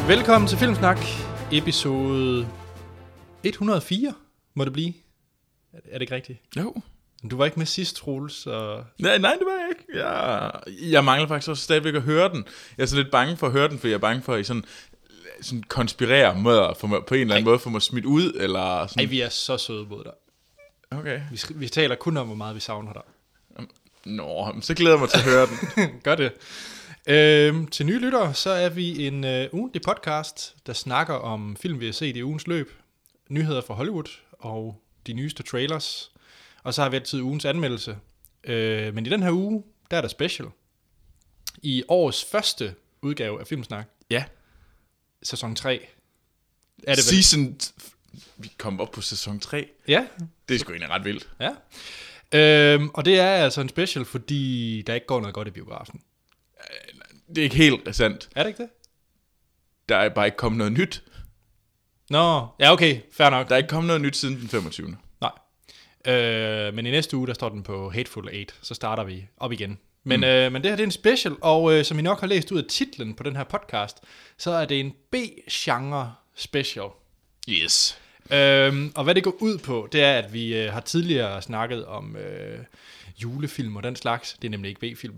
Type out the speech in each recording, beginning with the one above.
Velkommen til Filmsnak, episode 104, må det blive. Er det ikke rigtigt? Jo. Du var ikke med sidst, Troels, så... Nej, det var jeg ikke. Jeg mangler faktisk også stadigvæk at høre den. Jeg er sådan lidt bange for at høre den, for jeg er bange for, at I sådan konspirerer mod for mig, på en eller anden måde for mig smidt ud, eller sådan. Ej, vi er så søde mod dig. Okay. Vi taler kun om, hvor meget vi savner dig. Nå, så glæder jeg mig til at høre den. Gør det. Til nye lyttere, så er vi en ugentlig podcast, der snakker om film, vi har set i ugens løb, nyheder fra Hollywood og de nyeste trailers. Og så har vi altid ugens anmeldelse. Men i den her uge, der er der special. I årets første udgave af Filmsnak. Ja. Sæson 3. Er det Season... Vi kom op på sæson 3. Ja. Det er sgu egentlig ret vildt. Ja. Og det er altså en special, fordi der ikke går noget godt i biografen. Det er ikke helt sandt. Er det ikke det? Der er bare ikke kommet noget nyt. Nå, ja okay, fair nok. Der er ikke kommet noget nyt siden den 25. Nej. Men i næste uge, der står den på Hateful Eight. Så starter vi op igen. Men det her, det er en special, og som I nok har læst ud af titlen på den her podcast, så er det en B-genre special. Yes. Og hvad det går ud på, det er, at vi har tidligere snakket om julefilm og den slags. Det er nemlig ikke B-film.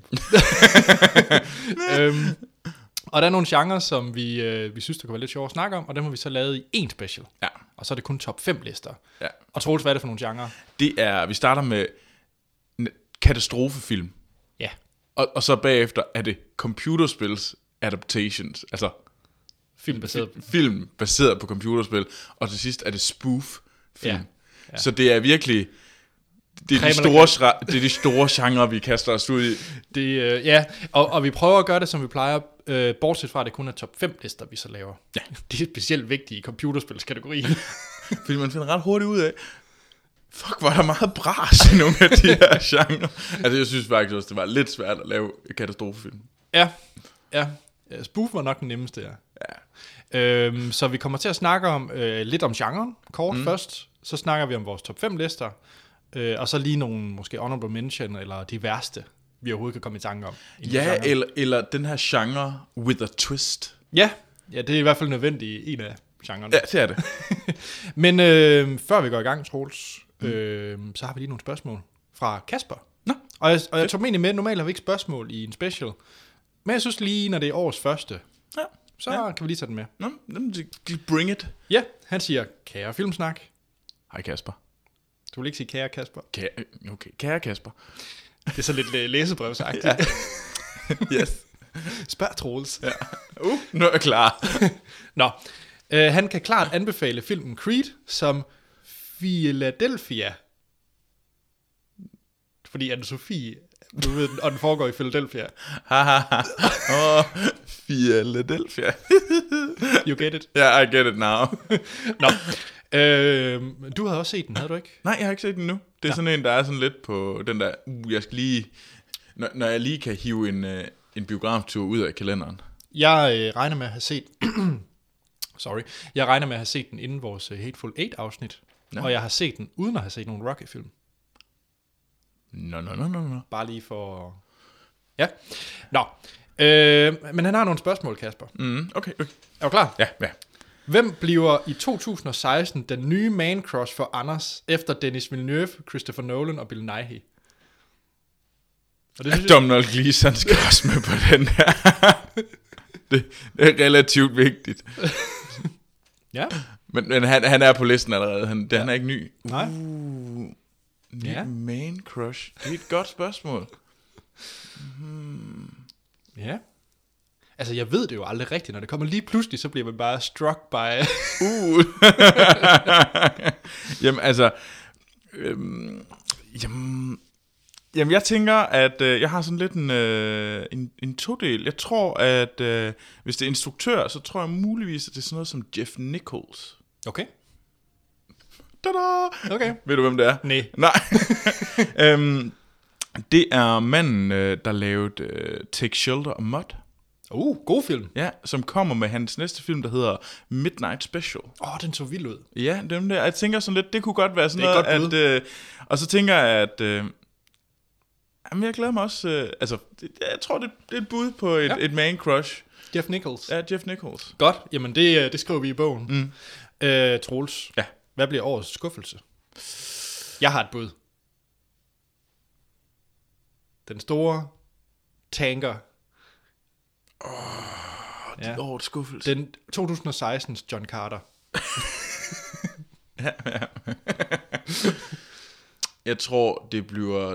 Og der er nogle genrer, som vi synes, der kunne være lidt sjovt at snakke om, og dem har vi så lavet i én special. Ja. Og så er det kun top 5 lister. Ja. Og Troels, hvad er det for nogle genrer? Det er, vi starter med katastrofefilm. Ja. Og så bagefter er det computerspils adaptations, altså film baseret på computerspil, og til sidst er det spoof film. Ja. Ja. Så det er virkelig det er de store genrer, vi kaster os ud i. Ja, og vi prøver at gøre det, som vi plejer, bortset fra, at det kun er top 5 lister, vi så laver. Ja. Det er specielt vigtigt i computerspilskategorien. Fordi man finder ret hurtigt ud af, fuck, var der meget bras i nogle af de her genrer. Altså, jeg synes faktisk også, det var lidt svært at lave katastrofefilm. Ja. Spoof var nok den nemmeste, ja. Så vi kommer til at snakke om lidt om genren, kort først. Så snakker vi om vores top 5 lister. Og så lige nogle måske honorable mention, eller de værste, vi overhovedet kan komme i tanke om. Ja, eller den her genre with a twist. Ja, det er i hvert fald nødvendigt i en af genrerne. Ja, det er det. Men før vi går i gang, Troels, så har vi lige nogle spørgsmål fra Kasper. Nå, og jeg tog dem egentlig med. Normalt har vi ikke spørgsmål i en special. Men jeg synes lige, når det er årets første, så kan vi lige tage den med. Nå, bring it. Ja, han siger, kære Filmsnak. Hej Kasper. Du vil ikke sige kære Kasper? Okay, kære Kasper. Det er så lidt læsebrevsagtigt. Ja. Yes. Spørg Troels. Ja. Nu er jeg klar. Nå, han kan klart anbefale filmen Creed som Philadelphia. Fordi Anne-Sophie, du ved, og den foregår i Philadelphia. Philadelphia. You get it? Yeah, I get it now. Nå. Du havde også set den, havde du ikke? Nej, jeg har ikke set den nu. Det er sådan en, der er sådan lidt på den der, jeg skal lige, når jeg lige kan hive en biograftur ud af kalenderen. Jeg regner med at have set, jeg regner med at have set den inden vores Hateful Eight afsnit, og jeg har set den uden at have set nogen Rocky-film. Nå. Bare lige for, ja. Nå, men han har nogle spørgsmål, Kasper. Okay. Er du klar? Ja. Hvem bliver i 2016 den nye man crush for Anders efter Denis Villeneuve, Christopher Nolan og Bill Nighy? Og det synes Donald Gleeson skal også med på den her. Det er relativt vigtigt. Ja. Men han er på listen allerede. Han er ikke ny. Nej. Ny man crush. Det er et godt spørgsmål. Ja. Altså, jeg ved det jo aldrig rigtigt. Når det kommer lige pludselig, så bliver man bare struck by... Jamen, altså... Jamen, jeg tænker, at jeg har sådan lidt en todel. Jeg tror, at hvis det er instruktør, så tror jeg muligvis, at det er sådan noget som Jeff Nichols. Okay. Tada! Okay. Ved du, hvem det er? Nej. Det er manden, der lavede Take Shelter og Mud. God film. Ja, som kommer med hans næste film, der hedder Midnight Special. Den så vild ud. Ja, dem der. Jeg tænker sådan lidt, det kunne godt være sådan noget, at... og så tænker jeg, at... jamen, jeg glæder mig også... jeg tror, det er et bud på et man crush. Jeff Nichols. Ja, Jeff Nichols. Godt, jamen det skriver vi i bogen. Troels, Ja. hvad bliver årets skuffelse? Jeg har et bud. Den store tanker. Årets skuffelse. Den 2016's John Carter. Ja. Jeg tror, det bliver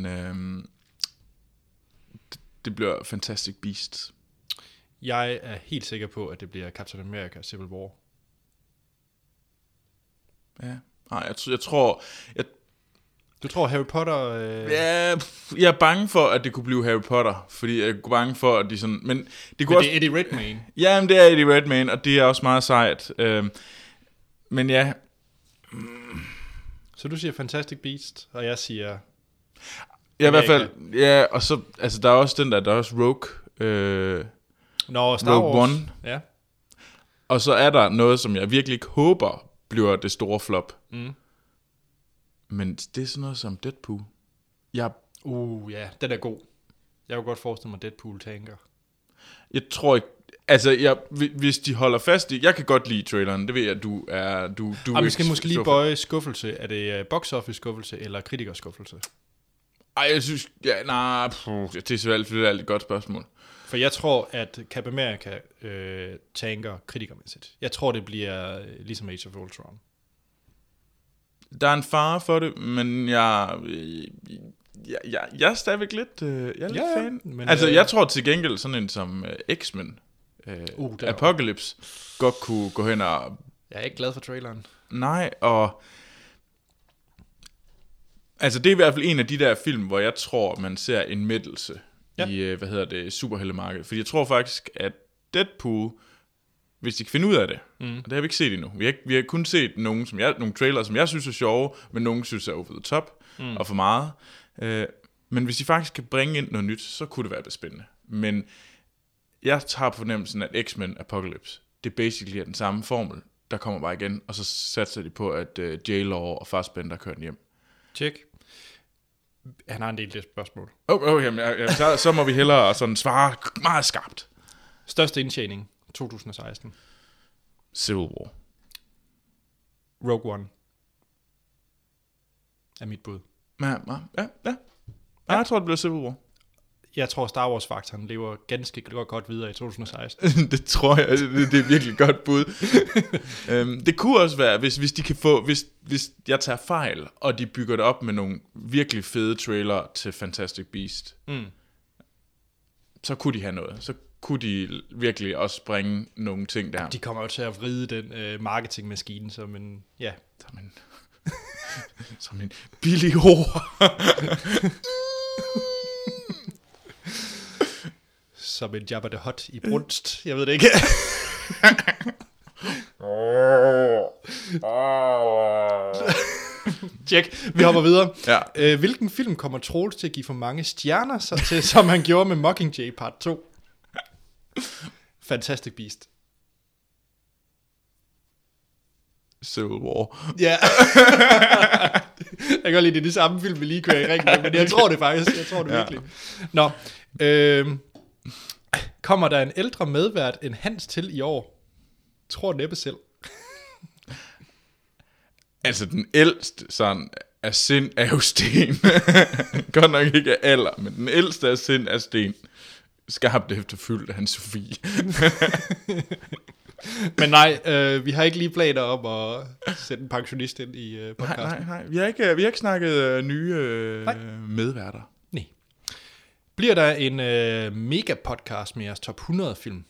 det bliver Fantastic Beasts. Jeg er helt sikker på, at det bliver Captain America Civil War. Ja. Nej, jeg tror... Du tror Harry Potter... Ja, jeg er bange for, at det kunne blive Harry Potter, fordi jeg er bange for, at de sådan... Men det kunne også... det er Eddie Redmayne. Ja, men det er Eddie Redmayne, og det er også meget sejt. Men ja... Så du siger Fantastic Beasts, og jeg siger... Ja, i hvert fald... Ja, og så... Altså, der er også den der er også Rogue... Star Wars. One. Ja. Og så er der noget, som jeg virkelig ikke håber bliver det store flop. Men det er sådan noget som Deadpool. Ja, den er god. Jeg kunne godt forestille mig Deadpool tanker. Jeg tror ikke... Altså, hvis de holder fast i... Jeg kan godt lide traileren, det ved jeg, du er... Vi skal måske lige bøje skuffelse. Er det box office skuffelse eller kritikerskuffelse? Ej, jeg synes... Ja, det er selvfølgelig et godt spørgsmål. For jeg tror, at Cap America tanker kritikermæssigt. Jeg tror, det bliver ligesom Age of Ultron. Der er en fare for det, men jeg er stadigvæk lidt, fan. Men, altså, jeg tror til gengæld sådan en som X-Men, Apocalypse, godt kunne gå hen og... Jeg er ikke glad for traileren. Nej, og... Altså, det er i hvert fald en af de der film, hvor jeg tror, man ser en mættelse i, superheltemarkedet. Fordi jeg tror faktisk, at Deadpool, hvis de kan finde ud af det, og det har vi ikke set endnu. Vi har kun set nogle trailere, som jeg synes er sjove, men nogle synes er over the top og for meget. Men hvis de faktisk kan bringe ind noget nyt, så kunne det være det spændende. Men jeg tager på fornemmelsen, at X-Men Apocalypse, det basically er den samme formel, der kommer bare igen, og så satser de på, at J-Law og Fassbender kører den hjem. Tjek. Han har en del af spørgsmål. Så må vi hellere sådan svare meget skarpt. Største indtjening 2016. Civil War. Rogue One. Er mit bud. Ja. Jeg tror, det bliver Civil War. Jeg tror, Star Wars-faktoren lever ganske godt videre i 2016. Det tror jeg, det er virkelig godt bud. Det kunne også være, hvis de kan få, hvis jeg tager fejl, og de bygger det op med nogle virkelig fede trailer til Fantastic Beast, så kunne de have noget. Så kunne de virkelig også bringe nogle ting der. De kommer jo til at vride den marketingmaskine som en, som en billig hår. Som en Jabba the Hutt i brunst. Jeg ved det ikke. Tjek, vi hopper videre. Ja. Hvilken film kommer Troels til at give for mange stjerner, som han gjorde med Mockingjay Part 2? Fantastic Beast. Civil War. Ja. Jeg kan godt lide, det er de samme film, vi lige kører i ringen, men jeg tror det faktisk. Jeg tror det virkelig. Nå, kommer der en ældre medvært end Hans til i år? Tror næppe selv. Altså den ældste sådan af sind er jo sten. Godt nok ikke af alder, men den ældste af sind er sten. Skarpt efterfyldt af hans Sofie. Men nej, vi har ikke lige planer om at sætte en pensionist ind i podcasten. Nej. Vi har ikke snakket nye medværter. Nej. Bliver der en mega podcast med jeres top 100 film?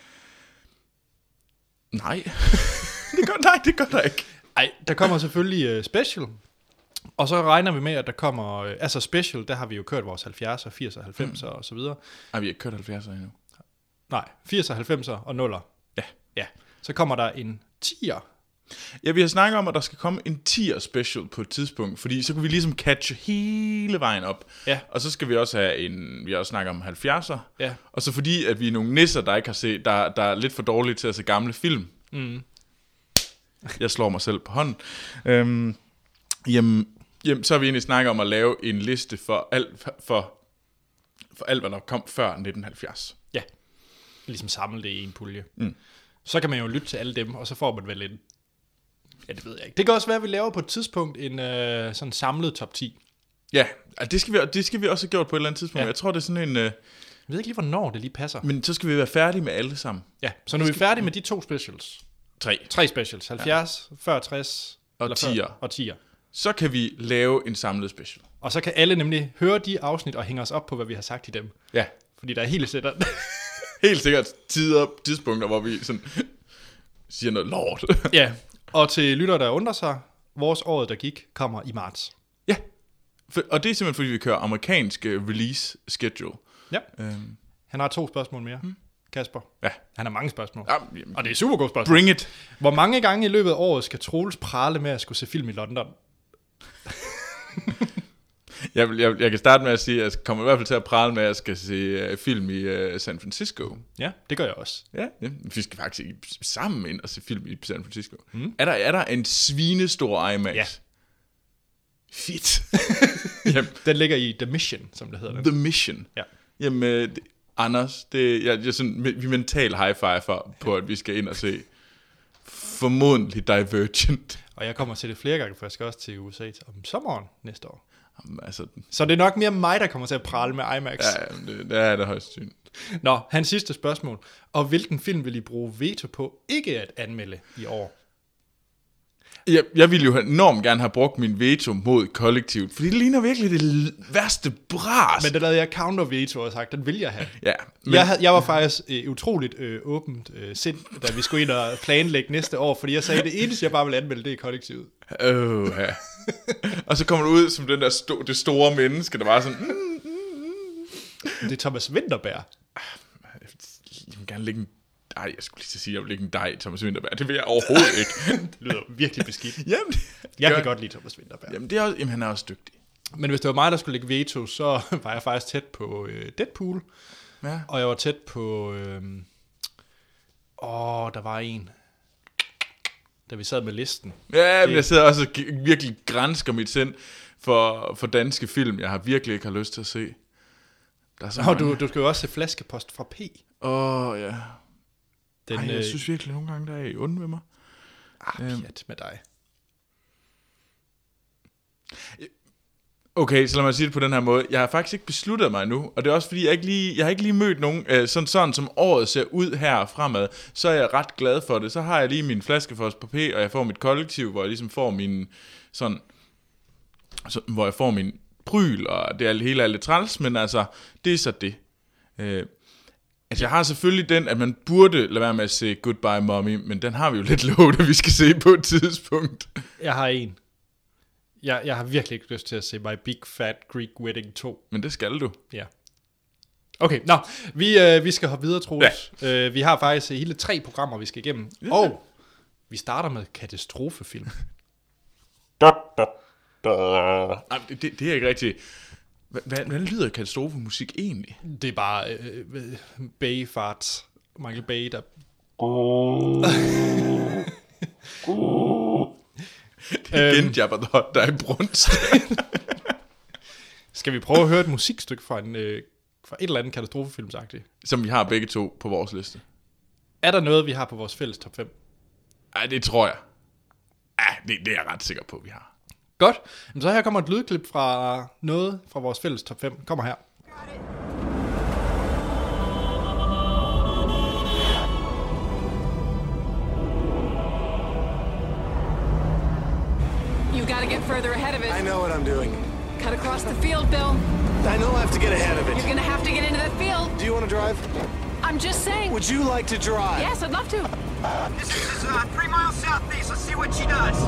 Nej. det gør der ikke. Nej, der kommer selvfølgelig special. Og så regner vi med, at der kommer... altså special, der har vi jo kørt vores 70'er, 80'er, 90'er og så videre. Har vi ikke kørt 70'er endnu? Nej, 80'er, 90'er og 0'er. Ja. Så kommer der en 10'er. Ja, vi har snakket om, at der skal komme en 10'er special på et tidspunkt, fordi så kan vi ligesom catche hele vejen op. Ja. Og så skal vi også have vi har også snakket om 70'er. Ja. Og så fordi, at vi er nogle nisser, der ikke har set, der er lidt for dårlige til at se gamle film. Jeg slår mig selv på hånden. Jamen, så har vi egentlig snakket om at lave en liste for alt, hvad der kom før 1970. Ja. ligesom samle det i en pulje. Så kan man jo lytte til alle dem, og så får man vel en... Ja, det ved jeg ikke. Det kan også være, at vi laver på et tidspunkt en sådan samlet top 10. Ja, det skal vi også have gjort på et eller andet tidspunkt. Ja. Jeg tror, det er sådan en... Jeg ved ikke lige, hvornår det lige passer. Men så skal vi være færdige med alle sammen. Ja, så når vi er færdige med de 2 specials. 3 specials. 70, 40, 60 og 10'er. Og 10'er. Så kan vi lave en samlet special. Og så kan alle nemlig høre de afsnit og hænge os op på, hvad vi har sagt i dem. Ja. Fordi der er helt sikkert tidspunkter, hvor vi sådan siger noget lort. Ja, og til lytter, der undrer sig, vores året, der gik, kommer i marts. Ja, og det er simpelthen, fordi vi kører amerikansk release schedule. Ja. Han har 2 spørgsmål mere. Kasper. Ja. Han har mange spørgsmål. Ja, og det er super gode spørgsmål. Bring it. Hvor mange gange i løbet af året skal Troels prale med at skulle se film i London? Jeg kan starte med at sige, at jeg kommer i hvert fald til at prale med, at jeg skal se film i San Francisco. Ja, det gør jeg også. Ja. Vi skal faktisk sammen ind og se film i San Francisco. Er der en svinestor IMAX? Ja. Fedt. Den ligger i The Mission, som det hedder. The Mission? Ja. Jamen, Anders, jeg sådan, vi mental high-five på, at vi skal ind og se formodentlig Divergent. Og jeg kommer til det flere gange, for jeg skal også til USA om sommeren næste år. Altså, så det er nok mere mig, der kommer til at prale med IMAX. Ja, det er det højst synd. Nå, hans sidste spørgsmål. Og hvilken film vil I bruge veto på ikke at anmelde i år? Jeg ville jo enormt gerne have brugt min veto mod kollektivet, fordi det ligner virkelig det værste bras. Men det lavede jeg counter-veto og sagt, den vil jeg have. Ja, men... jeg var faktisk utroligt åbent sind, da vi skulle ind og planlægge næste år, fordi jeg sagde, det eneste, jeg bare vil anmelde, det er kollektivet. Ja. Og så kommer du ud som den der det store menneske, der var sådan... Det er Thomas Vinterberg. Jeg vil gerne lægge en... Ej, jeg skulle lige sige, at jeg vil lægge en dej i Thomas Vinterberg. Det vil jeg overhovedet ikke. Det lyder virkelig beskidt. Jamen, jeg kan godt lide Thomas Vinterberg. Jamen, han er også dygtig. Men hvis det var mig, der skulle lægge veto, så var jeg faktisk tæt på Deadpool. Ja. Og jeg var tæt på... der var en... Da vi sad med listen. Ja, men jeg sidder også og virkelig gransker mit sind for danske film, jeg har virkelig ikke har lyst til at se. Der er du skal jo også se Flaskepost fra P. Ja. Jeg synes virkelig nogle gange, der er i onde ved mig. Pjat med dig. Okay, så lad mig sige det på den her måde. Jeg har faktisk ikke besluttet mig nu, og det er også fordi, jeg har ikke lige mødt nogen, sådan som året ser ud her fremad, så er jeg ret glad for det. Så har jeg lige min flaskepost på P, og jeg får mit kollektiv, hvor jeg ligesom får min sådan hvor jeg får min pryl, og det hele er lidt træls, men altså, det er så det. Altså, jeg har selvfølgelig den, at man burde lade være med at se Goodbye Mommy, men den har vi jo lidt lovet, at vi skal se på et tidspunkt. Jeg har en. Jeg har virkelig ikke lyst til at se My Big Fat Greek Wedding 2. Men det skal du. Ja. Okay, vi skal hoppe videre, Troels. Ja. Vi har faktisk hele 3 programmer, vi skal igennem. Ja. Og vi starter med katastrofefilm. Nej, det er ikke rigtigt. Hvordan lyder katastrofemusik egentlig? Det er bare Bay farts. Michael Bay, der... Igen Jabba the Hutt, der er i brunst. Skal vi prøve at høre et musikstykke fra et eller andet katastrofefilmsagtigt? Som vi har begge to på vores liste. Er der noget, vi har på vores fælles top 5? Ej, det tror jeg. Det er jeg ret sikker på, vi har. Godt. Så her kommer et lydklip fra noget fra vores fælles top 5. Kommer her. You gotta get further ahead of it. I know what I'm doing. Cut across the field, Bill. I know I have to get ahead of it. You're gonna have to get into that field. Do you want to drive? I'm just saying. Would you like to drive? Yes, I'd love to. This is 3 miles southeast. Let's see what she does.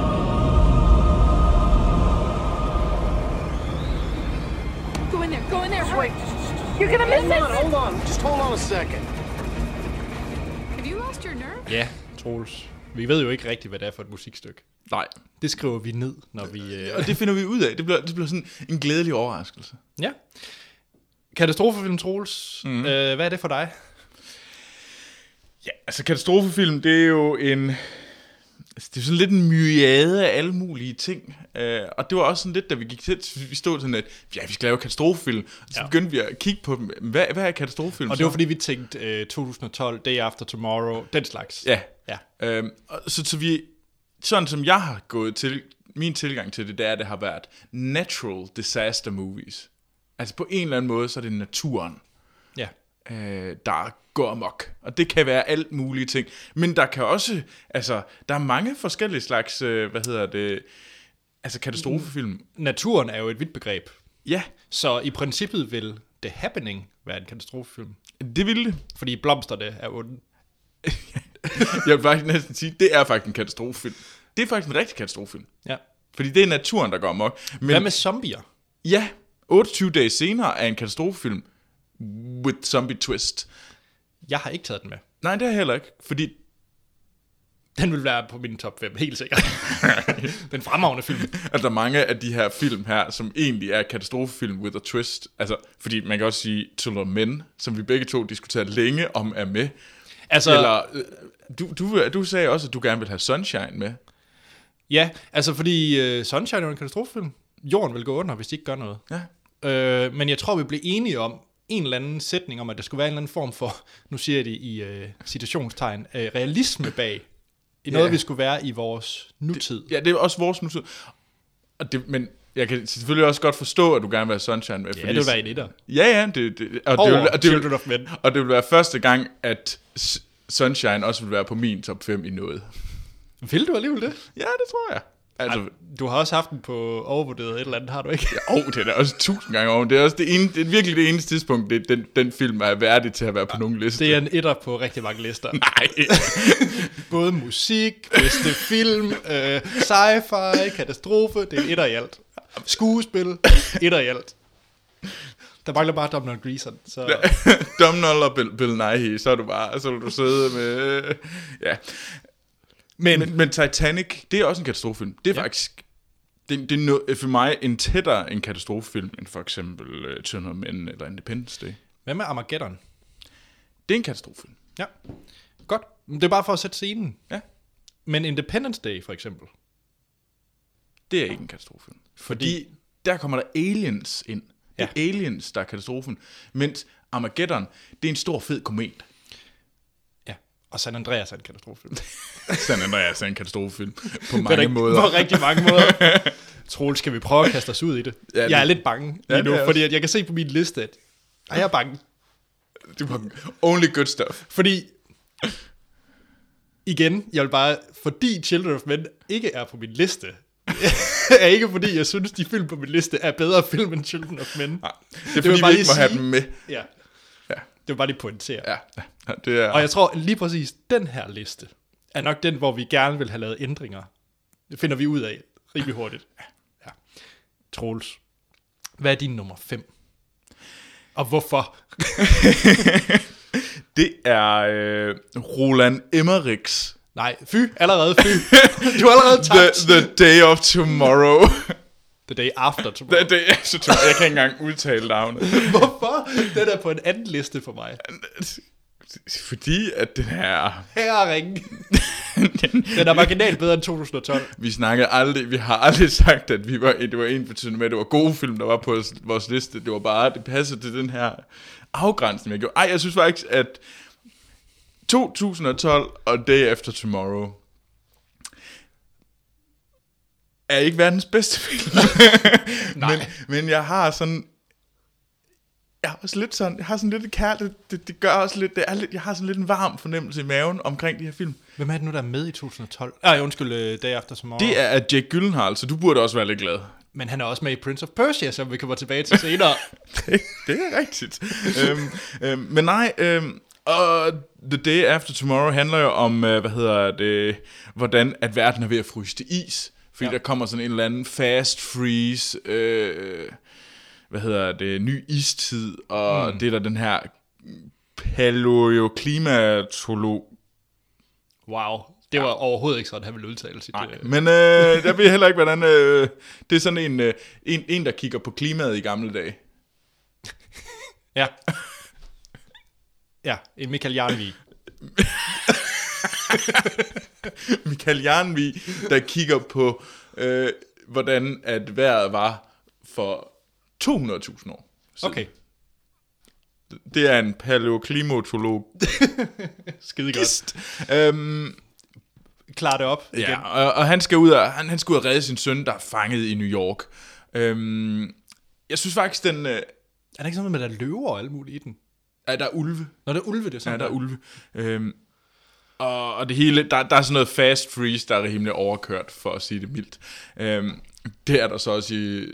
Go in there, hurry. You're gonna miss it. Hold on. Just hold on a second. Have you lost your nerve? Ja, Troels. Vi ved jo ikke rigtigt, hvad det er for et musikstykke. Nej. Det skriver vi ned, når vi... Og det finder vi ud af. Det bliver sådan en glædelig overraskelse. Ja. Katastrofefilm, Troels. Hvad er det for dig? Ja, altså katastrofefilm, det er jo en... det er sådan lidt en myriade af alle mulige ting. Og det var også sådan lidt, da vi gik til, vi stod sådan, at vi skal lave katastrofefilm. Så begyndte vi at kigge på dem. Hvad er katastrofefilm? Og det var fordi, vi tænkte 2012, Day After Tomorrow, den slags. Ja. Ja. Så vi, sådan som jeg har gået til, min tilgang til det, det er, at det har været natural disaster movies. Altså på en eller anden måde, så er det naturen, Ja. der går amok. Og det kan være alt mulige ting. Men der kan også, altså, der er mange forskellige slags, katastrofefilm. Naturen er jo et vidt begreb. Ja, Så i princippet vil The Happening være en katastrofefilm. det ville det. Fordi blomsterne er onde. Jeg vil faktisk næsten sige, det er faktisk en katastrofefilm. Det er faktisk en rigtig katastrofefilm. Ja. Fordi det er naturen, der går amok. Men Hvad med zombier? ja, 28 dage senere er en katastrofefilm with zombie twist. Jeg har ikke taget den med. Nej, det er jeg heller ikke, fordi Den vil være på min top 5, helt sikkert. Den fremragende film. at der er mange af de her film her, som egentlig er katastrofefilm with a twist. Altså, fordi man kan også sige To Love Men, som vi begge to diskuterer længe om er med. Altså, Eller, du sagde også, at du gerne vil have Sunshine med. ja, altså fordi Sunshine er en katastrofefilm. Jorden vil gå under, hvis de ikke gør noget. Ja. Men jeg tror, vi blev enige om en eller anden sætning om, at der skulle være en eller anden form for, nu siger jeg det i citationstegn, realisme bag. I noget, vi skulle være i vores nutid. Ja, det er også vores nutid. Men jeg kan selvfølgelig også godt forstå, at du gerne vil have Sunshine med. Ja, det vil være en etter. Ja, Children of Men. Og det vil være første gang, at Sunshine også vil være på min top 5 i noget. Vil du alligevel det? Ja, det tror jeg. Altså, Du har også haft den på overvurderet et eller andet, har du ikke? det er da også 1000 gange over. Det er også det er virkelig det eneste tidspunkt, den film er værdig til at være på nogen liste. Det er en etter på rigtig mange lister. Nej. Både musik, bedste film, sci-fi, katastrofe, det er en etter i alt. Skuespil, etter i alt. Der mangler bare Domhnall Gleeson. Så. Domhnall og Bill Nighy, så vil du sidde med... ja. Men Titanic, det er også en katastrofefilm. Det er faktisk... Det er for mig en tættere en katastrofefilm, end for eksempel To Love Men eller Independence Day. Hvad med Armageddon? Det er en katastrofefilm. Ja, godt. Det er bare for at sætte scenen. Ja. Men Independence Day, for eksempel. Det er ikke en katastrofefilm. Fordi der kommer der aliens ind. Det er aliens, der er katastrofen. Mens Armageddon, det er en stor fed komet. Ja, og San Andreas er en katastrofefilm. San Andreas er en katastrofefilm på mange måder. På rigtig mange måder. Troels, skal vi prøve at kaste os ud i det? Ja, jeg er lidt bange lige nu, også. fordi at jeg kan se på min liste, at jeg er bange. Det var only good stuff. Fordi, igen, jeg vil bare, fordi Children of Men ikke er på min liste, er ikke fordi, jeg synes, de film på min liste er bedre film end Children of Men. Nej, det er fordi, vi ikke må have dem med. Ja. Det var bare lige pointere. Ja, det er... Og jeg tror lige præcis, den her liste er nok den, hvor vi gerne vil have lavet ændringer. Det finder vi ud af rimelig hurtigt. Ja. Troels, hvad er din nummer 5? Og hvorfor? Det er Roland Emmerichs Nej, allerede fy. Du har allerede tabt. The Day of Tomorrow. The Day After Tomorrow. Jeg kan ikke engang udtale navnet. Hvorfor? Den er på en anden liste for mig. Fordi at den er... Herring. Den er marginalt bedre end 2012. Vi har aldrig sagt, at det var en betydende med, at det var gode film, der var på vores liste. Det var bare, det passede til den her afgrænsning, jeg gjorde. Jeg synes faktisk, at 2012 og Day After Tomorrow er ikke verdens bedste film. Nej. Men jeg har sådan... Jeg har også lidt sådan... Jeg har sådan lidt et kærligt... Det gør også lidt... Jeg har sådan lidt en varm fornemmelse i maven omkring de her film. Hvem er det nu, der er med i 2012? Undskyld, Day After Tomorrow. Det er Jake Gyllenhaal, så du burde også være lidt glad. Men han er også med i Prince of Persia, som vi kommer tilbage til senere. Det er rigtigt. Men nej... Og The Day After Tomorrow handler jo om, hvordan at verden er ved at fryse til is. Fordi der kommer sådan en eller anden fast freeze, ny istid, og det er der den her paleoklimatolog. Wow, det var overhovedet ikke sådan, han ville udtale sit... Men jeg ved heller ikke, hvordan... det er sådan en, der kigger på klimaet i gamle dage. Ja. Ja, en Michael Jarnvig. Michael Jernvig, der kigger på, hvordan at vejret var for 200.000 år siden. Okay. Det er en paleoklimatolog. Skide godt. Klar det op igen. Ja, og han skal ud og redde sin søn, der er fanget i New York. Jeg synes faktisk, den... Er der ikke sådan noget med, der løver og alt muligt i den? Ja, der er ulve. Når der er ulve, det er sådan. Ja, der er ulve. Og det hele, der er sådan noget fast freeze, der er rimelig overkørt, for at sige det mildt. Det er der så også i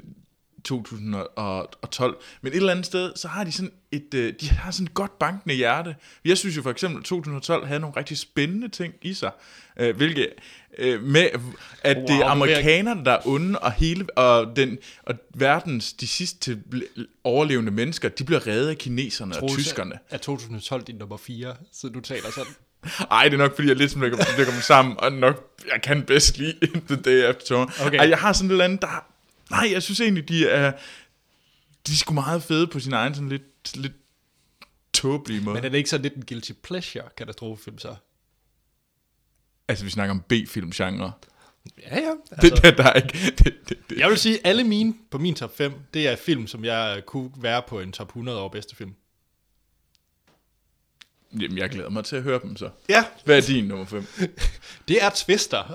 2012. Men et eller andet sted, så har de sådan de har sådan et godt bankende hjerte. Jeg synes jo for eksempel, at 2012 havde nogle rigtig spændende ting i sig. Hvilket med, at det er amerikanerne, der er onde, og verdens de sidste overlevende mennesker, de bliver reddet af kineserne og tyskerne. Er 2012 din nummer 4, så du taler sådan? Ej, det er nok, fordi jeg lidt lægger dem sammen, og nok, jeg kan bedst lide The Day After Tomorrow. Okay. Ej, jeg har sådan et eller andet, der... Nej, jeg synes egentlig, de er sgu meget fede på sin egen sådan lidt tåbelige måde. Men er det ikke så lidt en guilty pleasure katastrofefilm så? Altså, vi snakker om B-film-genre. Ja. Altså, Der er ikke... Det. Jeg vil sige, alle mine på min top 5, det er film, som jeg kunne være på en top 100 over bedste film. Jamen, jeg glæder mig til at høre dem så. Ja. Hvad er din nummer 5? Det er Twister.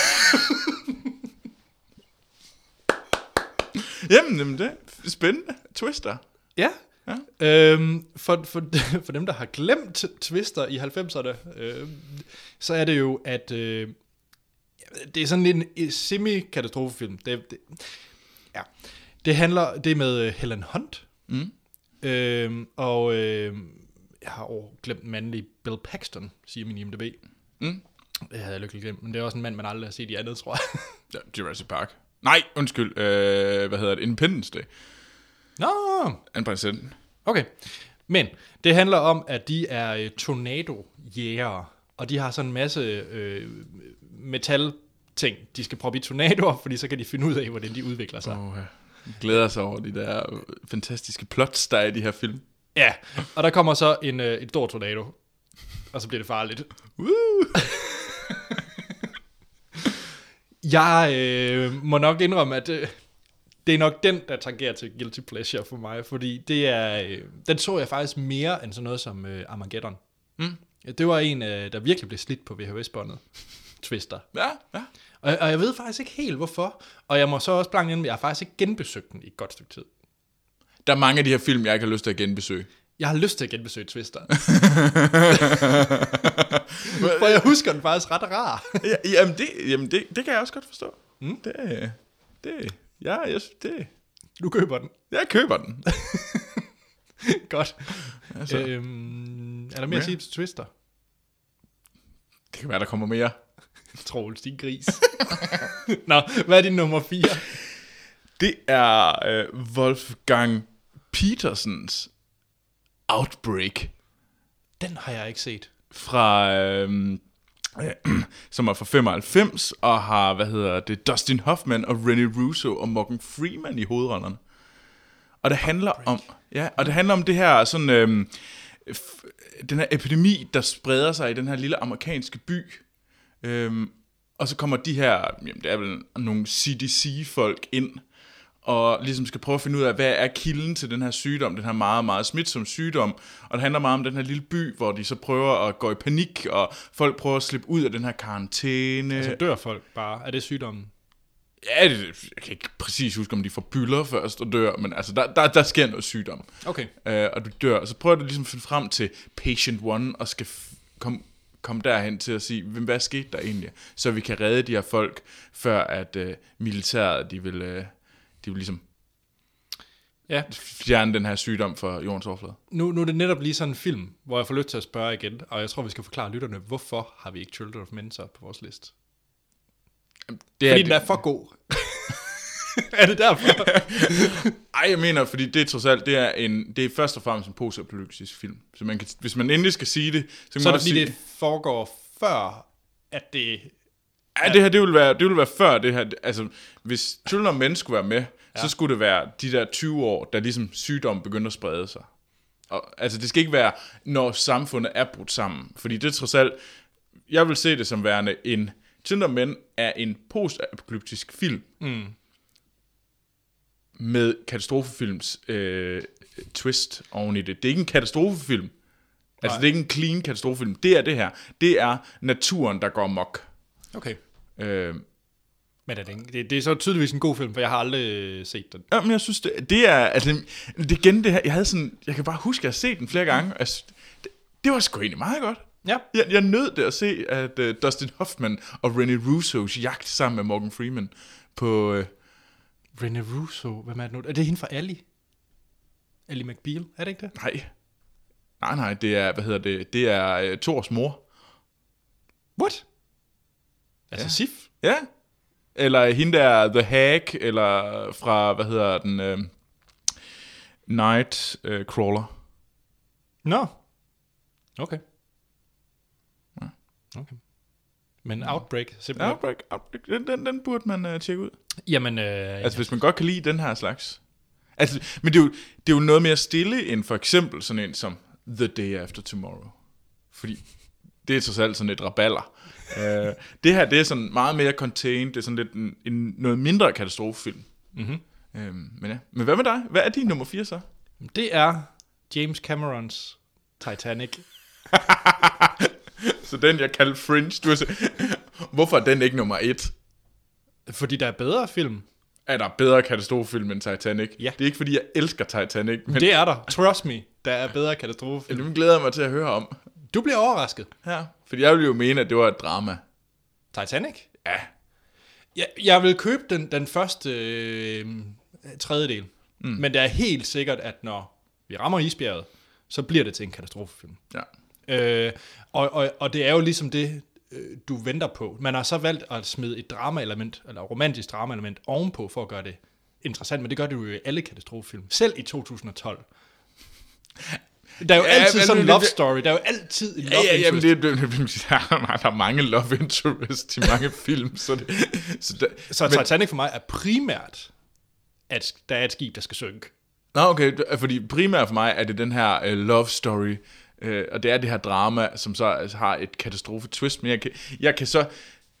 Jamen, det er spændende. Twister. Ja. For dem, der har glemt Twister i 90'erne, så er det jo, at det er sådan en semi-katastrofefilm. Det er med Helen Hunt. Og jeg har glemt mandlig Bill Paxton, siger min IMDb. Det havde jeg lykkeligt glemt, men det er også en mand, man aldrig har set i andet, tror jeg. Ja, Jurassic Park. Nej, undskyld. Hvad hedder det? Independence Day. Nå! Anne Præsidenten. Okay. Men det handler om, at de er tornado-jægere, og de har sådan en masse metal-ting, de skal proppe i tornadoer, fordi så kan de finde ud af, hvordan de udvikler sig. Jeg glæder sig over de der fantastiske plots, der er i de her film. Ja, og der kommer så en stor tornado, og så bliver det farligt. Jeg må nok indrømme, at det er nok den, der tangerer til guilty pleasure for mig, fordi det er, den så jeg faktisk mere end sådan noget som Armageddon. Det var en, der virkelig blev slidt på VHS-båndet. Twister. Ja. Og jeg ved faktisk ikke helt, hvorfor. Og jeg må så også blanke ind, jeg har faktisk ikke genbesøgt den i et godt stykke tid. Der er mange af de her film, jeg ikke har lyst til at genbesøge. Jeg har lyst til at genbesøge Twister. For jeg husker den faktisk ret rar. Jamen, det kan jeg også godt forstå. Du køber den. Jeg køber den. Godt. Altså, er der mere at sige til Twister? det kan være, der kommer mere. Troels, din gris. Nå, hvad er din nummer 4? Det er Wolfgang Petersens Outbreak. Den har jeg ikke set. Fra... som er fra 95, og har, Dustin Hoffman og Rene Russo og Morgan Freeman i hovedrollerne. Og det handler om det her sådan den her epidemi, der spreder sig i den her lille amerikanske by. Og så kommer de her, det er vel nogle CDC-folk ind, og ligesom skal prøve at finde ud af, hvad er kilden til den her sygdom, den her meget, meget smitsom sygdom. Og det handler meget om den her lille by, hvor de så prøver at gå i panik, og folk prøver at slippe ud af den her karantæne. Altså dør folk bare? Er det sygdommen? Ja, jeg kan ikke præcis huske, om de får bylder først og dør, men altså, der sker noget sygdom. Okay. Og du dør, og så prøver du ligesom at finde frem til patient one, og skal komme derhen til at sige, hvad skete der egentlig? Så vi kan redde de her folk, før at militæret, de vil ligesom fjerne den her sygdom fra jordens overflade. Nu er det netop lige sådan en film, hvor jeg får lyst til at spørge igen, og jeg tror, vi skal forklare lytterne, hvorfor har vi ikke Children of Men på vores liste? Fordi den er for god. Er det derfor? Ej, jeg mener, fordi det trods alt, det er først og fremmest en postapokalyptisk film. Så man kan, hvis man endelig skal sige det, så kan man også sige... det foregår før, at det... Ja, det her, det vil være før det her. Altså, hvis Children of Men skulle være med, så skulle det være de der 20 år, der ligesom sygdom begynder at sprede sig. Og, altså, det skal ikke være, når samfundet er brudt sammen. Fordi det er trods alt... jeg vil se det som værende en Children of Men er en postapokalyptisk film med katastrofefilms twist oven i det. Det er ikke en katastrofefilm. Altså, det er ikke en clean katastrofefilm. Det er det her. Det er naturen, der går mok. Okay. Men det er så tydeligvis en god film, for jeg har aldrig set den. Ja, men jeg synes, det er... Altså, det igen det her... Jeg kan bare huske, at jeg har set den flere gange. Altså, det var sgu egentlig meget godt. Ja. Jeg nød det at se, at Dustin Hoffman og René Russos jagt sammen med Morgan Freeman på... René Russo, hvem er det nu? Er det hende fra Ally? Ally McBeal, er det ikke det? Nej, det er, det er Thors mor. What? Altså Sif? Ja. Eller hende der The Hag, eller fra, Nightcrawler. Nå. Okay. Okay. Men Outbreak, simpelthen. Outbreak. Den burde man tjekke ud. Jamen, altså, hvis man godt kan lide den her slags. Altså, men det er jo noget mere stille, end for eksempel sådan en som The Day After Tomorrow. Fordi det er trods alt sådan et raballer. Det her, det er sådan meget mere contained. Det er sådan lidt noget mindre katastrofefilm. Mm-hmm. Men hvad med dig? Hvad er din nummer 4 så? Det er James Camerons Titanic. Så den, jeg kalder Fringe. Hvorfor er den ikke nummer 1? Fordi der er bedre film. Er der bedre katastrofefilm end Titanic? Ja. Det er ikke, fordi jeg elsker Titanic. Men det er der. Trust me. Der er bedre katastrofefilm. Det glæder jeg mig til at høre om. Du bliver overrasket. Ja, fordi jeg ville jo mene, at det var et drama. Titanic? Ja. Jeg vil købe den første tredjedel. Men det er helt sikkert, at når vi rammer isbjerget, så bliver det til en katastrofefilm. Ja. Og det er jo ligesom det, du venter på. Man har så valgt at smide et drama-element, eller romantisk drama-element, ovenpå for at gøre det interessant, men det gør det jo i alle katastrofefilm. Selv i 2012. Der er jo altid sådan en love story. Der er jo altid en love interest. Der er mange love interest i mange film. Så Titanic for mig er primært, at der er et skib, der skal synke. Nå, okay. Fordi primært for mig er det den her love story, og det er det her drama, som så altså, har et katastrofe-twist. Men jeg kan så...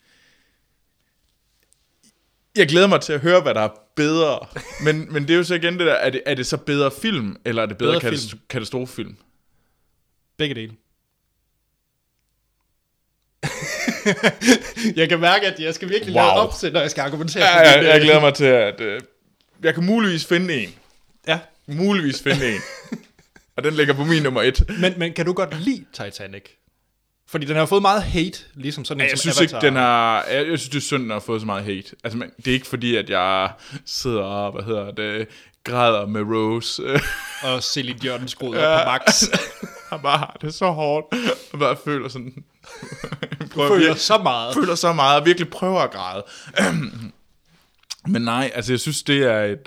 Jeg glæder mig til at høre, hvad der er bedre. Men det er jo så igen det der, er det så bedre film, eller er det bedre katastrofefilm? Begge dele. Jeg kan mærke, at jeg skal virkelig lave opsæt, når jeg skal argumentere. Ja, jeg glæder mig til, at jeg kan muligvis finde en. Ja. Muligvis finde en. Og den ligger på min nummer 1. Men kan du godt lide Titanic? Fordi den har fået meget hate, ligesom sådan en jeg som synes Avatar. ikke, den har... Jeg synes, det er synd, den har fået så meget hate. Altså, det er ikke fordi, at jeg sidder og, græder med Rose. Og Celine Dion skruder på max. Jeg bare har det så hårdt. Jeg bare føler sådan... Føler så meget, og virkelig prøver at græde. Men nej, altså, jeg synes, det er et...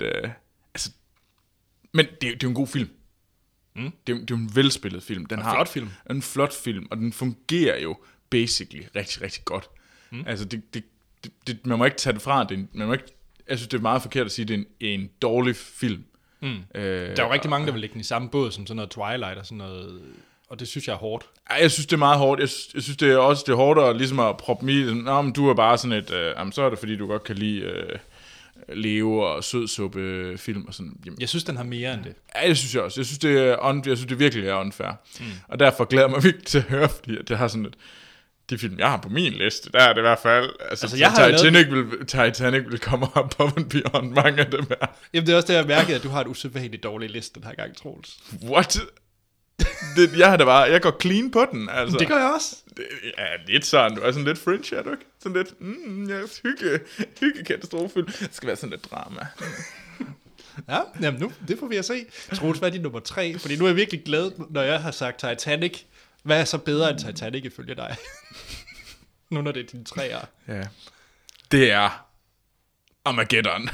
men det er jo en god film. Det er jo en velspillet film. Den har flot film. En flot film, og den fungerer jo basically rigtig, rigtig godt. Altså, man må ikke tage det fra. Jeg synes, det er meget forkert at sige, at det er en dårlig film. Der er jo rigtig mange, der vil lægge den i samme båd som sådan noget Twilight og sådan noget, og det synes jeg er hårdt. Jeg synes, det er meget hårdt. Jeg synes, det er også det er hårdere ligesom at proppe mig i. Men du er bare sådan et... så er det, fordi du godt kan lide... leve og sødsuppe film og sådan. Jamen, jeg synes, den har mere end det. Ja, det synes jeg også. Jeg synes, det virkelig er unfair. Og derfor glæder mig virkelig til at høre, fordi det har sådan et... De film, jeg har på min liste, der er det i hvert fald... Altså Titanic vil komme op på and beyond mange af dem her. Jamen, det er også det, jeg mærkede, at du har et usædvanligt dårlig liste den her gang, Troels. What? Jeg går clean på den, altså. Det gør jeg også. Lidt sådan. Du er sådan lidt Fringe, er du ikke? Sådan lidt, hygge katastrofefilm. Det skal være sådan lidt drama. Ja, jamen nu, det får vi at se. Troels, hvad er din nummer 3? Fordi nu er jeg virkelig glad, når jeg har sagt Titanic. Hvad er så bedre end Titanic ifølge dig? Nu når det er dine 3'er. Ja. Det er Armageddon.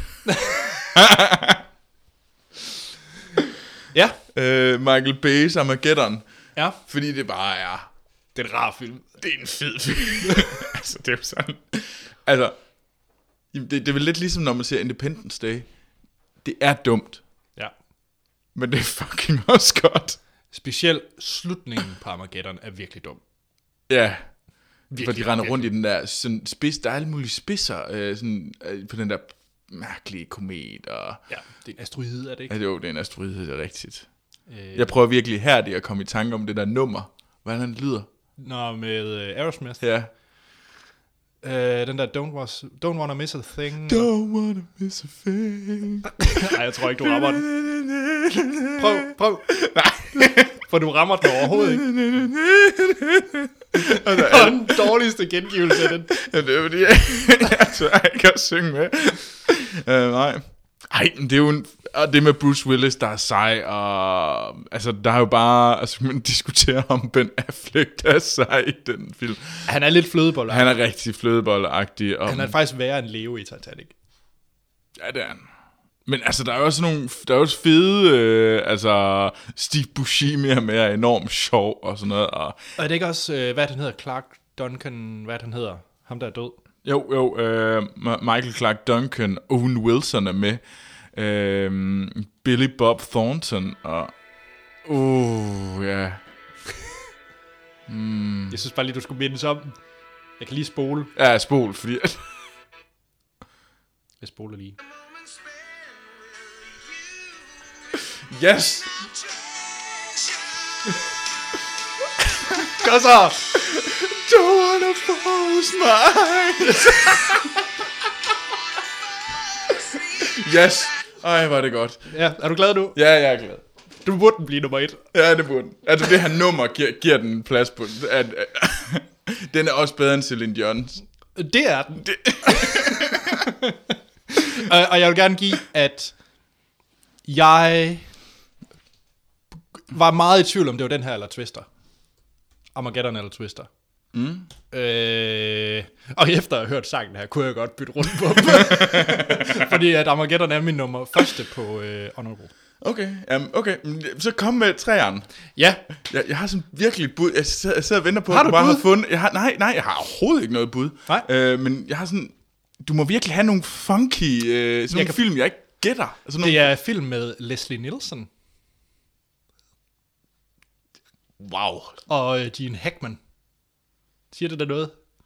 Ja. Michael Bay's Armageddon. Ja. Fordi det bare er... Det er en rar film. Det er en fed film. Altså, det er jo sådan... Altså, det er vel lidt ligesom, når man ser Independence Day. Det er dumt. Ja. Men det er fucking også godt. Specielt slutningen på Armageddon er virkelig dum. Ja. hvor de render rundt i den der sådan spids, der er alle mulige spidser på den der mærkelige komet. Og, Ja, det er en asteroide, er det ikke? Ja, jo, det er en asteroide, det er rigtigt. Jeg prøver virkelig hærdigt at komme i tanke om det der nummer. Hvordan det lyder. Nå, med Aerosmith. Ja. Den der Don't Wanna Miss a Thing. Don't wanna miss a thing. Nej, jeg tror ikke, du rammer den. Prøv. Nej. For du rammer den overhovedet ikke. Og den dårligste gengivelse af den. Ja, det er fordi, jeg tør ikke at synge med. Nej. Ej, det er jo og det med Bruce Willis, der er sej, og altså, der er jo bare, altså, man diskuterer om Ben Affleck, der er sej i den film. Han er lidt flødeboller. Han er rigtig flødebollagtig. Han er faktisk værre end Leo i Titanic. Ja, det er han. Men altså, der er jo også nogle, der er også fede, altså, Steve Buscemi er mere enormt sjov og sådan noget. Og er det ikke også, hvad den hedder, Clark Duncan, hvad den hedder, ham der er død? Jo, Michael Clark Duncan, Owen Wilson er med, Billy Bob Thornton, og ja. Jeg synes bare lige, du skulle mindes om den. Jeg kan lige spole. Ja, spol, fordi... Jeg spoler lige. Yes! Kom så! Don't wanna close my eyes. Yes! Ej, var det godt. Ja, er du glad nu? Ja, jeg er glad. Du burde den blive nummer 1. Ja, det burde den. Altså, det her nummer giver den plads på. Den er også bedre end Celine Dion's. Det er den. Og jeg vil gerne give, at jeg var meget i tvivl om, det var den her eller Twister. Armageddon eller Twister. Og efter at have hørt sangen her, kunne jeg godt bytte rundt på dem. Fordi at Armageddon er min nummer første på Honorable. Okay, så kom med træerne. Ja. Jeg har sådan virkelig et bud. Jeg sidder og venter på, har at du bare bud? har fundet... Nej, jeg har overhovedet ikke noget bud. Nej. Men jeg har sådan... Du må virkelig have nogle funky... sådan nogle film, jeg ikke gætter. Altså Det er film med Leslie Nielsen. Wow. Og Gene Hackman. Siger det der noget?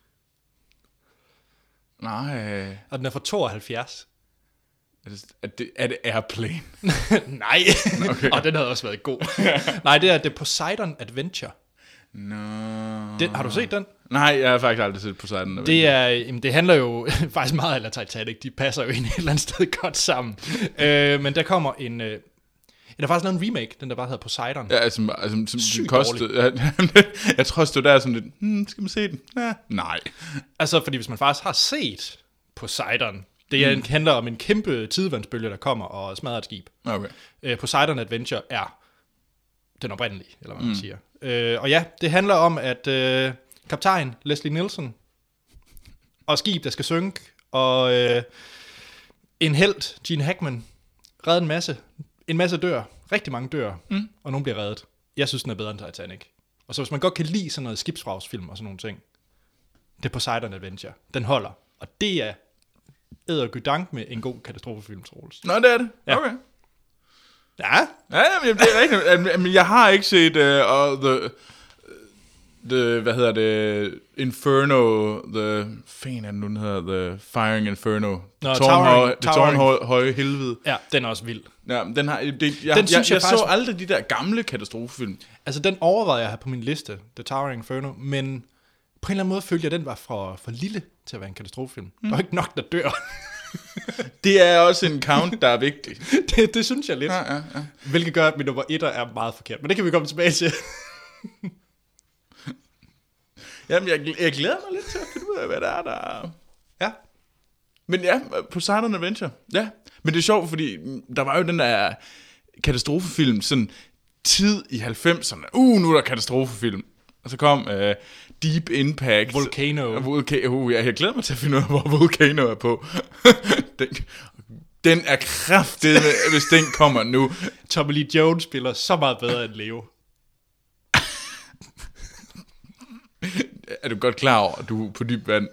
Nej. Og den er fra 72. Er det Airplane? Nej. Okay. Og den havde også været god. Nej, det er The Poseidon Adventure. No. Har du set den? Nej, jeg har faktisk aldrig set Poseidon. Det handler jo faktisk meget af Titanic. De passer jo ind et eller andet sted godt sammen. Men der kommer en... der er faktisk lavet en remake, den der bare hedder Poseidon. Ja, som kostede... Jeg tror også, det var der sådan lidt... skal man se den? Ja, nej. Altså, fordi hvis man faktisk har set Poseidon... Det handler om en kæmpe tidevandsbølge, der kommer og smadrer et skib. Okay. Poseidon Adventure er den oprindelige, eller hvad man siger. Og ja, det handler om, at kaptajn Leslie Nielsen og skib, der skal synke, og en helt, Gene Hackman, redder en masse dør. Rigtig mange dør, og nogen bliver reddet. Jeg synes, den er bedre end Titanic. Og så hvis man godt kan lide sådan noget skibsvragsfilm og sådan nogle ting, det er Poseidon Adventure. Den holder. Og det er edderguddank med en god katastrofefilm, Troels. Nå, det er det. Ja. Okay. Ja. Ja, men det er rigtigt. Men jeg har ikke set hvad hedder det, Inferno, den hedder The Firing Inferno. Tårnhøje helvede. Ja, den er også vild. Ja, den har, jeg så aldrig de der gamle katastrofefilm. Altså, den overvejede jeg her på min liste, The Towering Inferno, men på en eller anden måde følte jeg, at den var for lille til at være en katastrofefilm. Der er ikke nok, der dør. Det er også en count, der er vigtig. det synes jeg lidt. Ja. Hvilket gør, at min nummer 1 er meget forkert. Men det kan vi komme tilbage til. Jamen, jeg glæder mig lidt til at finde ud af, hvad der er, der... Ja. Men ja, Poseidon Adventure. Ja, men det er sjovt, fordi der var jo den der katastrofefilm, sådan tid i 90'erne. Nu er der katastrofefilm. Og så kom Deep Impact. Volcano. Jeg glæder mig til at finde ud af, hvor Volcano er på. Den er kraftig, hvis den kommer nu. Tommy Lee Jones spiller så meget bedre end Leo. Er du godt klar over, at du er på dyb vand?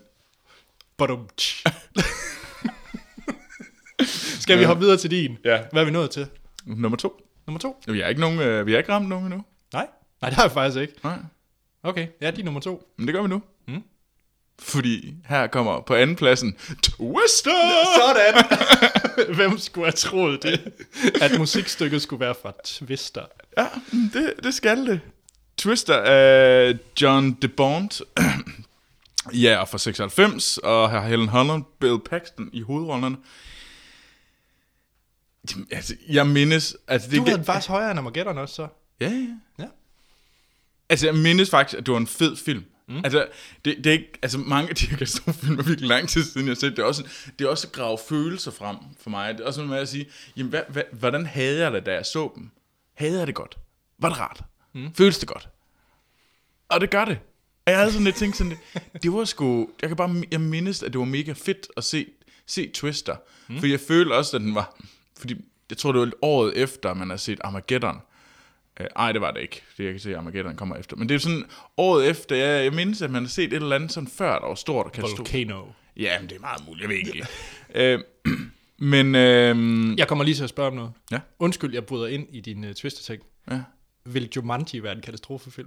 Skal vi hoppe videre til din? Ja. Hvad er vi nået til? Nummer 2. Nummer 2? Vi har ikke ramt nogen endnu. Nej, det har vi faktisk ikke. Nej. Okay, ja, de er nummer 2. Men det gør vi nu. Fordi her kommer på anden pladsen Twister! Sådan! Hvem skulle have troet det? At musikstykket skulle være fra Twister. Ja, det skal det. Twister af John DeBont. Ja, og fra 96, og her har Helen Hunt, Bill Paxton i hovedrollerne. Altså, jeg mindes... Altså, Du havde den faktisk højere end Armageddon også, så? Ja. Ja. Jeg mindes faktisk, at det var en fed film. Altså, det er ikke... Altså, mange af de her katastrofefilm er virkelig lang tid siden, jeg har set. Det er også at grave følelser frem for mig. Det er også noget med at sige, jamen, hvordan havde jeg det, da jeg så dem? Havde jeg det godt? Var det rart? Føles det godt? Og det gør det. Og jeg havde sådan lidt tænkt sådan, det var sgu... Jeg mindes, at det var mega fedt at se Twister. For jeg følte også, at den var... Fordi jeg tror, det var lidt året efter, man har set Armageddon. Ej, det var det ikke. Det jeg kan se, at Armageddon kommer efter. Men det er sådan året efter, jeg mindes, at man har set et eller andet sådan før, der var stort og katastrofe. Volcano. Ja, men det er meget muligt, jeg ved ikke. Jeg kommer lige til at spørge om noget. Ja. Undskyld, jeg bryder ind i din Twister-ting. Ja. Vil Jumanji være en katastrofefilm?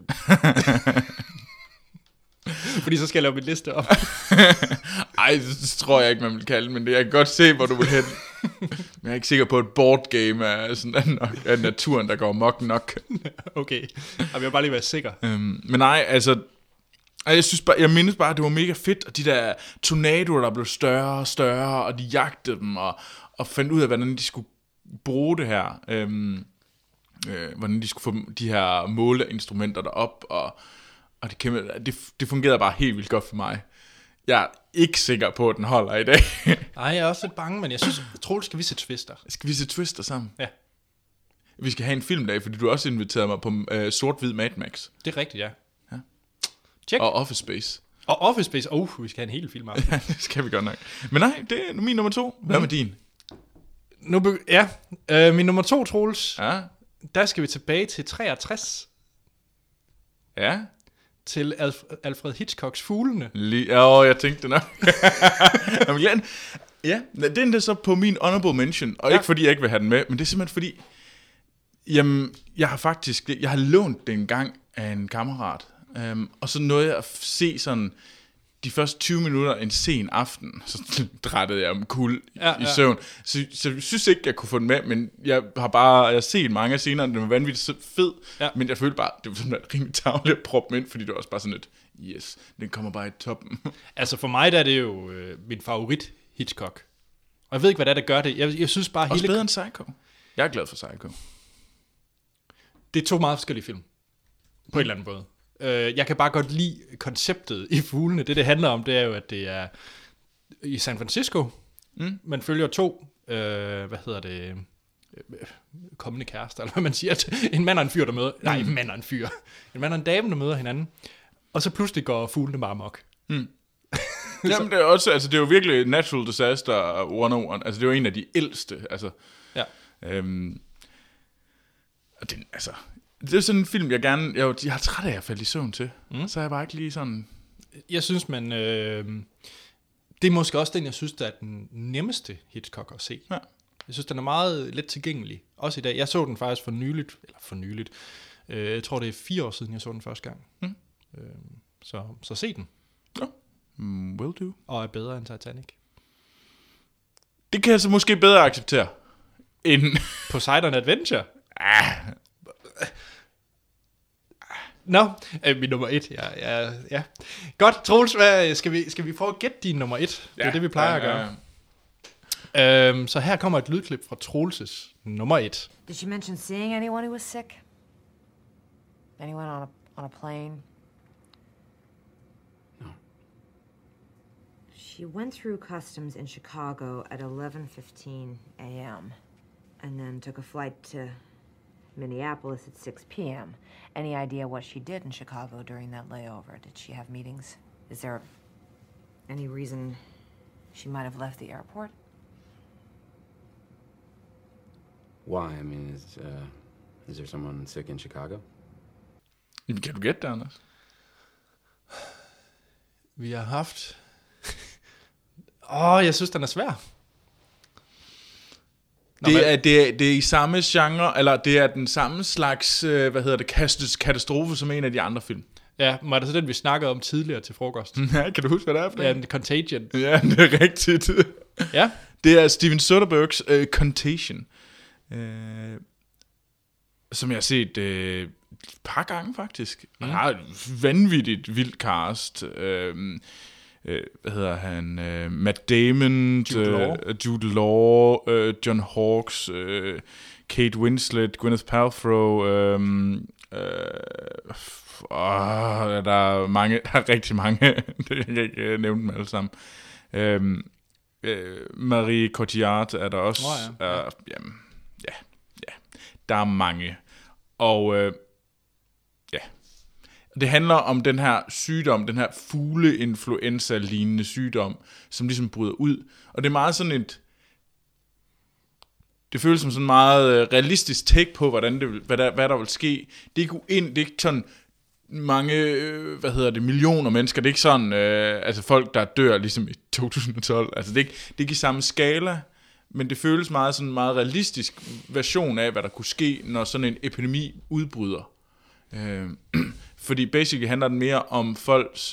Fordi så skal jeg lave min liste op. Ej, det tror jeg ikke, man vil kalde, men jeg kan godt se, hvor du vil hen. Men jeg er ikke sikker på, at et board game er sådan af naturen, der går mok nok. Okay, jeg vil bare lige være sikker. Men nej, altså, jeg mindes bare, at det var mega fedt, og de der tornadoer, der blev større og større, og de jagtede dem, og fandt ud af, hvordan de skulle bruge det her. Hvordan de skulle få de her måleinstrumenter derop, og det fungerede bare helt vildt godt for mig. Jeg er ikke sikker på, at den holder i dag. Nej, jeg er også lidt bange, men jeg synes, skal vi se Twister? Skal vi se Twister sammen? Ja. Vi skal have en filmdag, fordi du også inviterede mig på sort-hvid Mad Max. Det er rigtigt, ja. Check. Og Office Space. Og Office Space, vi skal have en hel film af. Ja, det skal vi godt nok. Men nej, det er min nummer 2. Hvad med din? Min nummer 2, Troels. Ja. Der skal vi tilbage til 63. Ja. Til Alfred Hitchcocks Fuglene. Jeg tænkte det nok. Ja, den er så på min honorable mention. Og ikke fordi jeg ikke vil have den med, men det er simpelthen fordi, jamen, jeg har lånt det en gang af en kammerat. Og så nåede jeg at se sådan de første 20 minutter en sen aften, så drættede jeg om kul i søvn. Så jeg synes ikke, jeg kunne få den med, men jeg har set mange af scenerne, den var vanvittigt fed, men jeg følte bare, det var sådan rimelig tarveligt at proppe ind, fordi det var også bare sådan et, yes, den kommer bare i toppen. Altså for mig der er det jo min favorit Hitchcock. Og jeg ved ikke, hvad der gør det. Jeg synes bare også bedre end Psycho. Jeg er glad for Psycho. Det er 2 meget forskellige film, på en eller anden måde. Jeg kan bare godt lide konceptet i Fuglene. Det handler om, det er jo, at det er i San Francisco. Man følger 2, kommende kærester, eller hvad man siger. En mand og en fyr, der møder... Nej, en mand og en fyr. En mand og en dame, der møder hinanden. Og så pludselig går fuglene bare amok. Jamen, det er også, altså det er jo virkelig natural disaster 101. Altså det er jo en af de ældste. Altså, ja. Og det, altså... Det er sådan en film, jeg har træt af at falde i søvn til. Så er jeg bare ikke lige sådan... Jeg synes, man... det er måske også den, jeg synes, der er den nemmeste Hitchcock at se. Ja. Jeg synes, den er meget let tilgængelig. Også i dag. Jeg så den faktisk for nyligt. Jeg tror, det er 4 år siden, jeg så den første gang. Så se den. Ja. Will do. Og er bedre end Titanic. Det kan jeg så måske bedre acceptere. End... Poseidon Adventure? Min nummer 1. Ja. Godt, Troels, skal vi prøve at gætte din nummer 1? Det er det, vi plejer at gøre. Så her kommer et lydklip fra Troelses nummer 1. Did she mention seeing anyone who was sick? Anyone on a plane? No. She went through customs in Chicago at 11:15 a.m. and then took a flight to Minneapolis at 6 p.m. Any idea what she did in Chicago during that layover? Did she have meetings? Is there any reason she might have left the airport? Why? I mean, is there someone sick in Chicago? Kan du gætte det, Anders? Vi har haft... jeg synes, den er svær. Det er i samme genre, eller det er den samme slags, katastrofe som en af de andre film. Ja, var det så den, vi snakkede om tidligere til frokost? Ja, kan du huske, hvad det er for Ja, Contagion. Ja, det er rigtigt. Ja. Det er Steven Soderberghs Contagion, som jeg har set et par gange faktisk. Han har et vanvittigt vildt cast. Hvad hedder han? Matt Damon, Jude Law, John Hawkes, Kate Winslet, Gwyneth Paltrow. Der er mange, der er rigtig mange. Det kan jeg ikke nævne dem alle sammen. Marie Cotillard er der også. Jamen, ja. Der er mange. Og det handler om den her sygdom, den her fugleinfluenza-lignende sygdom, som ligesom bryder ud. Og det er meget sådan det føles som sådan meget realistisk take på, hvad der vil ske. Det er ikke sådan mange, millioner mennesker. Det er ikke sådan, altså folk, der dør ligesom i 2012. Altså det er ikke i samme skala, men det føles meget sådan en meget realistisk version af, hvad der kunne ske, når sådan en epidemi udbryder. Fordi basically handler den mere om folks,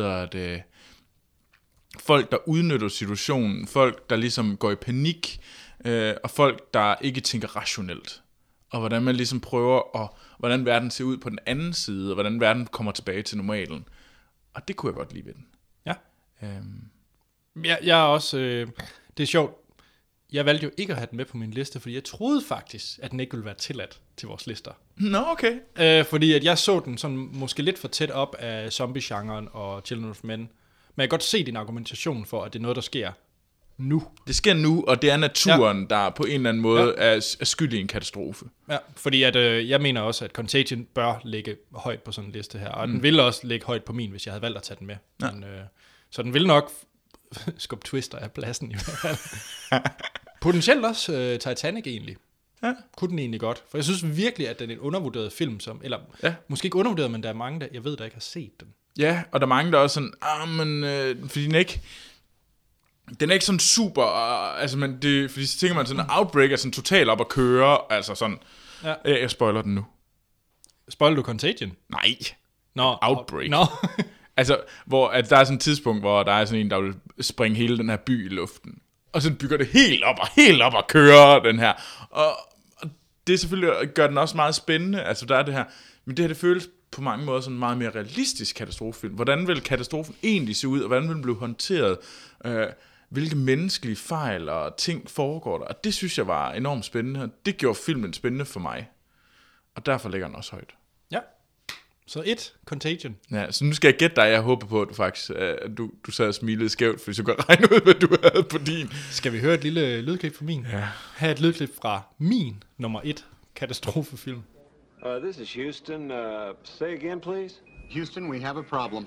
folk, der udnytter situationen, folk, der ligesom går i panik, og folk, der ikke tænker rationelt. Og hvordan man ligesom prøver, hvordan verden ser ud på den anden side, og hvordan verden kommer tilbage til normalen. Og det kunne jeg godt lide ved den. Ja. Jeg er også, det er sjovt, jeg valgte jo ikke at have den med på min liste, fordi jeg troede faktisk, at den ikke ville være tilladt til vores lister. Nå, okay. Fordi at jeg så den sådan måske lidt for tæt op af zombie-genren og Children of Men. Men jeg kan godt se din argumentation for, at det er noget, der sker nu. Det sker nu, og det er naturen, der på en eller anden måde er skyld i en katastrofe. Ja, fordi at, jeg mener også, at Contagion bør ligge højt på sådan en liste her. Og den ville også ligge højt på min, hvis jeg havde valgt at tage den med. Ja. Men, så den vil nok skubbe Twister af pladsen i hvert fald. Potentielt også Titanic egentlig. Ja. Kunne den egentlig godt. For jeg synes virkelig, at den er en undervurderet film, måske ikke undervurderet, men der er mange, der ikke har set den. Ja, og der er mange, der også sådan, fordi den er ikke sådan super, fordi så tænker man sådan, Outbreak er sådan totalt op at køre, altså sådan, jeg spoiler den nu. Spoiler du Contagion? Nej. Outbreak. Altså, hvor at der er sådan et tidspunkt, hvor der er sådan en, der vil springe hele den her by i luften. Og så bygger det helt op og kører den her. Og det selvfølgelig gør den også meget spændende. Altså, der er det her. Men det her, det føles på mange måder sådan en meget mere realistisk katastrofefilm. Hvordan vil katastrofen egentlig se ud, og hvordan vil den blive håndteret? Hvilke menneskelige fejl og ting foregår der? Og det synes jeg var enormt spændende. Det gjorde filmen spændende for mig. Og derfor ligger den også højt. Ja. Så Contagion. Ja, så nu skal jeg gætte dig. Jeg håber på, at du faktisk du sad og smilede skævt, for så kan regne ud, hvad du havde på din. Skal vi høre et lille lydklip fra min? Ja. Her et lydklip fra min nummer 1 katastrofefilm. This is Houston. Say again, please. Houston, we have a problem.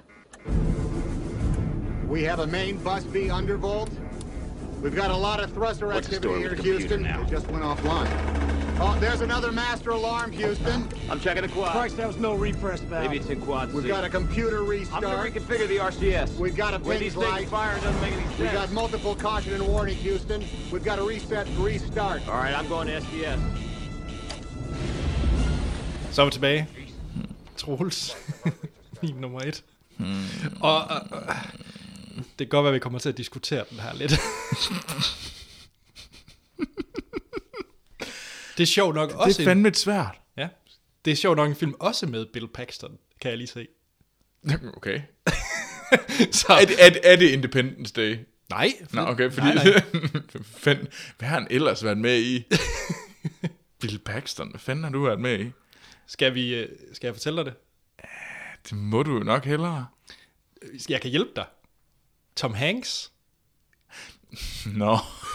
We have a main bus B undervolt. We've got a lot of thruster activity here, Houston. It just went offline. Oh, there's another master alarm, Houston. I'm checking the quad. Christ, that was no repress valve. Maybe it's in quad C. We've got a computer restart. I'm going to reconfigure the RCS. We've got a ping things light. Fire doesn't make any sense. We've got multiple caution and warning, Houston. We've got to reset and restart. All right, I'm going to SDS. Så er vi tilbage. Troels. Min nummer 1. Og det kan godt være, at vi kommer til at diskutere den her lidt. Det er sjovt nok også. Det er fandme svært. Ja. Det er sjovt nok en film også med Bill Paxton, kan jeg lige se. Okay. Så. Er det Independence Day? Nej. Nå, okay, fordi hvad har han ellers været med i? Bill Paxton, hvad fanden har du været med i? Skal jeg fortælle dig det? Det må du jo nok hellere. Jeg kan hjælpe dig. Tom Hanks. Nå.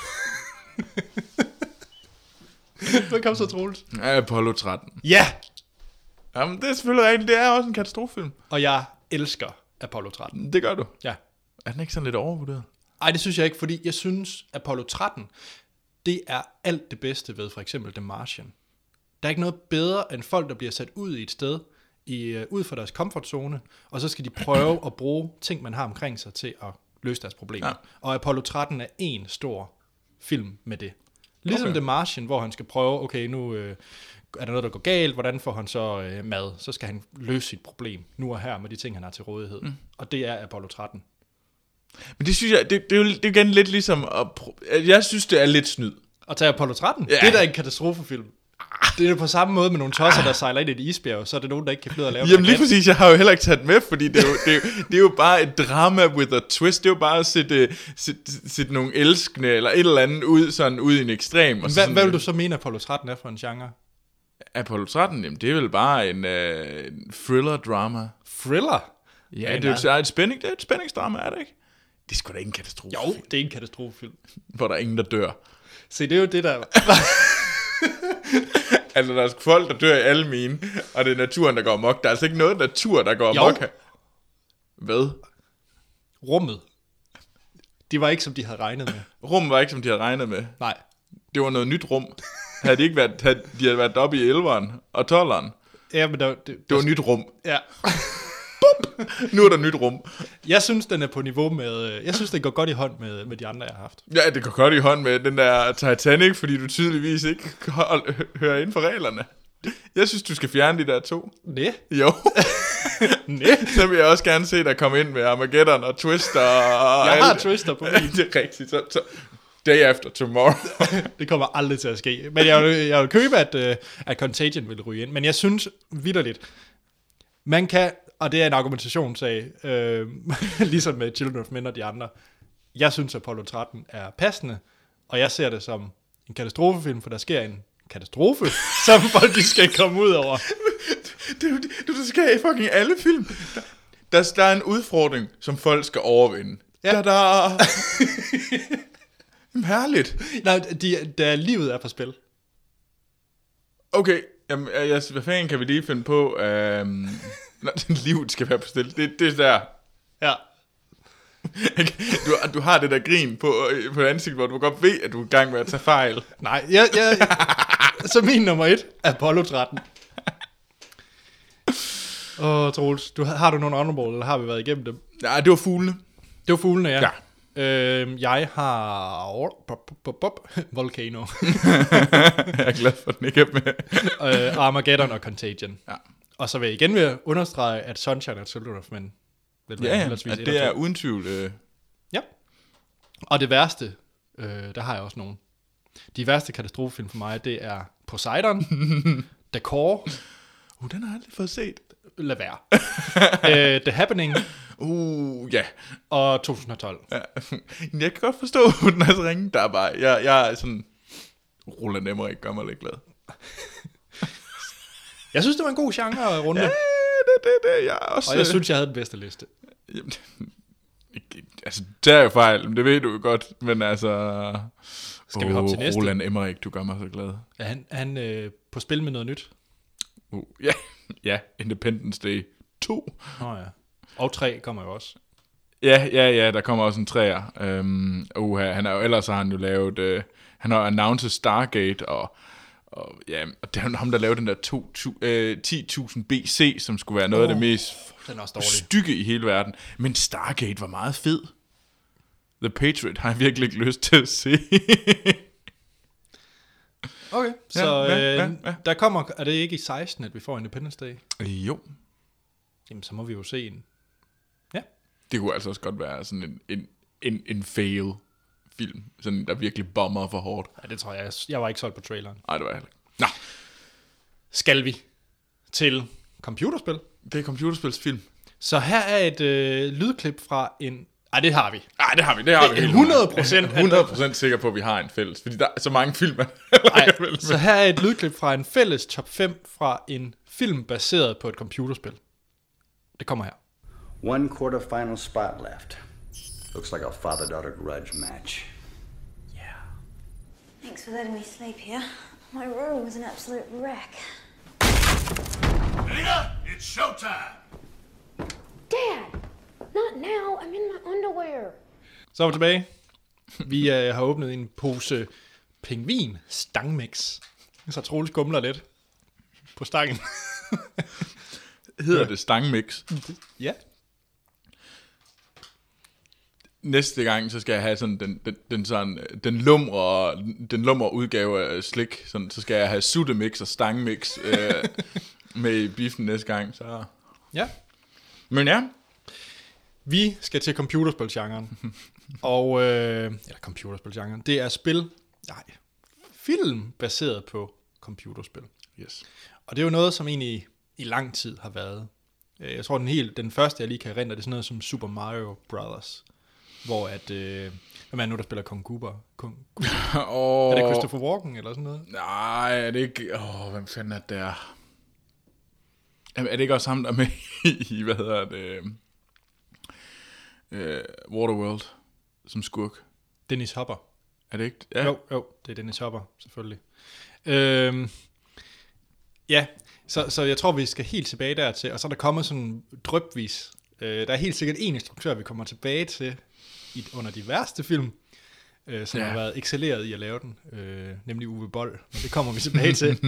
Hvad kom så, Troels? Apollo 13. Ja! Jamen, det er selvfølgelig rigtigt. Det er også en katastrofefilm. Og jeg elsker Apollo 13. Det gør du? Ja. Er den ikke sådan lidt overvurderet? Nej, det synes jeg ikke, fordi jeg synes, Apollo 13, det er alt det bedste ved for eksempel The Martian. Der er ikke noget bedre end folk, der bliver sat ud i et sted, ud fra deres komfortzone, og så skal de prøve at bruge ting, man har omkring sig, til at løse deres problemer. Ja. Og Apollo 13 er en stor film med det. Ligesom The Martian, hvor han skal prøve, okay, nu er der noget, der går galt, hvordan får han så mad? Så skal han løse sit problem, nu og her, med de ting, han har til rådighed. Og det er Apollo 13. Men det synes jeg, det er jo igen lidt ligesom, jeg synes, det er lidt snyd. Og tage Apollo 13? Ja. Det er da en katastrofefilm. Det er på samme måde med nogle tosser, der sejler ind i et isbjerg, så er det nogen, der ikke kan finde ud af at lave. Jamen lige præcis, jeg har jo heller ikke taget med, fordi det er jo bare et drama with a twist. Det er jo bare at sætte nogle elskende eller et eller andet ud i en ekstrem. Og hvad vil du så mene, Apollo 13 er for en genre? Apollo 13, jamen det er vel bare en thriller-drama. Thriller? Ja, det er et spændingsdrama, er det ikke? Det er sgu da ikke en katastrofe. Jo, det er en katastrofefilm. Hvor der er ingen, der dør. Se, det er jo det, der... Altså, der er folk, der dør i alle mine, og det er naturen, der går amok. Der er altså ikke noget natur, der går amok her. Hvad? Rummet. Det var ikke, som de havde regnet med. Rummet var ikke, som de havde regnet med? Nej. Det var noget nyt rum. Havde de havde været oppe i 11'eren og 12'eren? Ja, men det var nyt rum. Ja. Nu er der nyt rum. Jeg synes, den er på niveau med... Jeg synes, det går godt i hånd med de andre, jeg har haft. Ja, det går godt i hånd med den der Titanic, fordi du tydeligvis ikke hører inden for reglerne. Jeg synes, du skal fjerne de der 2. Næ? Jo. Næ? Så vil jeg også gerne se dig komme ind med Armageddon og Twister. Jeg har Twister på min. Det er rigtigt. Så day after tomorrow. Det kommer aldrig til at ske. Men jeg vil købe, at Contagion vil ryge ind. Men jeg synes vitterligt, man kan... Og det er en argumentationssag, ligesom med Children of Men og de andre. Jeg synes, at Apollo 13 er passende, og jeg ser det som en katastrofefilm, for der sker en katastrofe, som folk de skal komme ud over. Det skal i fucking alle film. Der er en udfordring, som folk skal overvinde. Ja. Herligt. Nej, livet er på spil. Okay, jamen, hvad fanden kan vi lige finde på? Livet skal være på stille. Det er der. Ja. Du har det der grin på ansigt, hvor du godt ved, at du er i gang med at tage fejl. Nej, så min nummer 1 er Apollo 13. Troels, har du nogle honorable, eller har vi været igennem dem? Nej, det var fuglene. Det var fuglene, ja. Jeg har Volcano. Jeg er glad for, at den ikke er med. Armageddon og Contagion. Ja. Og så vil jeg igen understrege, at Sunshine og Children of Men. Ja, at det er uden tvivl. Ja. Og det værste, der har jeg også nogen. De værste katastrofefilm for mig, det er Poseidon, Decor. Den har jeg aldrig fået set. Lad være. The Happening. Ja. Og 2012. Ja. Jeg kan godt forstå, at den er så ringe. Der er bare, jeg er sådan, Roland Emmerich gør mig lidt glad. Jeg synes, det var en god genre-runde. Ja, det. Jeg også. Og jeg synes, jeg havde den bedste liste. Jamen, altså, det er jo fejl, men det ved du jo godt. Men altså... Skal vi hoppe til næste? Roland Emmerich, du gør mig så glad. Er han på spil med noget nyt? Ja, Independence Day 2. Ja. Og 3 kommer jo også. Ja, der kommer også en 3'er. Han er jo, ellers har han jo lavet... han har announced Stargate, og det er ham, der lavede den der 10.000 BC, som skulle være noget af det mest stykke i hele verden. Men Stargate var meget fed. The Patriot har jeg virkelig ikke lyst til at se. Okay, så der kommer... Er det ikke i 16, at vi får Independence Day? Jo. Jamen, så må vi jo se en... Ja. Det kunne altså også godt være sådan en fail film, sådan der virkelig bomber for hårdt. Ja, det tror jeg. Jeg var ikke solgt på traileren. Nej, det var jeg heller ikke. Nå. Skal vi til computerspil? Det er computerspilsfilm. Så her er et lydklip fra en... Ej, det har vi. Ej, det har vi. 100% sikker på, at vi har en fælles, fordi der er så mange film. Så her er et lydklip fra en fælles top 5 fra en film baseret på et computerspil. Det kommer her. 1 quarterfinal spot left. Looks like a father-daughter grudge match. Yeah. Thanks for letting me sleep here. My room was an absolute wreck. Nina, it's showtime! Dad! Not now. I'm in my underwear. Så er vi tilbage. Vi har åbnet en pose pingvin stangmix. Så Troels gumler lidt på stangen. Hedder det stangmix? Ja. næste gang, så skal jeg have sådan den lumre udgave af slik. Sådan, så skal jeg have suttemix og stangmix med i biffen næste gang. Så. Ja. Men ja. Vi skal til computerspilgenren. Og, eller computerspilgenren. Det er film baseret på computerspil. Yes. Og det er jo noget, som egentlig i lang tid har været. Jeg tror, den første, jeg lige kan erindre, det er sådan noget som Super Mario Brothers. Hvor at, hvem er nu, der spiller Kong Koopa? Er det Christopher Walken eller sådan noget? Nej, er det ikke... hvem fanden er det der? Er det ikke også ham, der er med i, hvad hedder det... Waterworld som skurk? Dennis Hopper. Er det ikke? Ja. Jo, det er Dennis Hopper, selvfølgelig. Ja, så jeg tror, vi skal helt tilbage dertil, og så er der kommet sådan drypvis. Der er helt sikkert en instruktør, vi kommer tilbage til under de værste film, som har været excelleret i at lave den, nemlig Uwe Boll, men det kommer vi tilbage til.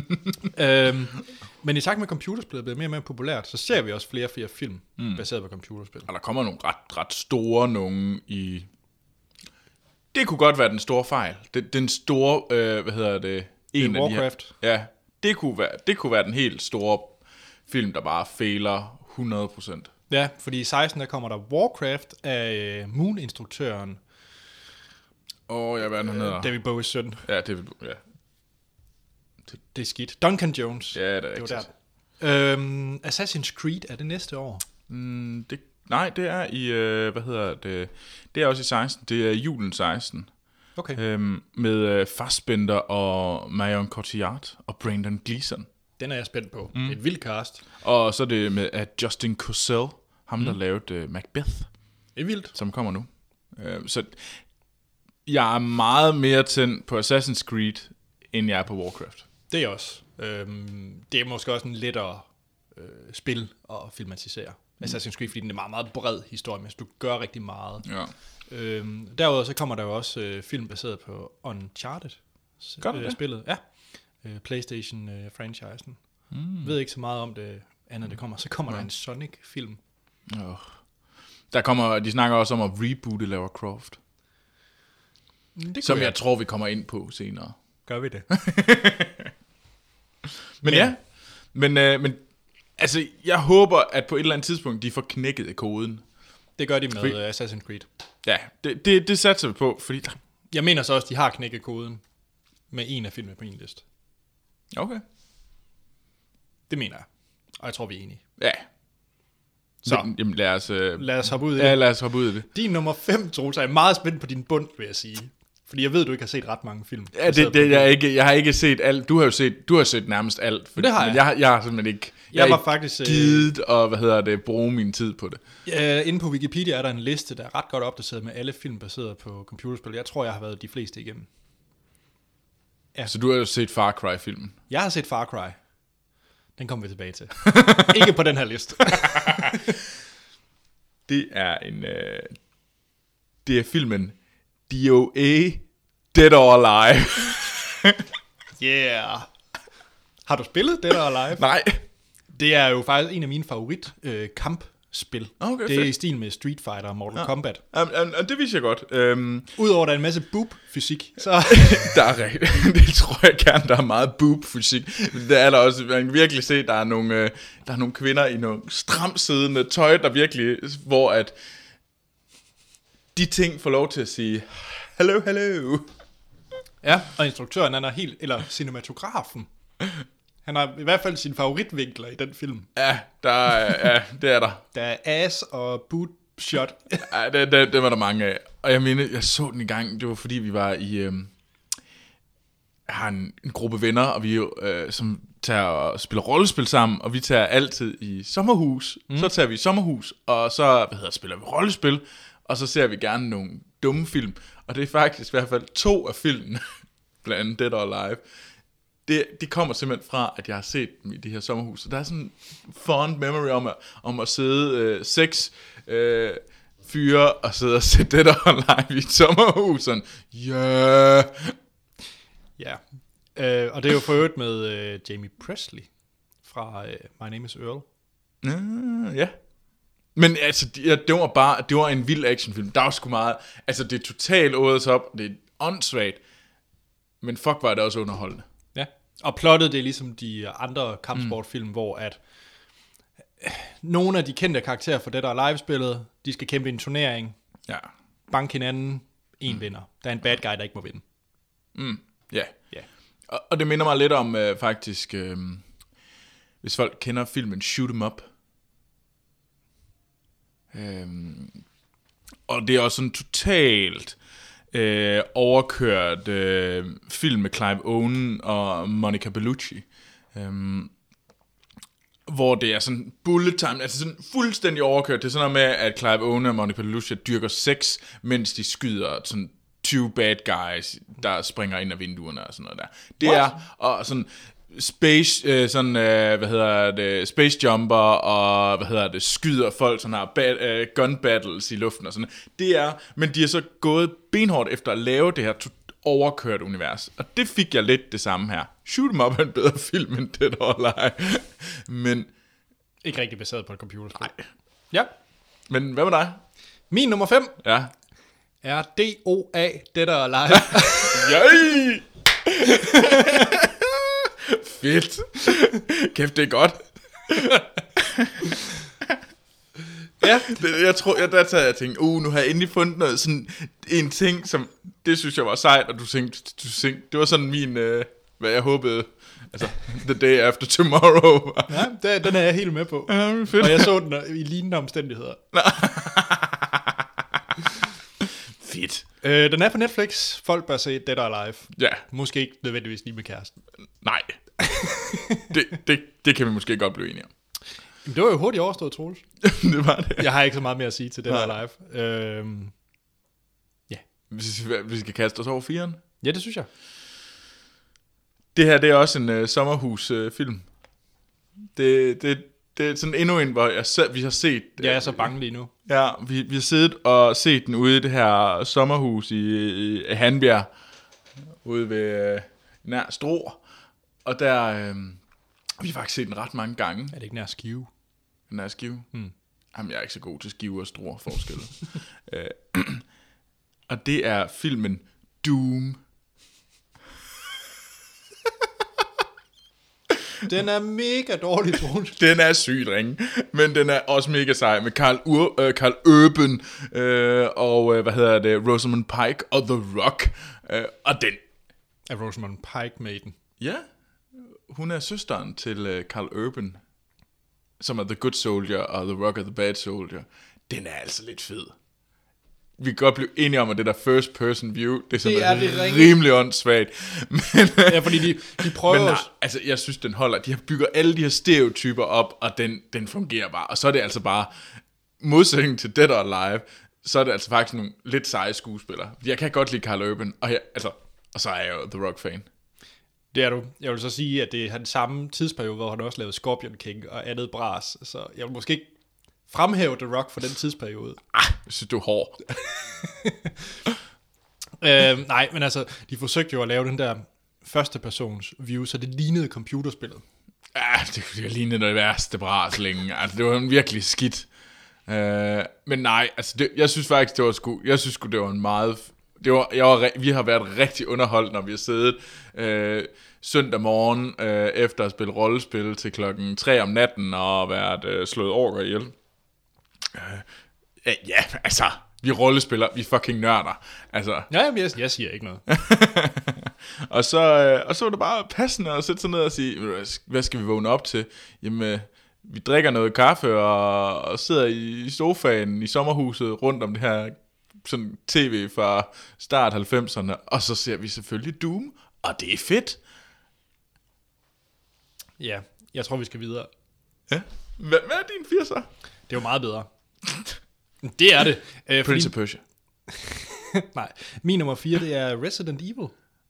Men i takt med computerspillet bliver mere og mere populært, så ser vi også flere og flere film baseret på computerspil. Og der kommer nogle ret store nogen i... Det kunne godt være den store fejl. Den store, hvad hedder det? En af Warcraft. De her, ja, det kunne være den helt store film, der bare fejler 100%. Ja, fordi i 16 der kommer der Warcraft af Moon-instruktøren. Hvad han hedder? David Bowies søn. Ja, det er skidt. Duncan Jones. Ja, det er rigtigt. Assassin's Creed er det næste år? Nej, det er i, det er også i 16. Det er julen 16. Okay. Med Fassbender og Marion Cotillard og Brendan Gleeson. Den er jeg spændt på. Et vildt cast. Og så er det med at Justin Kurzel, ham der lavede Macbeth. Det er vildt. Som kommer nu. Så jeg er meget mere tændt på Assassin's Creed, end jeg er på Warcraft. Det er også. Det er måske også en lettere spil at filmatisere. Assassin's Creed, fordi den er meget, meget bred historie, men du gør rigtig meget. Ja. Derudover så kommer der jo også film baseret på Uncharted. Spillet. Ja. PlayStation-franchisen. Ved ikke så meget om det andet, det kommer. Så kommer der en Sonic-film. De snakker også om at reboote Lara Croft. Som jeg tror, vi kommer ind på senere. Gør vi det? Men altså, jeg håber, at på et eller andet tidspunkt, de får knækket koden. Det gør de med Assassin's Creed. Ja, det satser vi på, fordi... Jeg mener så også, de har knækket koden med en af filmene på en liste. Okay. Det mener jeg. Og jeg tror, vi er enige. Ja. Så jamen, lad os hoppe ud i det. Ja, lad os hoppe ud i det. Din nummer 5, Troels, er meget spændt på din bund, vil jeg sige. Fordi jeg ved, du ikke har set ret mange film. Ja, jeg har ikke set alt. Du har set nærmest alt. Det har jeg. Men jeg har simpelthen ikke... Jeg var faktisk givet at bruge min tid på det. Inde på Wikipedia er der en liste, der er ret godt opdateret med alle film baseret på computerspil. Jeg tror, jeg har været de fleste igennem. Ja. Så du har jo set Far Cry-filmen? Jeg har set Far Cry. Den kommer vi tilbage til. Ikke på den her liste. Det er filmen DOA Dead or Alive. Yeah. Har du spillet Dead or Alive? Nej. Det er jo faktisk en af mine favorit kampspil. Okay, det er i stil med Street Fighter og Mortal Kombat. Det vidste jeg godt. Udover der er en masse boob-fysik. Så der er rigtigt. Det tror jeg gerne, der er meget boob-fysik. Der er der også, man kan virkelig se, der er nogle kvinder i nogle stramsiddende tøj, der virkelig, hvor at de ting får lov til at sige, hello. Ja, og instruktøren, han er eller cinematografen. Han har i hvert fald sine favoritvinkler i den film. Ja, det er der. Der er ass og boot shot. Ja, det var der mange af. Og jeg så den i gang, det var fordi vi var i... jeg har en gruppe venner, og vi som tager og spiller rollespil sammen, og vi tager altid i sommerhus. Så tager vi i sommerhus, og så spiller vi rollespil, og så ser vi gerne nogle dumme film. Og det er faktisk i hvert fald 2 af filmene, blandt andet Dead or Alive. Det kommer simpelthen fra, at jeg har set dem i det her sommerhus. Så der er sådan en fond memory om at sidde 6 fyre og sidde og se Dead or Alive i et sommerhus. Sådan, yeah. Ja. Og det er jo for øvrigt med Jamie Presley fra My Name is Earl. Ja. Men altså, det var en vild actionfilm. Der var sgu meget, altså det er totalt året op, det er åndssvagt, men fuck var det også underholdende. Ja, og plottet det er ligesom de andre kampsportfilm, hvor at nogle af de kendte karakterer for det, der er live-spillet, de skal kæmpe en turnering, banke hinanden, vinder. Der er en bad guy, der ikke må vinde. Ja. Og det minder mig lidt om faktisk, hvis folk kender filmen Shoot 'em Up. Og det er også sådan totalt overkørt film med Clive Owen og Monica Bellucci. Hvor det er sådan bullet time, altså sådan fuldstændig overkørt. Det er sådan noget med, at Clive Owen og Monica Bellucci dyrker sex, mens de skyder sådan 20 bad guys, der springer ind af vinduerne og sådan noget der. Det er og sådan space, space jumper og skyder folk sådan her gun battles i luften og sådan. Det er, men de er så gået benhårdt efter at lave det her overkørt univers. Og det fik jeg lidt det samme her. Shoot 'em Up er en bedre film end Dead or Alive. Men ikke rigtig baseret på et computerspil. Nej. Ja. Men hvad med dig? Min nummer 5 er DOA, Dead or Alive. Yay! Fedt. Kæft, det er godt. Ja, jeg tænkte, nu har jeg endelig fundet noget, sådan en ting, som, det synes jeg var sejt, og du tænkte det var sådan min, hvad jeg håbede, altså, the day after tomorrow. Ja, den er jeg helt med på. Ja, fedt. Og jeg så den i lignende omstændigheder. Fedt. Den er på Netflix. Folk bør se Dead or Alive. Ja. Måske ikke nødvendigvis lige med kæresten. Nej. det kan vi måske godt blive enige om. Jamen, det var jo hurtigt overstået, Troels. Det var det. Jeg har ikke så meget mere at sige til Dead or Alive. Ja. Vi skal kaste os over 4'eren. Ja, det synes jeg. Det her, det er også en sommerhusfilm. Det er sådan endnu en, hvor vi har set... Jeg er så bange lige nu. Ja, vi har siddet og set den ude i det her sommerhus i Hanbjerg, ude ved nær Struer. Og der... vi har faktisk set den ret mange gange. Er det ikke nær Skive? Nær Skive? Jamen, jeg er ikke så god til Skive og Struer forskelle. Og det er filmen Doom. Den er mega dårlig, Troels. Den er sygt ringe, men den er også mega sej med Carl Urban og Rosamund Pike og The Rock. Og den... Er Rosamund Pike med i den? Ja, hun er søsteren til Carl Urban, som er The Good Soldier, og The Rock er The Bad Soldier. Den er altså lidt fed. Vi kan godt blive enige om, at det der first person view, det er sådan rimelig åndssvagt. Ja, fordi de prøver... Men nej, altså, jeg synes, den holder. De har bygget alle de her stereotyper op, og den fungerer bare. Og så er det altså bare, modsætning til Dead or Alive, så er det altså faktisk nogle lidt seje skuespillere. Jeg kan godt lide Carl Urban, og så er jeg jo The Rock-fan. Det er du. Jeg vil så sige, at det er den samme tidsperiode, hvor han også lavede Scorpion King og andet bras. Så jeg vil måske ikke fremhæve The Rock for den tidsperiode. Jeg synes, du er hård. Nej, men altså, de forsøgte jo at lave den der første persons view, så det lignede computerspillet. Ja, det lignede noget værste bras længe. Altså, det var virkelig skidt. Men nej, altså, jeg synes faktisk, det var en meget... vi har været rigtig underholdt, når vi har siddet søndag morgen efter at spille rollespil til 3:00 om natten og været slået over ihjel. Ja, altså, vi rollespiller, vi fucking nørder. Altså. Ja, men jeg siger ikke noget. og så var det bare passende at sætte sig ned og sige, hvad skal vi vågne op til? Jamen, vi drikker noget kaffe og sidder i sofaen i sommerhuset rundt om det her sådan tv fra start 90'erne, og så ser vi selvfølgelig Doom, og det er fedt. Ja, jeg tror, vi skal videre. Ja. Hvad er din 4 så? Det er jo meget bedre. Det er det. Prince of Persia. Nej, min nummer 4, det er Resident Evil.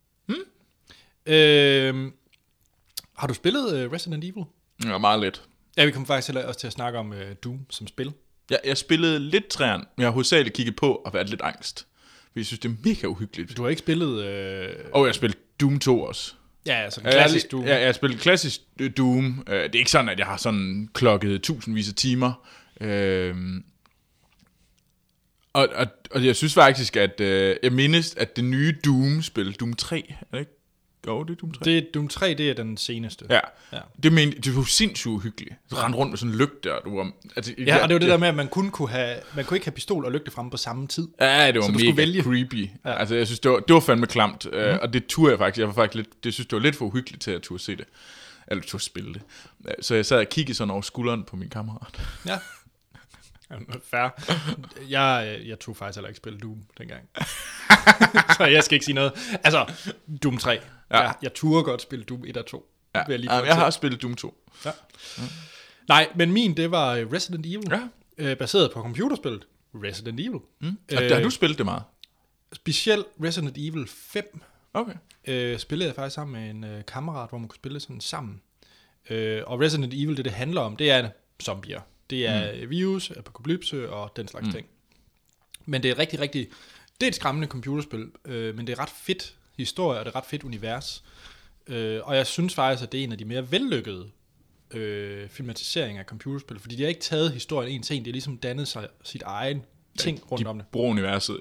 Har du spillet Resident Evil? Ja, meget lidt. Ja, vi kommer faktisk også til at snakke om Doom som spil. Ja, jeg spillede lidt træerne, men jeg har hovedsageligt kigget på og været lidt angst. For jeg synes, det er mega uhyggeligt. Du har ikke spillet... jeg har spillet Doom 2 også. Ja, altså klassisk Doom. Ja, jeg har spillet klassisk Doom. Det er ikke sådan, at jeg har sådan klokket tusindvis af timer Og jeg synes faktisk, at jeg mindes, at det nye Doom-spil, Doom 3, er det ikke? Jo, det er Doom 3. Doom 3, det er den seneste. Ja. Det var sindssygt hyggeligt. Du rendte rundt med sådan en lygte, og du var... Altså, ja, og det var det der med, at man kunne ikke have pistol og lygte fremme på samme tid. Ja, det var mega vælge. Creepy. Ja. Altså, jeg synes, det var fandme klamt, og det turde jeg faktisk. Jeg var faktisk lidt... Det synes, det var lidt for uhyggeligt til at turde se det. Eller turde spille det. Så jeg sad og kiggede sådan over skulderen på min kammerat. Ja. Fair. Jeg tog faktisk heller ikke spille Doom dengang. Så jeg skal ikke sige noget. Altså, Doom 3. Ja. Jeg turde godt spille Doom 1 og 2. Ja. Jeg har spillet Doom 2. Ja. Nej, men min, det var Resident Evil. Ja. Baseret på computerspillet Resident Evil. Har du spillet det meget? Specielt Resident Evil 5. Okay. Spillede jeg faktisk sammen med en kammerat, hvor man kunne spille sådan sammen. Og Resident Evil, det handler om, det er zombier. Det er virus, apokalypse og den slags ting. Men det er det er et skræmmende computerspil, men det er ret fedt historie, og det er ret fedt univers. Og jeg synes faktisk, at det er en af de mere vellykkede filmatiseringer af computerspil, fordi de har ikke taget historien en til en, det er ligesom dannet sig sit egen ting rundt om det. De bruger universet,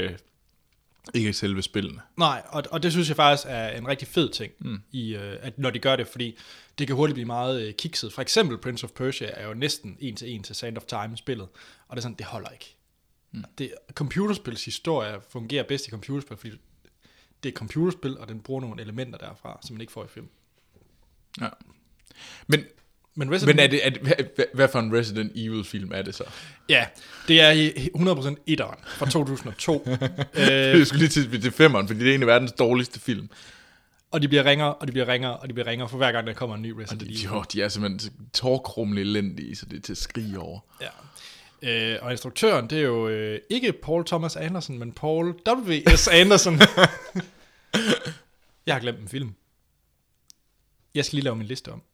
ikke selve spillene. Nej, og det synes jeg faktisk er en rigtig fed ting, i, at når de gør det, fordi det kan hurtigt blive meget kikset. For eksempel Prince of Persia er jo næsten en til Sand of Time-spillet, og det er sådan, det holder ikke. Computerspils historie fungerer bedst i computerspil, fordi det er computerspil, og den bruger nogle elementer derfra, som man ikke får i film. Ja. Men er det, hvad for en Resident Evil-film er det så? Ja, det er 100% etteren fra 2002. Jeg skulle lige til femmeren, fordi det er en af verdens dårligste film. Og de bliver ringere, og de bliver ringere, og de bliver ringere, for hver gang der kommer en ny Resident Evil. Jo, de er simpelthen tårkrumle elendige, så det er til at skrige over. Ja. Og instruktøren, det er jo ikke Paul Thomas Anderson, men Paul W.S. Anderson. Jeg har glemt en film. Jeg skal lige lave min liste om.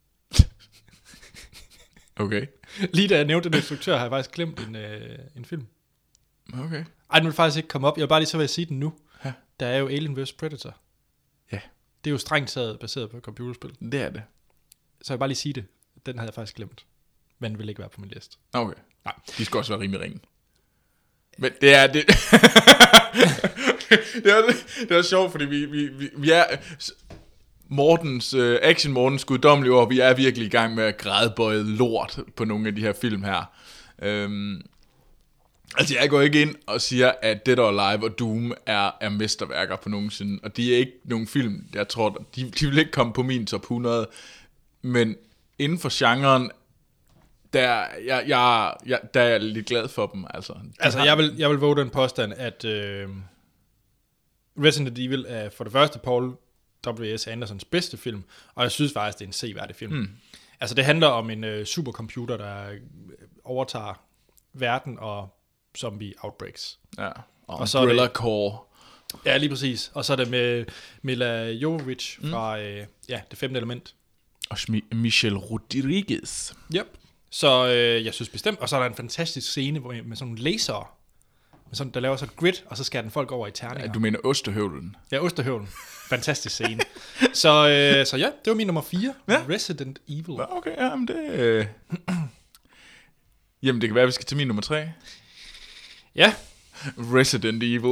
Okay. Lige da jeg nævnte den instruktør, har jeg faktisk glemt en film. Okay. Ej, den vil faktisk ikke komme op. Jeg vil bare lige så vil jeg sige den nu. Ja. Der er jo Alien vs. Predator. Ja. Det er jo strengt taget baseret på computerspil. Det er det. Så jeg vil bare lige sige det. Den havde jeg faktisk glemt. Men den vil ikke være på min liste. Okay. Nej. De skal også være rimelig ringe. Men det er det. Det er sjovt, fordi vi er... Mortens guddommelige ord, vi er virkelig i gang med at grædbøje lort på nogle af de her film her. Altså jeg går ikke ind og siger, at Dead or Alive og Doom er mesterværker på nogensinde, og de er ikke nogen film, jeg tror, de vil ikke komme på min top 100, men inden for genren, der er jeg lidt glad for dem. Altså jeg vil våge den påstand, at Resident Evil er for det første Paul W.S. Andersons bedste film, og jeg synes faktisk, det er en seværdig film. Altså det handler om en supercomputer, der overtager verden og zombie outbreaks. Ja, og så Umbrella Corps. Ja, lige præcis. Og så er det med Mila Jovovich fra Det femte element. Og Michelle Rodriguez. Yep. Så jeg synes bestemt, og så er der en fantastisk scene med sådan nogle laser, der laver så et grid, og så skærer den folk over i terninger. Ja, du mener Osterhøvlen? Ja, Osterhøvlen. Fantastisk scene. Så ja, det var min nummer 4. Ja. Resident Evil. Okay, jamen det... Jamen det kan være, at vi skal til min nummer 3. Ja. Resident Evil.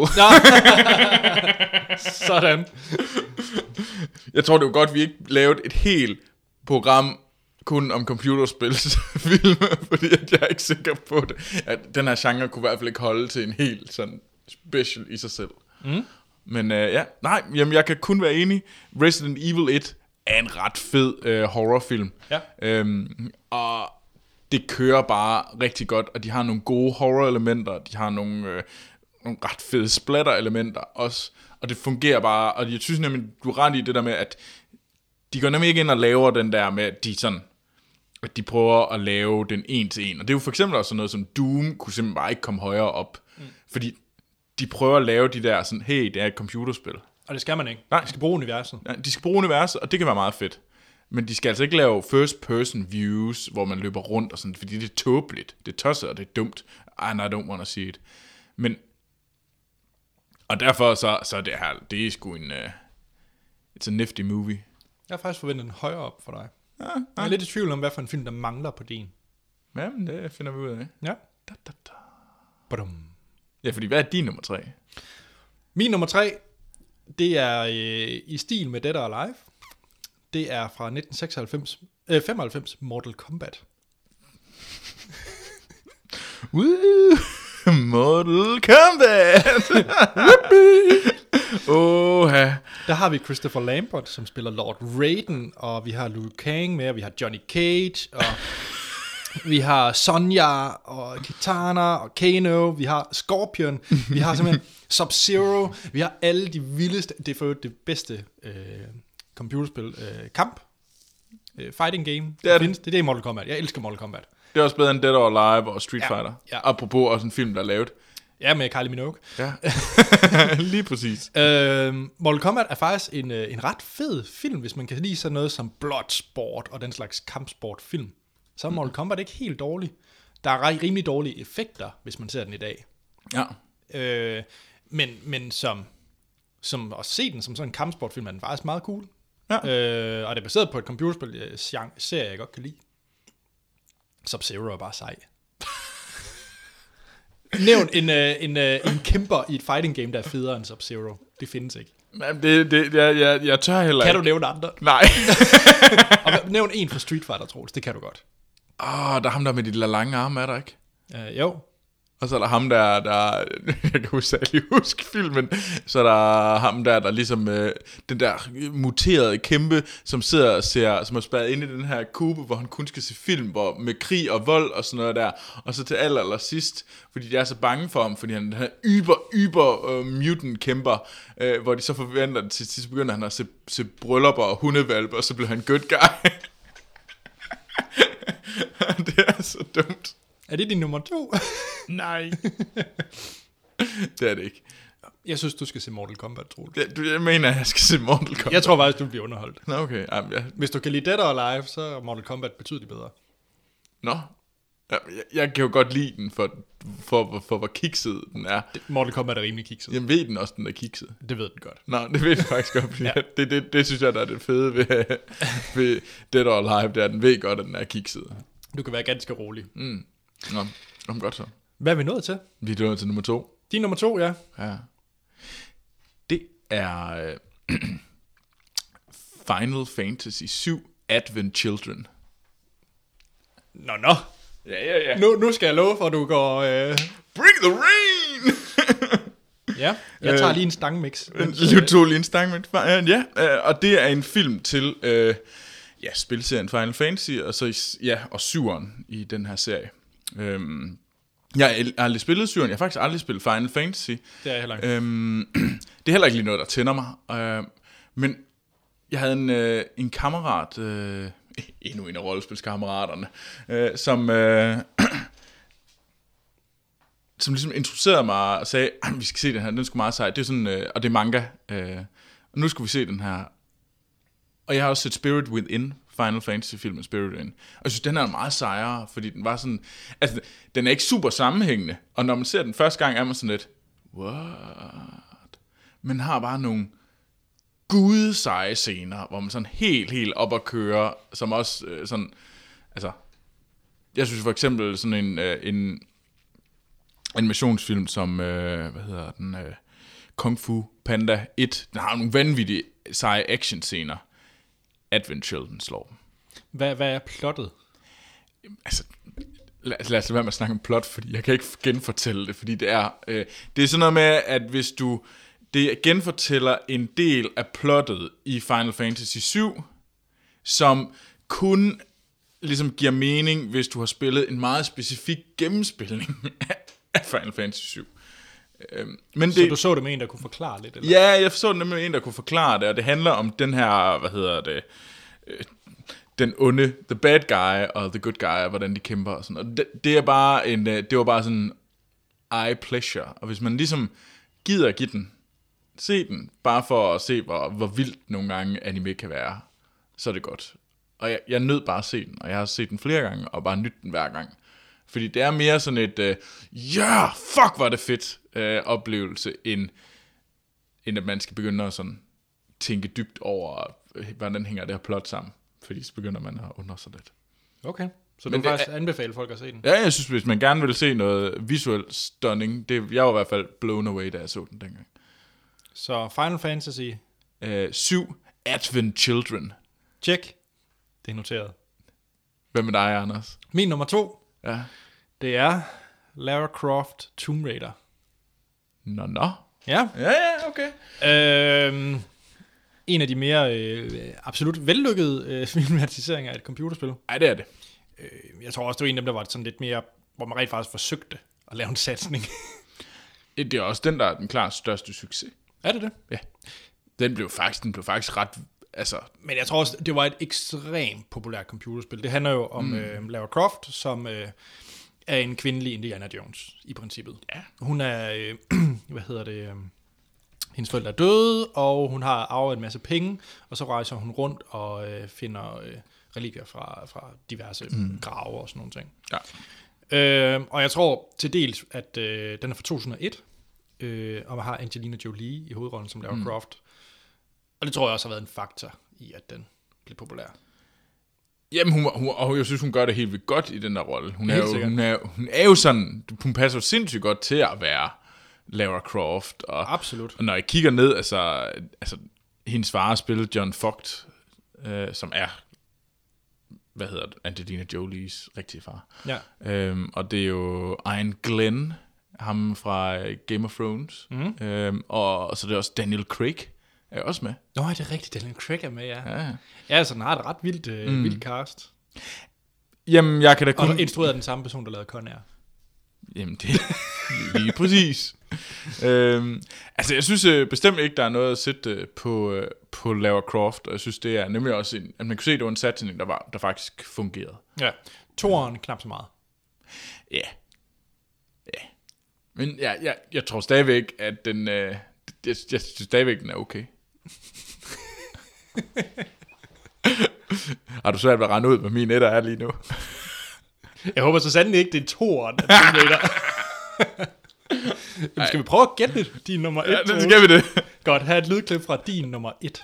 Sådan. Jeg tror, det var godt, vi ikke lavede et helt program kun om computerspilsfilm, fordi jeg er ikke sikker på det. At den her genre kunne i hvert fald ikke holde til en helt sådan special i sig selv. Men jamen jeg kan kun være enig. Resident Evil 1 er en ret fed horrorfilm. Ja. Og det kører bare rigtig godt, og de har nogle gode horror-elementer, de har nogle ret fede splatter-elementer også, og det fungerer bare, og jeg synes nemlig, du er ret i det der med, at de går nemlig ikke ind og laver den der med, at de prøver at lave den en til en, og det er jo for eksempel også sådan noget som Doom, kunne simpelthen bare ikke komme højere op, fordi de prøver at lave de der sådan, hey, det er et computerspil. Og det skal man ikke. Nej. De skal bruge universet. Ja, de skal bruge universet, og det kan være meget fedt. Men de skal altså ikke lave first person views, hvor man løber rundt og sådan, fordi det er tåbeligt, det er tosset, og det er dumt. And I don't want to see it. Men, og derfor så det her, det er sgu en, it's a nifty movie. Jeg har faktisk forventet den højere op for dig. Ja. Jeg er lidt i tvivl om, hvad for en film, der mangler på din. Jamen, det finder vi ud af. Ja. Badum. Ja, fordi hvad er din nummer 3? Min nummer 3, det er i stil med Dead or Alive. Det er fra 1995 Mortal Kombat. Woo! Mortal Kombat! Der har vi Christopher Lambert, som spiller Lord Raiden, og vi har Liu Kang med, og vi har Johnny Cage, og vi har Sonya, og Kitana, og Kano, vi har Scorpion, vi har simpelthen Sub-Zero, vi har alle de vildeste, det er for det bedste computerspil, kamp, fighting game, det er det i Mortal Kombat. Jeg elsker Mortal Kombat. Det er også bedre end Dead or Alive og Street Fighter. Ja. Apropos også en film, der er lavet. Ja, med Kylie Minogue. Ja, lige præcis. Mortal Kombat er faktisk en ret fed film, hvis man kan lide sådan noget som Bloodsport og den slags kampsportfilm. Så er Mortal Kombat ikke helt dårlig. Der er rimelig dårlige effekter, hvis man ser den i dag. Ja. Men som at se den som sådan en kampsportfilm, er den faktisk meget cool. Ja. Og det er baseret på et computerspil, serie jeg godt kan lide. Sub-Zero er bare sej. Nævn en kæmper i et fighting game, der er federe end Sub-Zero. Det findes ikke. Jamen, jeg tør heller ikke. Kan du nævne andre? Nej. Og nævn en fra Street Fighter, Troels. Det kan du godt. Der er ham der med de lange arme, er der ikke? Jo. Og så er der ham der jeg kan særlig huske filmen, så er der ham der ligesom den der muterede kæmpe, som sidder og som er spærret inde i den her kube, hvor han kun skal se film, hvor med krig og vold og sådan noget der, og så til aller sidst, fordi de er så bange for ham, fordi han er den her mutant kæmper, hvor de så forventer, at til sidst begynder han at se bryllupper og hundevalpe, og så bliver han good guy. Det er så dumt. Er det din nummer 2? Nej. Det er det ikke. Jeg synes, du skal se Mortal Kombat, Troels. Jeg mener, jeg skal se Mortal Kombat. Jeg tror faktisk, du bliver underholdt. Nå, okay. Hvis du kan lide Dead or Alive, så er Mortal Kombat betydeligt bedre. Nå. Jeg kan jo godt lide den, for hvor kikset den er. Mortal Kombat er rimelig kikset. Jeg ved den også, den er kikset. Det ved den godt. Nå, det ved den faktisk godt. Ja. Det synes jeg, der er det fede ved Dead or Alive, det er, den ved godt, at den er kikset. Du kan være ganske rolig. Nå, godt så. Hvad er vi nået til? Vi er nået til nummer 2. Din nummer 2, ja. Ja. Det er Final Fantasy 7 Advent Children. Nå. Ja. Nu skal jeg love for, at du går... Bring the rain! Ja, jeg tager lige en stangmix. Du tog lige en stangmix. Ja, og det er en film til spilserien Final Fantasy, og så og 7'eren i den her serie. Jeg har aldrig spillet 7'eren, jeg har faktisk aldrig spillet Final Fantasy. Det er jeg heller ikke. Det er heller ikke lige noget, der tænder mig. Men jeg havde en kammerat, endnu en af rollespilskammeraterne, som ligesom introducerede mig og sagde, vi skal se den her, den er sgu meget sej. Det er sådan, og det er manga. Og nu skal vi se den her. Og jeg har også set Spirit Within, Final Fantasy-filmen Spirit Within. Og jeg synes, den er meget sejere, fordi den var sådan... Altså, den er ikke super sammenhængende. Og når man ser den første gang, er man sådan lidt... What? Men har bare nogle gudseje scener, hvor man sådan helt op at køre, som også sådan... Altså, jeg synes for eksempel sådan en animationsfilm som... hvad hedder den? Kung Fu Panda 1. Den har nogle vanvittige seje actionscener. Advent Children slår. Hvad er plottet? Altså, lad os lade være med at snakke om plot, fordi jeg kan ikke genfortælle det, fordi det er sådan noget med, at hvis du genfortæller en del af plottet i Final Fantasy 7, som kun ligesom giver mening, hvis du har spillet en meget specifik gennemspilning af Final Fantasy 7. Men så du så det med en, der kunne forklare lidt? Eller? Ja, jeg så det med en, der kunne forklare det, og det handler om den her, den onde, the bad guy og the good guy, og hvordan de kæmper og sådan. Og det er bare det var bare sådan eye pleasure, og hvis man ligesom gider give den, se den, bare for at se, hvor vildt nogle gange anime kan være, så er det godt. Og jeg nød bare at se den, og jeg har set den flere gange, og bare nydt den hver gang. Fordi det er mere sådan et, fuck, var det fedt oplevelse, end at man skal begynde at sådan tænke dybt over, hvordan hænger det her plot sammen. Fordi så begynder man at undre sig lidt. Okay. Så du vil faktisk anbefale folk at se den? Ja, jeg synes, hvis man gerne vil se noget visuelt stunning, jeg var i hvert fald blown away, da jeg så den dengang. Så Final Fantasy? 7 Advent Children. Check. Det er noteret. Hvad med dig, Anders? Min nummer 2, ja. Det er Lara Croft Tomb Raider. Nå. Ja. Ja, okay. En af de mere absolut vellykkede filmatiseringer af et computerspil. Ej, det er det. Jeg tror også, det var en af dem, der var sådan lidt mere, hvor man rent faktisk forsøgte at lave en satsning. Det er også den, der er den klart største succes. Er det det? Ja. Den blev faktisk ret... Altså. Men jeg tror også, det var et ekstremt populært computerspil. Det handler jo om Lara Croft, som er en kvindelig Indiana Jones, i princippet. Ja. Hun er, hendes forældre er døde, og hun har arvet en masse penge, og så rejser hun rundt og finder relikvier fra diverse grave og sådan nogle ting. Ja. Og jeg tror til dels, at den er fra 2001, og man har Angelina Jolie i hovedrollen som Lara Croft. Og det tror jeg også har været en faktor i, at den blev populær. Jamen, og jeg synes, hun gør det helt vildt godt i den der rolle. Hun er jo sådan, hun passer jo sindssygt godt til at være Lara Croft. Og, absolut. Og når jeg kigger ned, altså hendes far spillede John Voight, som er, Angelina Jolies rigtige far. Ja. Og det er jo Ian Glenn, ham fra Game of Thrones. Og så er det også Daniel Craig. Er også med. Nå, det er rigtigt, Daniel Craig er med, ja. Ja, altså den har et ret vildt cast. Jamen, jeg kan da kun... Og instrueret den samme person, der lavede Con Air. Jamen, det er lige præcis. Altså, jeg synes bestemt ikke, der er noget at sætte på Lara Croft, og jeg synes, det er nemlig også at man kunne se, at det var en satsning, der faktisk fungerede. Ja, toeren knap så meget. Ja. Men jeg tror stadigvæk, at den... Jeg synes stadigvæk, den er okay. Har du svært ved at rende ud, hvad min etter er lige nu? Jeg håber så sandelig ikke, det er toeren, der Tomb Raider. Skal vi prøve at gætte din nummer 1? Ja, det skal vi det. Godt, have et lydklip fra din nummer 1.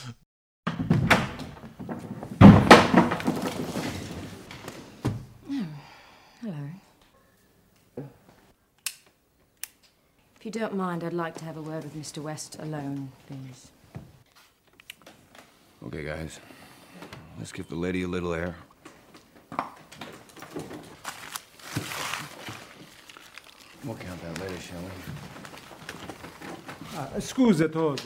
Hello. If you don't mind, I'd like to have a word with Mr. West alone, please. Okay, guys. Let's give the lady a little air. We'll count that later, shall we? Scusa, Todd.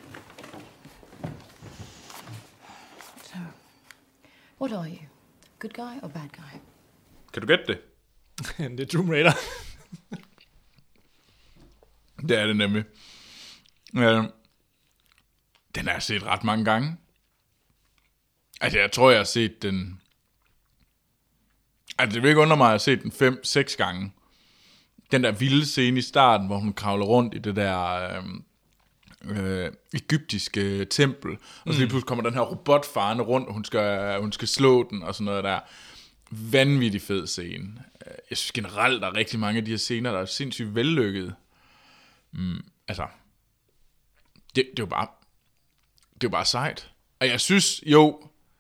So, what are you? Good guy or bad guy? Kan du gætte det? Det er Tomb Raider. Det er det nemlig. Den har jeg set ret mange gange. Altså, jeg tror, jeg har set den... Altså, det vil ikke undre mig, at jeg har set den 5-6 gange. Den der vilde scene i starten, hvor hun kravler rundt i det der egyptiske tempel. Og så lige pludselig kommer den her robot farende rundt, og hun skal slå den og sådan noget der. Vanvittig fed scene. Jeg synes generelt, der er rigtig mange af de her scener, der er sindssygt vellykkede. Altså, det er jo bare sejt. Og jeg synes jo,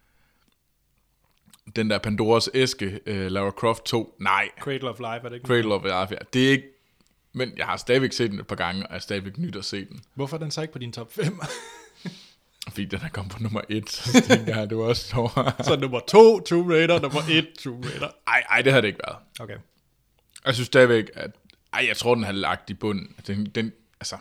den der Pandoras æske, Lara Croft 2, nej. Cradle of Life, er det ikke? Cradle of Life, ja. Det er ikke, men jeg har stadigvæk set den et par gange, og jeg er stadigvæk nyt at se den. Hvorfor er den så ikke på din top 5? Fordi den er kommet på nummer 1, så tænker jeg, det var også så. Så nummer 2, Tomb Raider, nummer 1, Tomb Raider. Ej, det havde det ikke været. Okay. Jeg synes stadigvæk, at jeg tror, den havde lagt i bunden. Den altså...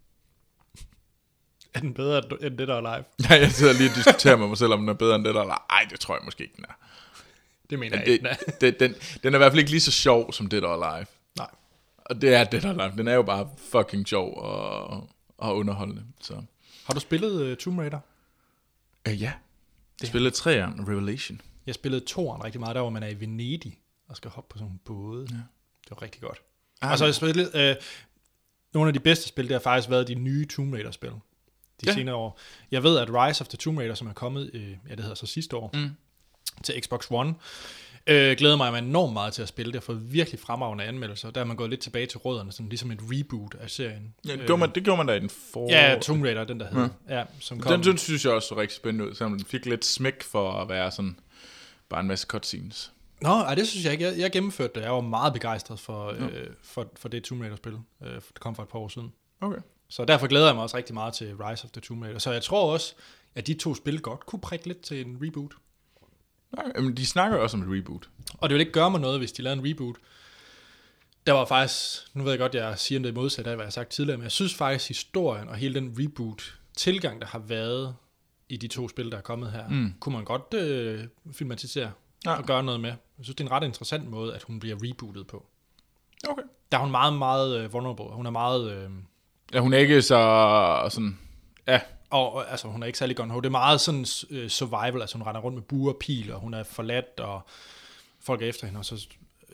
Er den bedre end Dead or Alive? Ja, jeg sidder lige og diskuterer med mig selv, om den er bedre end Dead or Alive. Ej, det tror jeg måske ikke, den er. Det mener jeg ikke, den er i hvert fald ikke lige så sjov som Dead or Alive. Nej. Og det er Dead or Alive. Den er jo bare fucking sjov og underholdende. Så. Har du spillet Tomb Raider? Ja. Jeg spillede 3'eren, Revelation. Jeg spillede 2'eren rigtig meget, der hvor man er i Venedig og skal hoppe på sådan en både. Ja. Det var rigtig godt. Og så har jeg spillet... nogle af de bedste spil, det har faktisk været de nye Tomb Raider-spil. De senere år. Jeg ved, at Rise of the Tomb Raider, som er kommet, det hedder så sidste år, til Xbox One, glæder mig enormt meget til at spille. Det har fået virkelig fremragende anmeldelser. Der er man gået lidt tilbage til rødderne, sådan ligesom et reboot af serien. Ja, det gjorde man da i den Ja, Tomb Raider, den der hedder. Ja, som kom. Den synes jeg også så rigtig spændende ud, selvom den fik lidt smæk for at være sådan bare en masse cutscenes. Nå, det synes jeg ikke. Jeg gennemførte det. Jeg var meget begejstret for det Tomb Raider-spil. Det kom for et par år siden. Okay. Så derfor glæder jeg mig også rigtig meget til Rise of the Tomb Raider. Så jeg tror også, at de 2 spil godt kunne prikke lidt til en reboot. Nej, men de snakker også om et reboot. Og det vil ikke gøre mig noget, hvis de lavede en reboot. Der var faktisk, nu ved jeg godt, jeg siger det modsat af, hvad jeg har sagt tidligere, men jeg synes faktisk, historien og hele den reboot-tilgang, der har været i de 2 spil, der er kommet her, kunne man godt filmatisere og gøre noget med. Jeg synes, det er en ret interessant måde, at hun bliver rebootet på. Okay. Der er hun meget, meget vulnerable. Hun er meget... Ja, hun er ikke så sådan... Ja. Og altså, hun er ikke særlig gun-ho. Det er meget sådan survival. Altså, hun render rundt med buer og pil, og hun er forladt, og folk er efter hende. Og så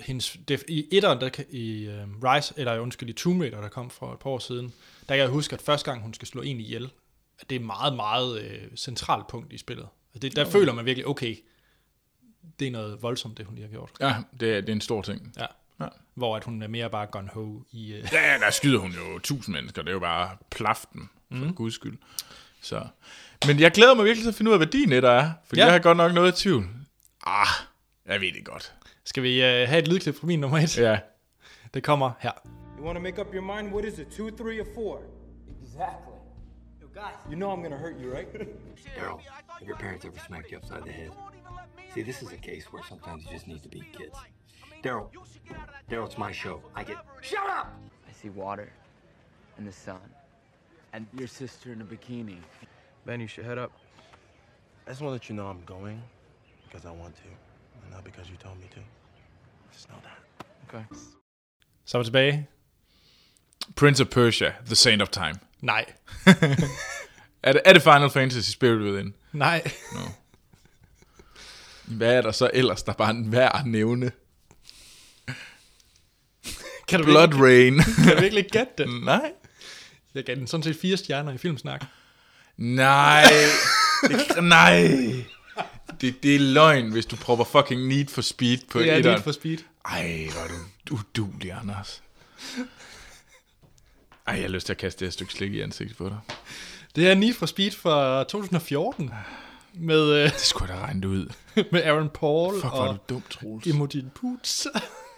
i etteren, i Tomb Raider, der kom for et par år siden, der kan jeg huske, at første gang, hun skal slå en ihjel, at det er meget, meget centralt punkt i spillet. Der føler man virkelig, okay, det er noget voldsomt, det hun lige har gjort. Ja, det er en stor ting. Ja. Hvor at hun er mere bare gun-ho i... Ja, der skyder hun jo 1000 mennesker. Det er jo bare plaften, for guds skyld. Så. Men jeg glæder mig virkelig til at finde ud af, hvad din etter er. For jeg har godt nok noget i tvivl. Jeg ved det godt. Skal vi have et lydklip fra min nummer 1? Ja. Det kommer her. You want to make up your mind? What is it? 2, 3, or 4? Exactly. Yo, guys, you know I'm going to hurt you, right? Daryl, have your parents ever smacked you upside the head? See, this is a case where sometimes you just need to be kids. Daryl, it's my show. Shut up! I see water and the sun and your sister in a bikini. Ben, you should head up. I just want to let you know I'm going because I want to, and not because you told me to. Just know that. Okay. Så er vi tilbage. Prince of Persia, The Saint of Time. Nej. er det Final Fantasy Spirit Within? Nej. No. Hvad er der så ellers, der bare er værd at nævne? Blood Rain. Kan du virkelig gætte det? Nej. Jeg gav den sådan set 4 stjerner i Filmsnak. Nej. Nej. Det er løgn, hvis du propper fucking Need for Speed på det er Need for Speed. Ej, hvor er du uduelig, Anders. Ej, jeg har lyst til at kaste det her stykke slik i ansigtet på dig. Det er Need for Speed fra 2014. Med, det skulle da regne ud. Med Aaron Paul Fuck, og du dumt, Troels. Imogen Poots.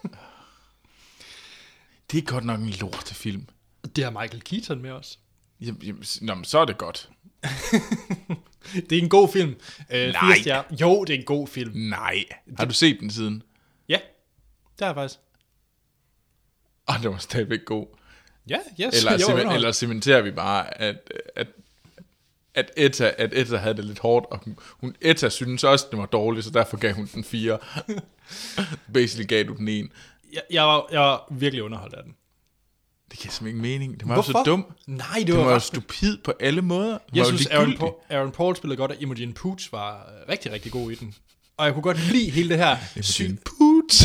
Det er godt nok en lortefilm. Det har Michael Keaton med os. Jamen, så er det godt. Det er en god film. Nej. Jo, det er en god film. Nej. Har du set den siden? Ja, det har jeg faktisk. Det var stadigvæk god. Ja, yes. Eller cementerer vi bare, at Etta havde det lidt hårdt, og Etta synes også, det var dårligt, så derfor gav hun den 4. Basically gav du den 1. Jeg var virkelig underholdt af den. Det giver simpelthen ikke mening. Det var jo så dum. Nej, det var jo stupid på alle måder. Jeg synes, Aaron Paul spillede godt, og Imogen Poots var rigtig, rigtig god i den. Og jeg kunne godt lide hele det her... Imogen Poots.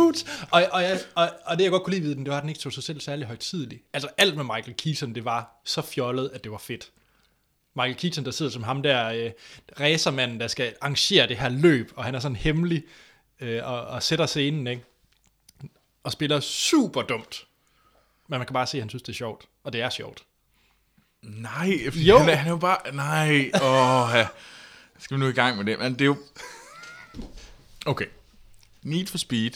Og det, jeg godt kunne lide ved den, det var, at den ikke tog sig selv særlig højtideligt. Altså alt med Michael Keaton, det var så fjollet, at det var fedt. Michael Keaton, der sidder som ham der racermanden, der skal arrangere det her løb, og han er sådan hemmelig og sætter scenen, ikke? Og spiller super dumt. Men man kan bare se, at han synes, det er sjovt. Og det er sjovt. Nej, han er jo bare... Nej, skal vi nu i gang med det? Men det er jo... Okay. Need for Speed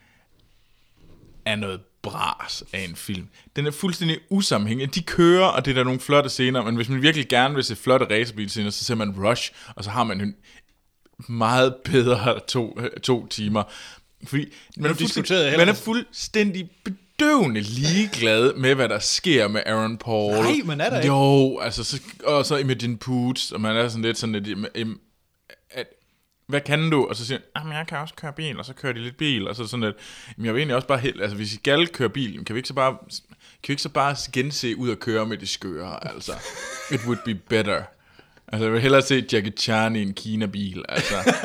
er noget bras af en film. Den er fuldstændig usammenhængende. De kører, og det er der nogle flotte scener, men hvis man virkelig gerne vil se flotte racerbilscener, så ser man Rush, og så har man en meget bedre to timer. Fordi man er fuldstændig bedøvende ligeglad med, hvad der sker med Aaron Paul. Nej, man er der ikke. Jo, altså, og så Imogen Poots, og man er sådan lidt, at hvad kan du? Og så siger han, jeg kan også køre bil, og så kører de lidt bil, og så sådan lidt, men jeg vil egentlig også bare helt, altså hvis I skal køre bil, kan vi ikke så bare gense ud og køre med de skøre, altså. It would be better. Altså, jeg vil hellere se Jackie Chan i en Kina-bil, altså.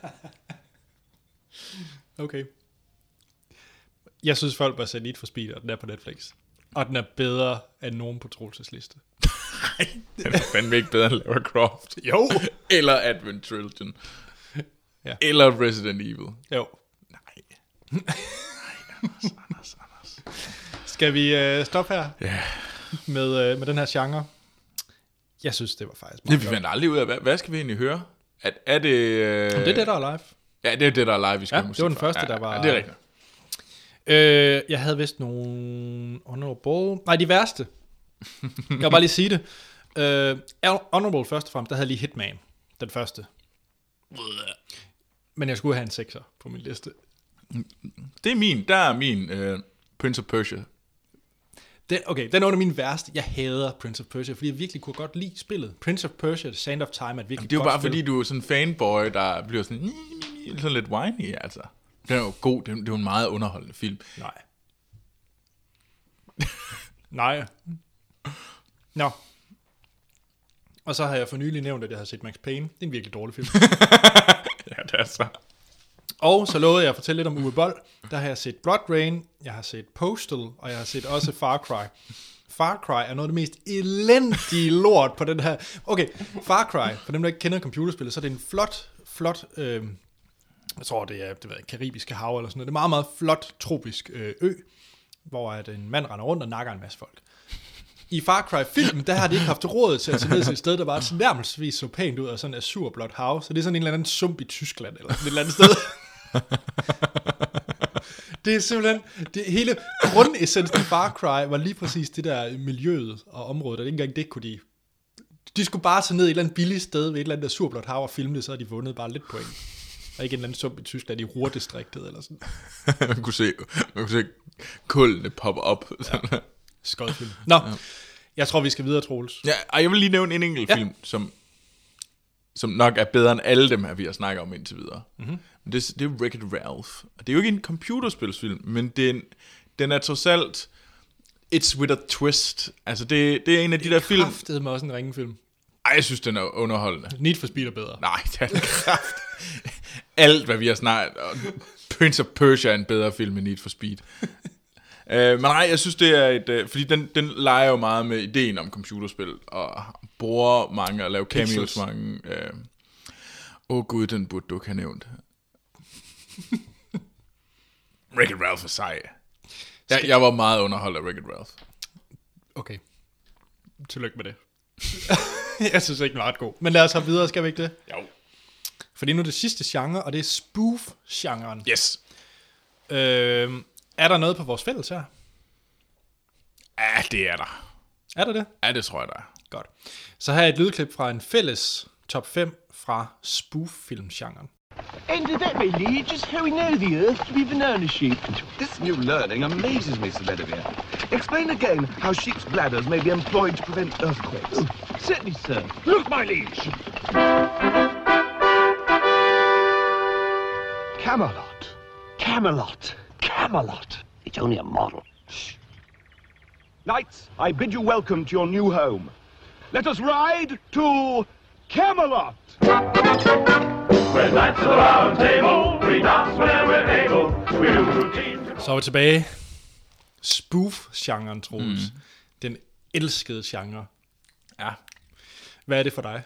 Okay. Jeg synes, folk bør se Need for Speed, og den er på Netflix. Og den er bedre end nogen på Troelses liste. Nej, den er fandme ikke bedre end Lara Croft. Jo. Eller Advent Children. Ja. Eller Resident Evil. Jo. Nej, Anders. Skal vi stoppe her? Ja. Med den her genre? Jeg synes, det var faktisk meget godt. Vi fandt aldrig ud af, hvad skal vi egentlig høre? Er det... Det er Dead or Alive. Ja, det er det, der er live, vi skal musik. Det var den første, der var... Ja, det er rigtigt. Jeg havde vist nogle honorable... Nej, de værste. Jeg vil bare lige sige det. Honorable først og fremmest, der havde lige Hitman. Den første. Men jeg skulle have en 6'er på min liste. Der er min Prince of Persia. Den er under min værste. Jeg hader Prince of Persia, fordi jeg virkelig kunne godt lide spillet. Prince of Persia, The Sand of Time er et virkelig godt spil. Det er jo bare fordi, du er sådan en fanboy, der bliver sådan lidt whiny, altså. Den er jo god, det er jo en meget underholdende film. Nej. Nå. Og så har jeg for nylig nævnt, at jeg har set Max Payne. Det er en virkelig dårlig film. Ja, det er så. Og så lovede jeg at fortælle lidt om Uwe Boll. Der har jeg set Blood Rain, jeg har set Postal, og jeg har set også Far Cry. Far Cry er noget af det mest elendige lort på den her... Okay, Far Cry, for dem, der ikke kender computerspillet, så er det en flot jeg tror, det er Karibiske hav eller sådan noget. Det er meget, meget flot tropisk ø, hvor at en mand render rundt og nakker en masse folk. I Far Cry-filmen, der har de ikke haft råd til at tage ned til et sted, der bare nærmelsvis så pænt ud af sådan et azurblåt hav. Så det er sådan en eller anden sump i Tyskland, eller sådan et eller andet sted. Det er simpelthen... hele grundessensen i Far Cry var lige præcis det der miljøet og området, og ikke engang det kunne de... De skulle bare tage ned i et eller andet billigt sted ved et eller andet azurblåt hav og filme det, så havde de vundet bare lidt point. Og ikke en eller anden sump i Tyskland i Ruhrdistriktet eller sådan. man kunne se kullene poppe op. Ja. Skodfilm. Nå, jeg tror, vi skal videre, Troels. Ja, og jeg vil lige nævne en enkelt film, som nok er bedre end alle dem her, vi har snakket om indtil videre. Mm-hmm. Det er Wreck-It Ralph. Og det er jo ikke en computerspilsfilm, men den er trods alt It's with a twist. Altså, det er en af de der film... Det er med også en ringefilm. Ej, jeg synes, den er underholdende. Need for Speed er bedre. Nej, det er kraft. Alt, hvad vi har snakket... Prince of Persia er en bedre film end Need for Speed. Men nej, jeg synes, det er fordi den leger jo meget med ideen om computerspil, og bruger mange, og laver cameos mange. Gud, den burde du ikke have nævnt. Wreck-It Ralph er sej. Jeg var meget underholdt af Wreck-It Ralph. Okay. Tillykke med det. Jeg synes ikke, den var ret god. Men lad os have videre, skal vi ikke det? Jo. Fordi nu er det sidste genre, og det er spoof-genren. Yes. Er der noget på vores fælles her? Ja, det er der. Er der det? Ja, det tror jeg, der er. Godt. Så her er et lydklip fra en fælles top 5 fra spoof-film-genren. Ended that, my liege, is how we know the Earth to be banana shaped. This new learning amazes me, Sir Bedivere. Explain again how sheep's bladders may be employed to prevent earthquakes. Oh, certainly, sir. Look, my liege! Camelot. Camelot. Camelot. It's only a model. Shh. Knights, I bid you welcome to your new home. Let us ride to Camelot. We're knights of the round table. We dance whenever we're able. We do routines. Så er vi tilbage. Spoof-genren, Troels. Den elskede genre. Ja. Hvad er det for dig?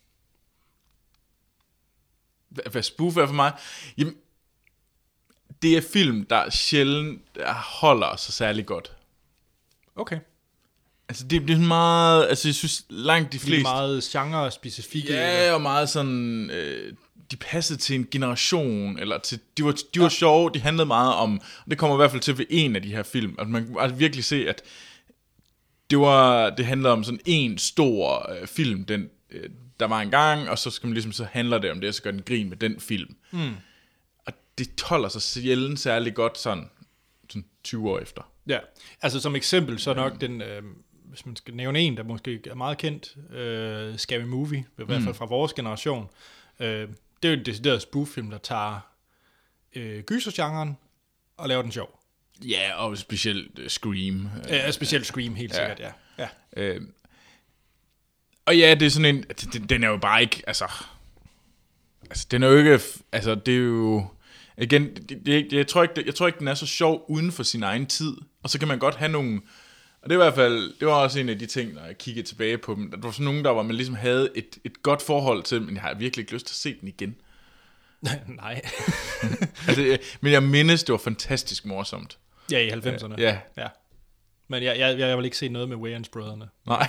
Hvad spoof er for mig? Jamen, det er film, der sjældent holder sig særlig godt. Okay. Altså, det er meget... Altså, jeg synes langt de fleste... Det er meget genre-specifikke. Ja, og meget sådan... de passede til en generation, eller til... De var sjove, de handlede meget om... Det kommer i hvert fald til ved en af de her film. Altså, man kan altså virkelig se, at det handlede om sådan en stor film, der var engang, og så skal man ligesom, så handler det om det, og så gør den grin med den film. Og det holder sig sjældent særlig godt sådan 20 år efter. Ja, altså som eksempel, så nok den, hvis man skal nævne en, der måske er meget kendt, Scary Movie, i hvert fald fra vores generation. Det er jo en decideret spoof-film, der tager gysergenren og laver den sjov. Ja, og specielt Scream. Specielt Scream, helt sikkert, ja. Og ja, det er sådan en... Den er jo bare ikke... Altså den er jo ikke... Altså, det er jo... Igen, jeg tror ikke, den er så sjov uden for sin egen tid. Og så kan man godt have nogle... Og det er i hvert fald... Det var også en af de ting, når jeg kiggede tilbage på dem. Der var sådan nogen, der var man ligesom havde et godt forhold til, men jeg har virkelig ikke lyst til at se den igen. Nej. Altså, men jeg mindes, det var fantastisk morsomt. Ja, i 90'erne. Ja. Men jeg vil ikke se noget med Wayans-brødrene. Nej.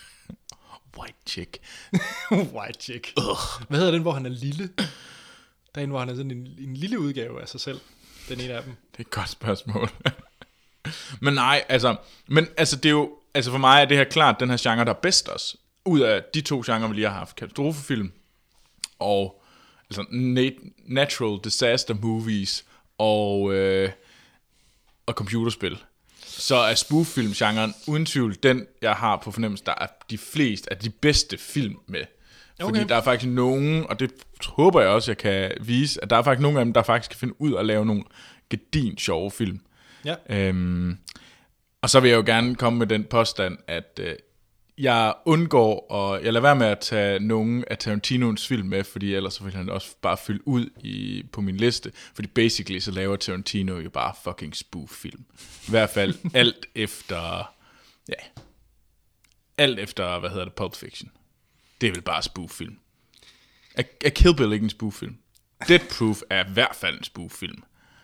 White Chick. White Chick. Hvad hedder den, hvor han er lille? Derinde, hvor han er sådan en lille udgave af sig selv. Den ene af dem. Det er et godt spørgsmål. Men nej, altså det er jo, altså for mig er det her klart den her genre, der er bedst også. Ud af de 2 genrer, vi lige har haft. Katastrofefilm og altså natural disaster movies og computerspil. Så er spoof-film-genren uden tvivl den, jeg har på fornemmelse, der er de fleste af de bedste film med. Fordi der er faktisk nogen, og det håber jeg også, jeg kan vise, at der er faktisk nogle af dem, der faktisk kan finde ud at lave nogle gedin sjove film. Ja. Og så vil jeg jo gerne komme med den påstand, at jeg undgår, og jeg lader være med at tage nogle af Tarantinos film med, fordi ellers så vil han også bare fylde ud på min liste, fordi basically så laver Tarantino jo bare fucking spoof-film. I hvert fald alt efter, hvad hedder det, Pulp Fiction. Det er vel bare spoof-film. Er Kill Bill ikke en spoof-film? Death Proof er i hvert fald en spoof-film.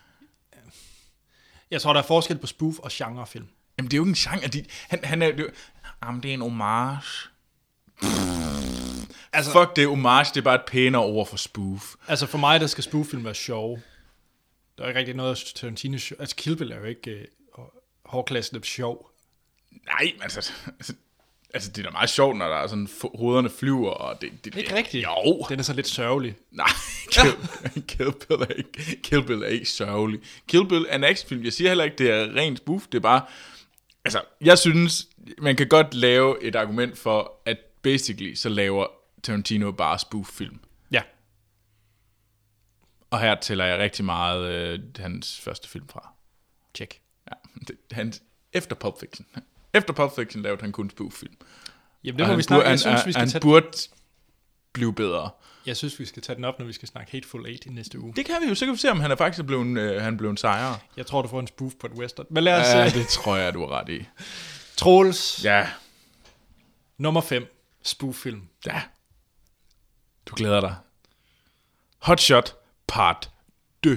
Jeg tror, der er forskel på spoof og genrefilm. Jamen, det er jo ikke en genre. Han er jo... Jamen, det er en homage. Altså, fuck det, homage, det er bare et pænere ord for spoof. Altså, for mig, der skal spoof-film være sjove. Der er ikke rigtig noget af Tarantino sjov. Altså, Kill Bill er jo ikke hårdklassende sjov. Nej, altså, det er da meget sjovt, når der er sådan, hovederne flyver, og det ikke rigtigt. Jo. Den er så lidt sørgelig. Nej, Kill Bill er ikke sørgelig. Kill Bill er en actionfilm. Jeg siger heller ikke, det er rent spoof. Det er bare... Altså, jeg synes, man kan godt lave et argument for, at basically, så laver Tarantino bare spoof-film. Ja. Og her tæller jeg rigtig meget hans første film fra. Check. Ja, efter Pulp Fiction. Efter Pulp Fiction lavede han kun spoof-film. Jamen, det må vi snakke. Jeg synes, vi skal han burde blive bedre. Jeg synes, vi skal tage den op, når vi skal snakke Hateful Eight i næste uge. Det kan vi jo. Så kan vi se, om han er faktisk blevet en sejrer. Jeg tror, du får en spoof på et western. Men lad os det tror jeg, du er ret i. Troels. Ja. Nummer 5. Spoof-film. Ja. Du glæder dig. Hot Shot Part 2.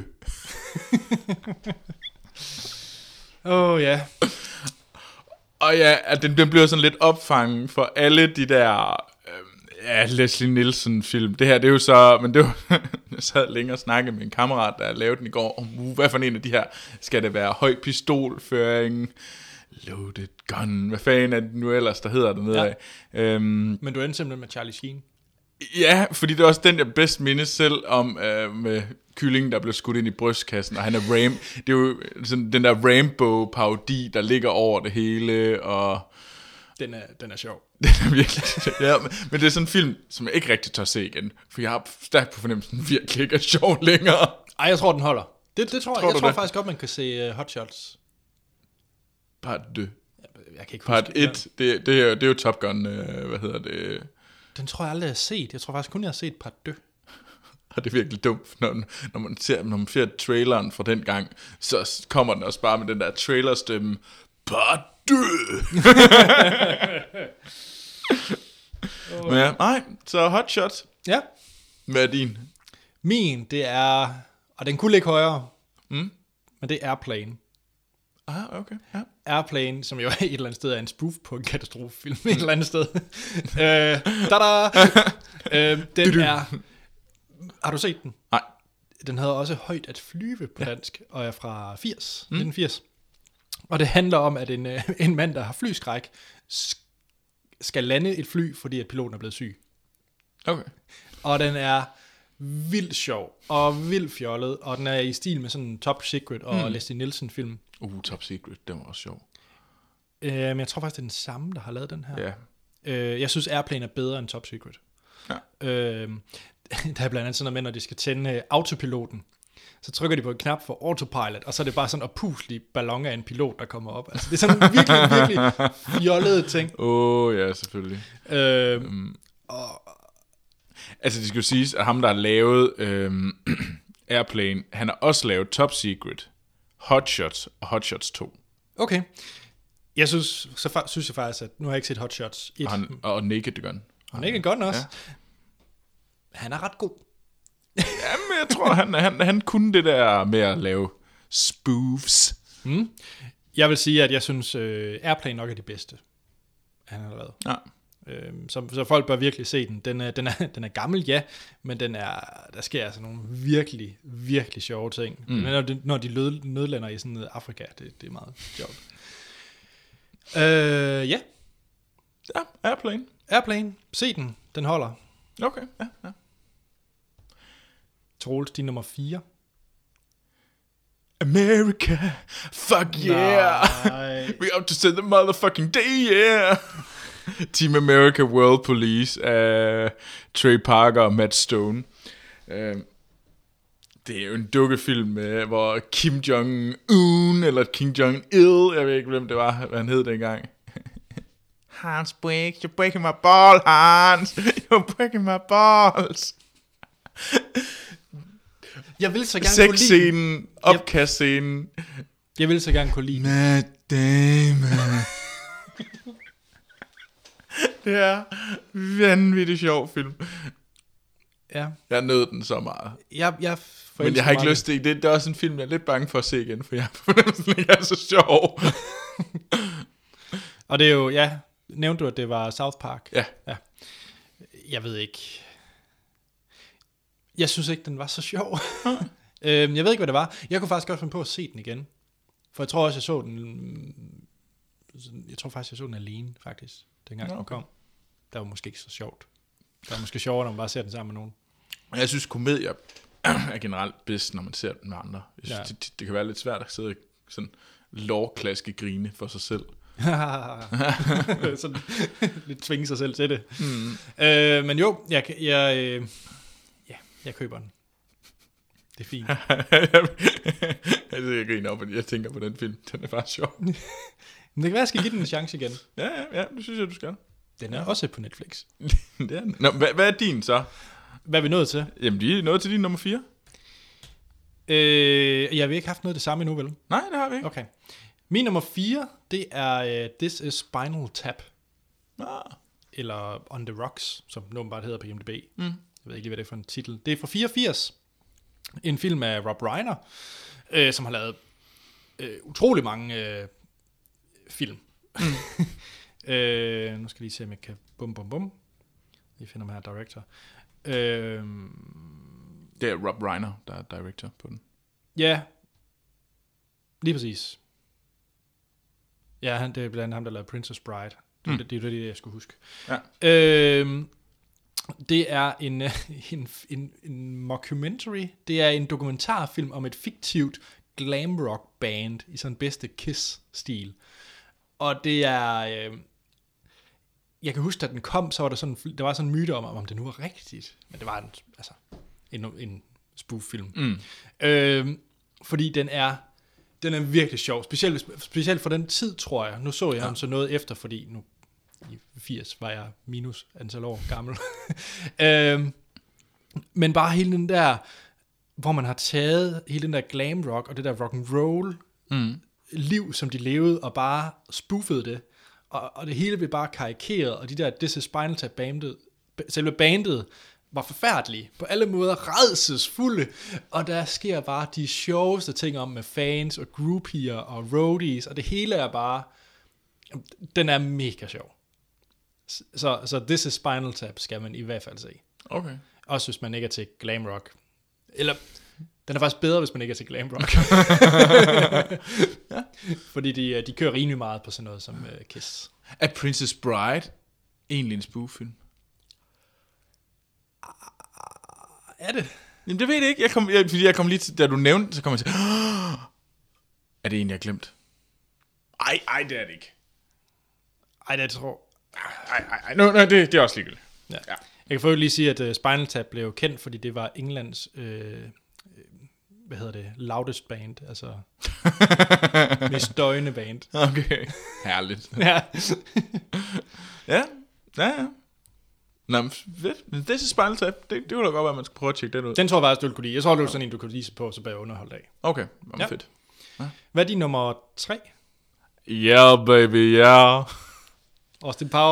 Ja. Og ja, at den bliver sådan lidt opfanget for alle de der Leslie Nielsen film. Det her, det er jo så, men det var, jeg sad længe og snakkede med en kammerat, der lavede den i går, om hvad for en af de her, skal det være høj pistolføring, loaded gun, hvad fanden er det nu ellers, der hedder det nedad. Ja. Men du endte simpelthen med Charlie Sheen. Ja, fordi det er også den, jeg bedst mindes selv om, med kyllingen, der blev skudt ind i brystkassen, og han er det er jo sådan, den der Rainbow-parodi, der ligger over det hele, og... Den er sjov. Den er virkelig ja, men det er sådan en film, som jeg ikke rigtig tør se igen, for jeg har stærkt på fornemmelsen, virkelig ikke er sjov længere. Ej, jeg tror, den holder. Det tror jeg. Jeg tror faktisk godt, man kan se Hot Shots. Part 2. Jeg kan ikke Part 1, det er jo Top Gun, hvad hedder det... Den tror jeg aldrig, jeg har set. Jeg tror faktisk kun, jeg har set Part 2. Og det er virkelig dumt, når man ser traileren fra den gang, så kommer den også bare med den der trailerstemme. Part 2! Men ja, nej, så Hot Shot. Ja. Hvad er din? Min, det er... Og den kunne ligge højere. Men det er Airplane. Okay. Ja. Airplane, som jo et eller andet sted er en spoof på en katastrofefilm et eller andet sted. Den er... Har du set den? Nej. Den havde også Højt at flyve på dansk, og er fra 1980. Og det handler om, at en mand, der har flyskræk, skal lande et fly, fordi at piloten er blevet syg. Okay. Og den er vildt sjov, og vildt fjollet, og den er i stil med sådan en Top Secret og Leslie Nielsen film. Top Secret, den var også sjov. Men jeg tror faktisk, det er den samme, der har lavet den her. Ja. Jeg synes, Airplane er bedre end Top Secret. Ja. Der er blandt andet sådan noget med, når de skal tænde autopiloten, så trykker de på en knap for autopilot, og så er det bare sådan en opuslig ballon af en pilot, der kommer op. Altså, det er sådan virkelig fjollede ting. Ja, selvfølgelig. Altså, det skal jo siges, at ham, der har lavet Airplane, han har også lavet Top Secret, Hot Shots og Hot Shots 2. Okay. Jeg synes jeg faktisk, at nu har jeg ikke set Hot Shots 1. Og Naked Gun. Og Naked Gun også. Ja. Han er ret god. Jamen, jeg tror, han kunne det der med at lave spoofs. Jeg vil sige, at jeg synes, Airplane nok er det bedste, han har lavet. Ja. Så folk bør virkelig se den. Den er gammel, ja, men der sker altså nogle virkelig, virkelig sjove ting. Når de nødlander i sådan Afrika, det er meget sjovt. Ja. Ja, Airplane. Se den. Den holder. Okay, ja. Troels, din nummer 4. America, fuck yeah. We up to send the motherfucking day, yeah. Team America World Police af Trey Parker og Matt Stone. Det er jo en dukkefilm, hvor Kim Jong-un, eller Kim Jong-il, jeg ved ikke, hvem det var, hvad han hed dengang. Hans, you're breaking my ball, Hans. You're breaking my balls. Jeg vil så gerne kunne lide sexscenen, opkastscenen. Jeg vil så gerne kunne lide Matt Damon. Det er vanvittigt sjov film. Ja. Jeg nød den så meget. Men jeg har ikke lyst til det er også en film, jeg er lidt bange for at se igen, for jeg fornemmelsen ikke er så sjov. Og det er jo, nævnte du, at det var South Park? Ja. Jeg ved ikke. Jeg synes ikke, den var så sjov. Jeg ved ikke, hvad det var. Jeg kunne faktisk godt finde på at se den igen. For jeg tror også, jeg så den... Jeg tror faktisk, jeg så den alene, faktisk. Dengang den kom. Det var måske ikke så sjovt. Det var måske sjovere, når man bare ser den sammen med nogen. Jeg synes, komedier er generelt bedst, når man ser den med andre. Jeg synes, det kan være lidt svært at sidde sådan lårklaske grine for sig selv. Sådan lidt tvinge sig selv til det. Men jo, jeg køber den. Det er fint. Jeg griner op, at jeg tænker på den film. Den er bare sjov. Men det kan være, jeg skal give den en chance igen. Ja, det synes jeg, du skal. Den er også på Netflix. Det er den. Nå, hvad er din så? Hvad er vi nået til? Jamen, vi er nået til din nummer 4. Jeg har ikke haft noget det samme endnu, vel? Nej, det har vi ikke. Okay. Min nummer 4, det er This is Spinal Tap. Eller On the Rocks, som den bare hedder på IMDb. Jeg ved ikke lige, hvad det er for en titel. Det er fra 84. En film af Rob Reiner, som har lavet utrolig mange film. Nu skal jeg lige se, om jeg kan bum. Jeg finder mig her director. Det er Rob Reiner, der er director på den. Ja, lige præcis. Ja, det er blandt andet ham, der lavede Princess Bride. Det er det, jeg skulle huske. Ja. Det er en mockumentary. Det er en dokumentarfilm om et fiktivt glam rock band i sådan bedste Kiss-stil. Og det er... jeg kan huske, at den kom, så var der var sådan en myte om det nu var rigtigt. Men det var en spoof-film. Fordi den er virkelig sjov. Specielt for den tid, tror jeg. Nu så jeg ham så noget efter, fordi nu i 80 var jeg minus antal år gammel. Men bare hele den der, hvor man har taget hele den der glam rock og det der rock and roll liv, som de levede, og bare spoofede det. Og det hele blev bare karikeret, og de der This is Spinal Tap bandet, selve bandet, var forfærdelige, på alle måder rædselsfulde, og der sker bare de sjoveste ting om med fans og groupier og roadies, og det hele er bare, den er mega sjov. Så This is Spinal Tap skal man i hvert fald se. Okay. Også hvis man ikke er til glam rock. Eller, den er faktisk bedre, hvis man ikke er til glam rock. Ja. Fordi de kører rimelig meget på sådan noget som Kiss. Er Princess Bride egentlig en spoof-film? Er det? Jamen, det ved jeg ikke. Fordi jeg kom lige til, da du nævnte, så kom jeg til, er det en, jeg har glemt? Ej, det er det ikke. Ej, det tror Nej, det er også ligegyldigt. Ja. Jeg kan for lige sige, at Spinal Tap blev kendt, fordi det var Englands loudest band, altså mest støjende band. Okay, herligt. Ja. Ja. Nå, fedt. Men det er Spinal Tap. Det kunne da godt være, at man skulle prøve at tjekke den ud. Den tror jeg faktisk, du kunne lide. Jeg tror, det var sådan en, du kunne lide på, så bare underholdt af. Okay, fedt. Ja. Hvad er din nummer 3? Yeah, baby, yeah. Austin Powers.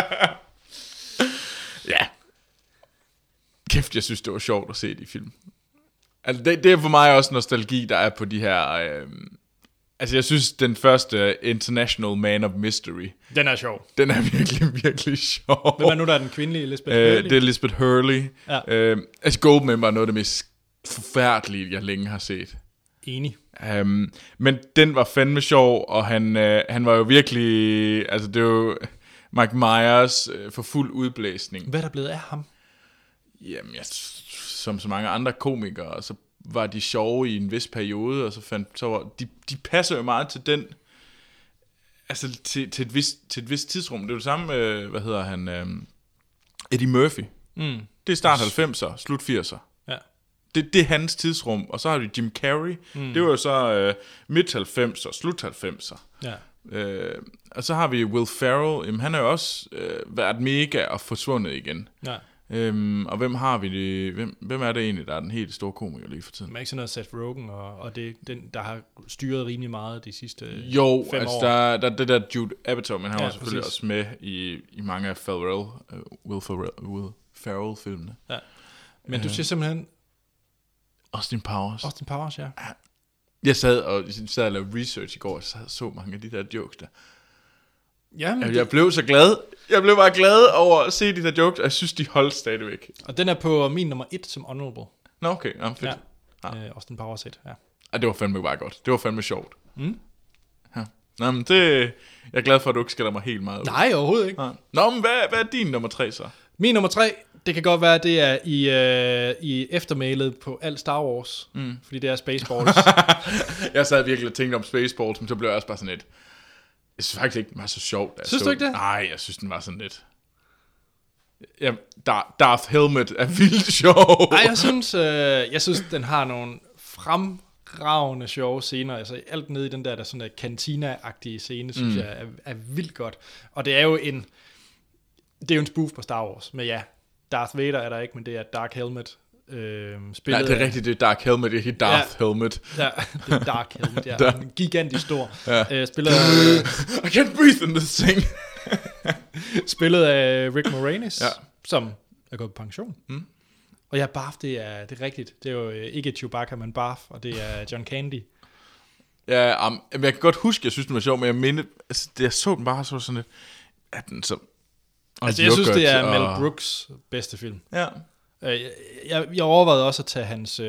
Ja. Kæft, jeg synes, det var sjovt at se de film. Altså, det er for mig også nostalgi, der er på de her Altså, jeg synes, den første International Man of Mystery... Den er sjov. Den er virkelig, virkelig sjov. Hvem er nu, der er den kvindelige Elizabeth Hurley? Det er Elizabeth Hurley. Ja. Altså, Goldmember er noget af det mest forfærdelige, jeg længe har set. Enig. Men den var fandme sjov, og han var jo virkelig... Altså, det er jo Mike Myers for fuld udblæsning. Hvad er der blevet af ham? Jamen, som så mange andre komikere, så var de sjove i en vis periode, og de passer jo meget til den, altså til et vist tidsrum. Det er jo det samme, hvad hedder han, Eddie Murphy. Det er start 90'er, slut 80'er. Ja. Det er hans tidsrum, og så har vi Jim Carrey. Det var jo så midt 90'er, slut 90'er. Ja. Og så har vi Will Ferrell. Jamen, han har jo også været mega og forsvundet igen. Ja. Og hvem har vi det? Hvem er det egentlig, der er den helt store komiker lige for tiden? Man ikke sådan noget Seth Rogen, og det er den, der har styret rimelig meget de sidste 5 altså år. der er det der Jude Apatow, men han var selvfølgelig præcis. også med i mange af Will Ferrell-filmene. Ja. Men du siger simpelthen... Austin Powers. Austin Powers, ja. Jeg sad og lavede research i går, og så mange af de der jokes der. Jamen, jeg blev så glad. Jeg blev bare glad over at se de der jokes, og jeg synes, de holdt stadigvæk. Og den er på min nummer 1 som honorable. Nå, okay. Ja, fedt. Ja. Austin Powers 1, ja. Det var fandme bare godt. Det var fandme sjovt. Ja. Nå, men jeg er glad for, at du ikke skælder mig helt meget ud. Nej, overhovedet ikke. Ja. Nå, men hvad er din nummer 3 så? Min nummer 3, det kan godt være, at det er i eftermailet på alt Star Wars. Fordi det er Spaceballs. Jeg sad virkelig og tænkte om Spaceballs, men så blev jeg også bare sådan lidt... Jeg synes faktisk ikke, den var så sjov. Synes du ikke det? Nej, jeg synes, den var sådan lidt... Ja, Darth Helmet er vildt sjov. Nej, jeg synes, den har nogle fremragende sjove scener. Altså alt nede i den der sådan der cantina-agtige scene, synes jeg er vildt godt. Og det er jo en spoof på Star Wars. Men ja, Darth Vader er der ikke, men det er Dark Helmet. Ja, det er rigtigt, det er Dark Helmet, det er ikke Darth Helmet. Ja, det er Dark Helmet, ja. Gigantisk stor. Ja. Spillet I can't breathe in this thing. Spillet af Rick Moranis, ja. som er gået på pension. Og ja, Barf, det er rigtigt. Det er jo ikke Chewbacca, men Barf, og det er John Candy. Ja, jeg kan godt huske, jeg synes, den var sjov, men jeg mener, altså, jeg så den bare sådan lidt, at den så... Altså, jeg synes, det er Mel Brooks bedste film. Ja. Jeg overvejede også at tage hans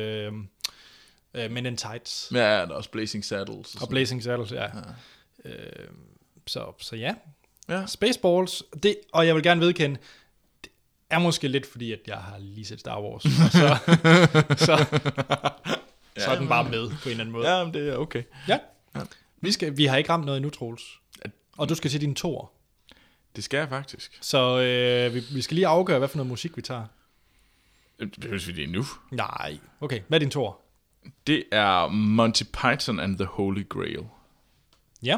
Men in Tights. Ja, der er også Blazing Saddles. Og Blazing Saddles, ja. Så ja. Spaceballs, og jeg vil gerne vedkende, det er måske lidt fordi, at jeg har lige set Star Wars. Så er den bare med på en eller anden måde. Ja, men det er okay. Ja. Vi har ikke ramt noget endnu, Troels. Og du skal se din toer. Det skal jeg faktisk. Så vi skal lige afgøre, hvad for noget musik vi tager. Behøver vi det nu? Nej. Okay, hvad er din toer? Det er Monty Python and the Holy Grail. Ja.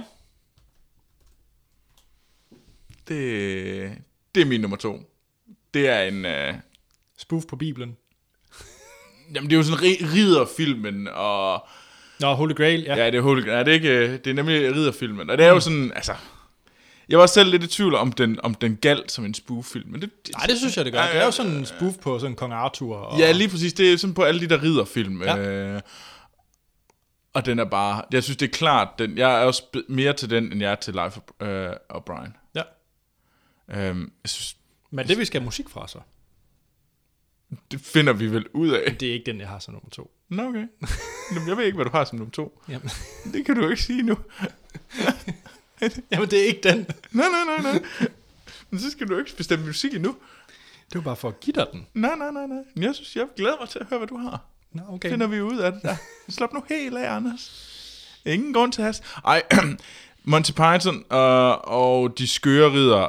Det er min nummer 2. Det er en... spoof på Bibelen. Jamen, det er jo sådan ridderfilmen, og... Nå, Holy Grail, ja. Ja, det er Holy Grail. Det er nemlig ridderfilmen, og det er jo sådan, altså... Jeg var selv lidt i tvivl om den galt som en spoof-film. Men nej, det synes jeg, det gør. Det er jo sådan en spoof på sådan Kong Arthur. Og... Ja, lige præcis. Det er sådan på alle de der ridderfilm. Ja. Og den er bare... Jeg synes, det er klart... jeg er også mere til den, end jeg er til Life of Brian. Ja. Jeg synes, men det vi skal have musik fra, så? Det finder vi vel ud af. Det er ikke den, jeg har som nummer 2. Nå, okay. Jeg ved ikke, hvad du har som nummer 2. Jamen. Det kan du ikke sige nu. Jamen, det er ikke den. Nej. Men så skal du ikke bestemme musik endnu. Det var bare for at give dig den. Nej. Jeg synes, jeg glæder mig til at høre, hvad du har. Nå, okay. Finder vi ud af det. Ja. Slap nu helt af, Anders. Ingen grund til hast. Ej, Monty Python og de skøre ridder.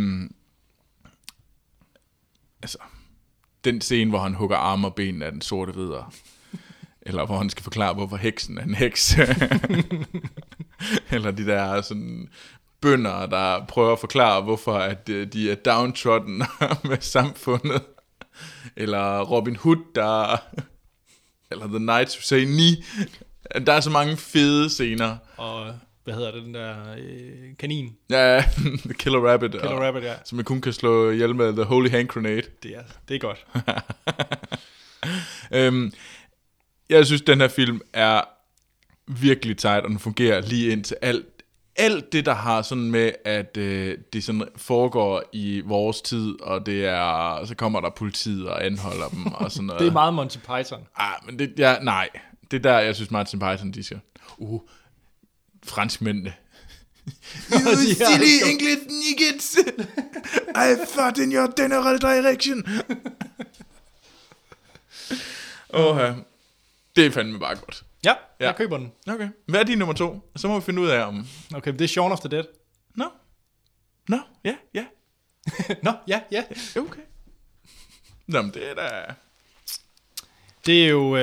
Altså, den scene, hvor han hugger arme og ben af den sorte ridder. Eller hvor han skal forklare, hvorfor heksen er en heks. Eller de der sådan bønder, der prøver at forklare, hvorfor at de er downtrodden med samfundet. Eller Robin Hood, eller The Knights Who Say Ni. Der er så mange fede scener. Og hvad hedder det, den der kanin? Ja, The Killer Rabbit. Rabbit, ja. Som man kun kan slå ihjel med The Holy Hand Grenade. Det er godt. Jeg synes, den her film er virkelig tight, og den fungerer lige ind til alt det, der har sådan med, at det sådan foregår i vores tid, og så kommer der politiet og anholder dem, og sådan noget. Det er meget Monty Python. Men det, nej. Det der, jeg synes, Monty Python, de siger, franskmændene. You silly English niggas! I fought in your general direction. Det er fandme bare godt. Ja, jeg køber den. Okay. Hvad er din nummer 2? Så må vi finde ud af om... Okay, det er Shaun of the Dead. Nå, ja. Nå, ja. Okay. Nå, men det er da... Det er jo...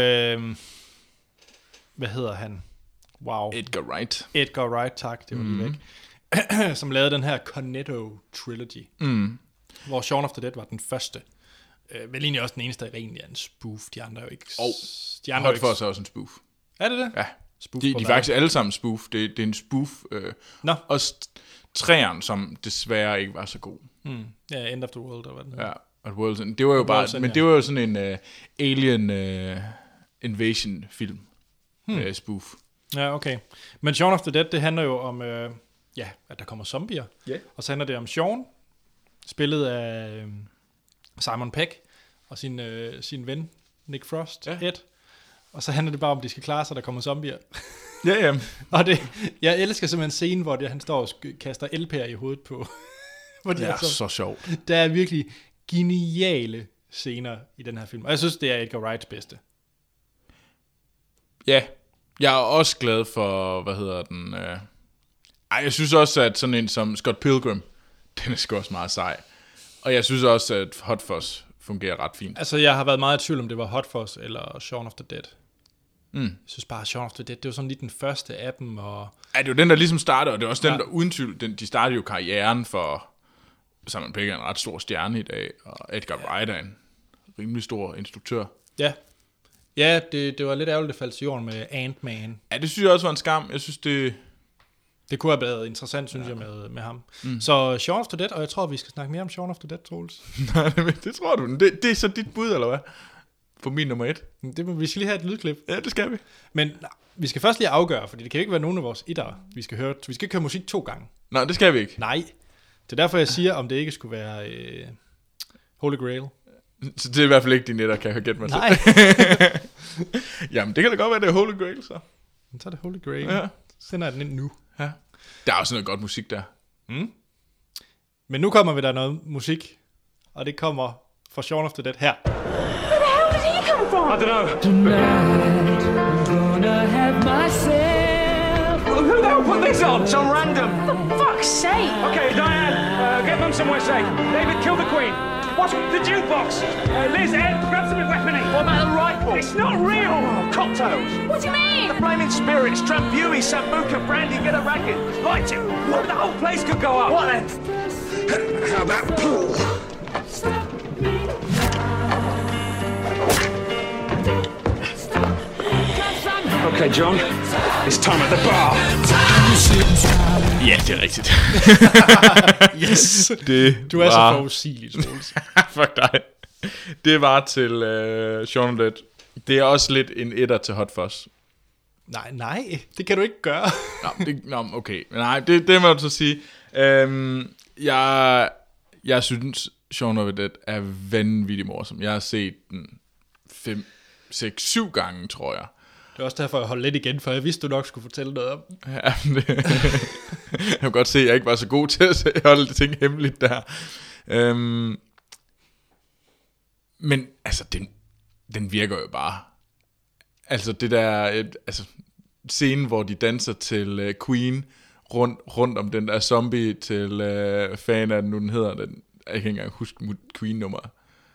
hvad hedder han? Wow. Edgar Wright, tak. Det var lige væk. Som lavede den her Cornetto-trilogy. Hvor Shaun of the Dead var den første. Vel egentlig også den eneste, der egentlig er en spoof. De andre er jo ikke... Hot Fuzz er også en spoof. Er det? Ja. De er faktisk alle sammen spoof. Det er en spoof. Også træerne, som desværre ikke var så god. Ja, End of the World. Der var den. Ja, det var jo bare... Men det var jo sådan en alien invasion film. Spoof. Ja, okay. Men Shaun of the Dead, det handler jo om, at der kommer zombier. Yeah. Og så handler det om Shaun, spillet af Simon Pegg, og sin ven, Nick Frost, Ed. Og så handler det bare om, at de skal klare sig, der kommer zombier. Ja. Og jeg elsker simpelthen scenen, hvor han står og kaster LP'er i hovedet på. Det er så sjovt. Der er virkelig geniale scener i den her film. Og jeg synes, det er Edgar Wrights bedste. Ja, jeg er også glad for, jeg synes også, at sådan en som Scott Pilgrim, den er sgu også meget sej. Og jeg synes også, at Hot Fuzz fungerer ret fint. Altså, jeg har været meget i tvivl, om det var Hot Fuzz eller Shaun of the Dead. Jeg synes bare, Shaun of the Dead, det var sådan lige den første af dem. Og... Ja, det var den, der ligesom startede, og det er også den, der uden tvivl, de startede jo karrieren for Simon Pegg er en ret stor stjerne i dag, og Edgar Wright er en rimelig stor instruktør. Ja, det var lidt ærgerligt, det faldt til jorden med Ant-Man. Ja, det synes jeg også var en skam. Jeg synes, det kunne have været interessant, synes jeg, med ham. Så Shaun of the Dead, og jeg tror, vi skal snakke mere om Shaun of the Dead, Troels. Nej, det tror du. Det er så dit bud, eller hvad? For min nummer 1. Vi skal lige have et lydklip. Ja, det skal vi. Men vi skal først lige afgøre, fordi det kan ikke være nogen af vores etter, vi skal høre. Vi skal ikke høre musik 2 gange. Nej, det skal vi ikke. Nej. Det er derfor, jeg siger, om det ikke skulle være Holy Grail. Så det er i hvert fald ikke din etter, kan jeg gætte mig til. Nej. Jamen, det kan da godt være, det er Holy Grail, så. Så er det Holy Grail. Ja. Sender jeg den ind nu. Ja. Der er også noget godt musik der. Men nu kommer vi der noget musik, og det kommer fra Shaun of the Dead her. I don't know. Tonight, I'm gonna have myself. Who the hell put this on? Some random. For fuck's sake. Okay, Diane, get them somewhere safe. David, kill the Queen. What's the jukebox? Liz, Ed, grab something weapony. What about the rifle? It's not real. Cocktails. What do you mean? The flaming spirits, Drambuie, Sambuca, brandy, get a racket. Light it. What, the whole place could go up. What then? How about pool? Okay, John. It's time at the bar. Ja, det er rigtigt. Yes. Du er så forudsigelig, Troels. Fuck dig. Det var til Shaun of the Dead. Det er også lidt en etter til Hot Fuzz. Nej, det kan du ikke gøre. Okay. Nej, det må du så sige. Jeg synes, Shaun of the Dead er vanvittig morsom. Jeg har set den 5, 6, 7 gange, tror jeg. Det er også derfor, jeg holdt lidt igen, for jeg vidste, du nok skulle fortælle noget om. Ja, jeg kan godt se, at jeg ikke var så god til at holde det ting hemmeligt der. Men altså, den virker jo bare. Altså det der, scenen, hvor de danser til Queen rundt om den der zombie til fan af den, nu den hedder den. Jeg kan ikke engang huske Queen-nummeret.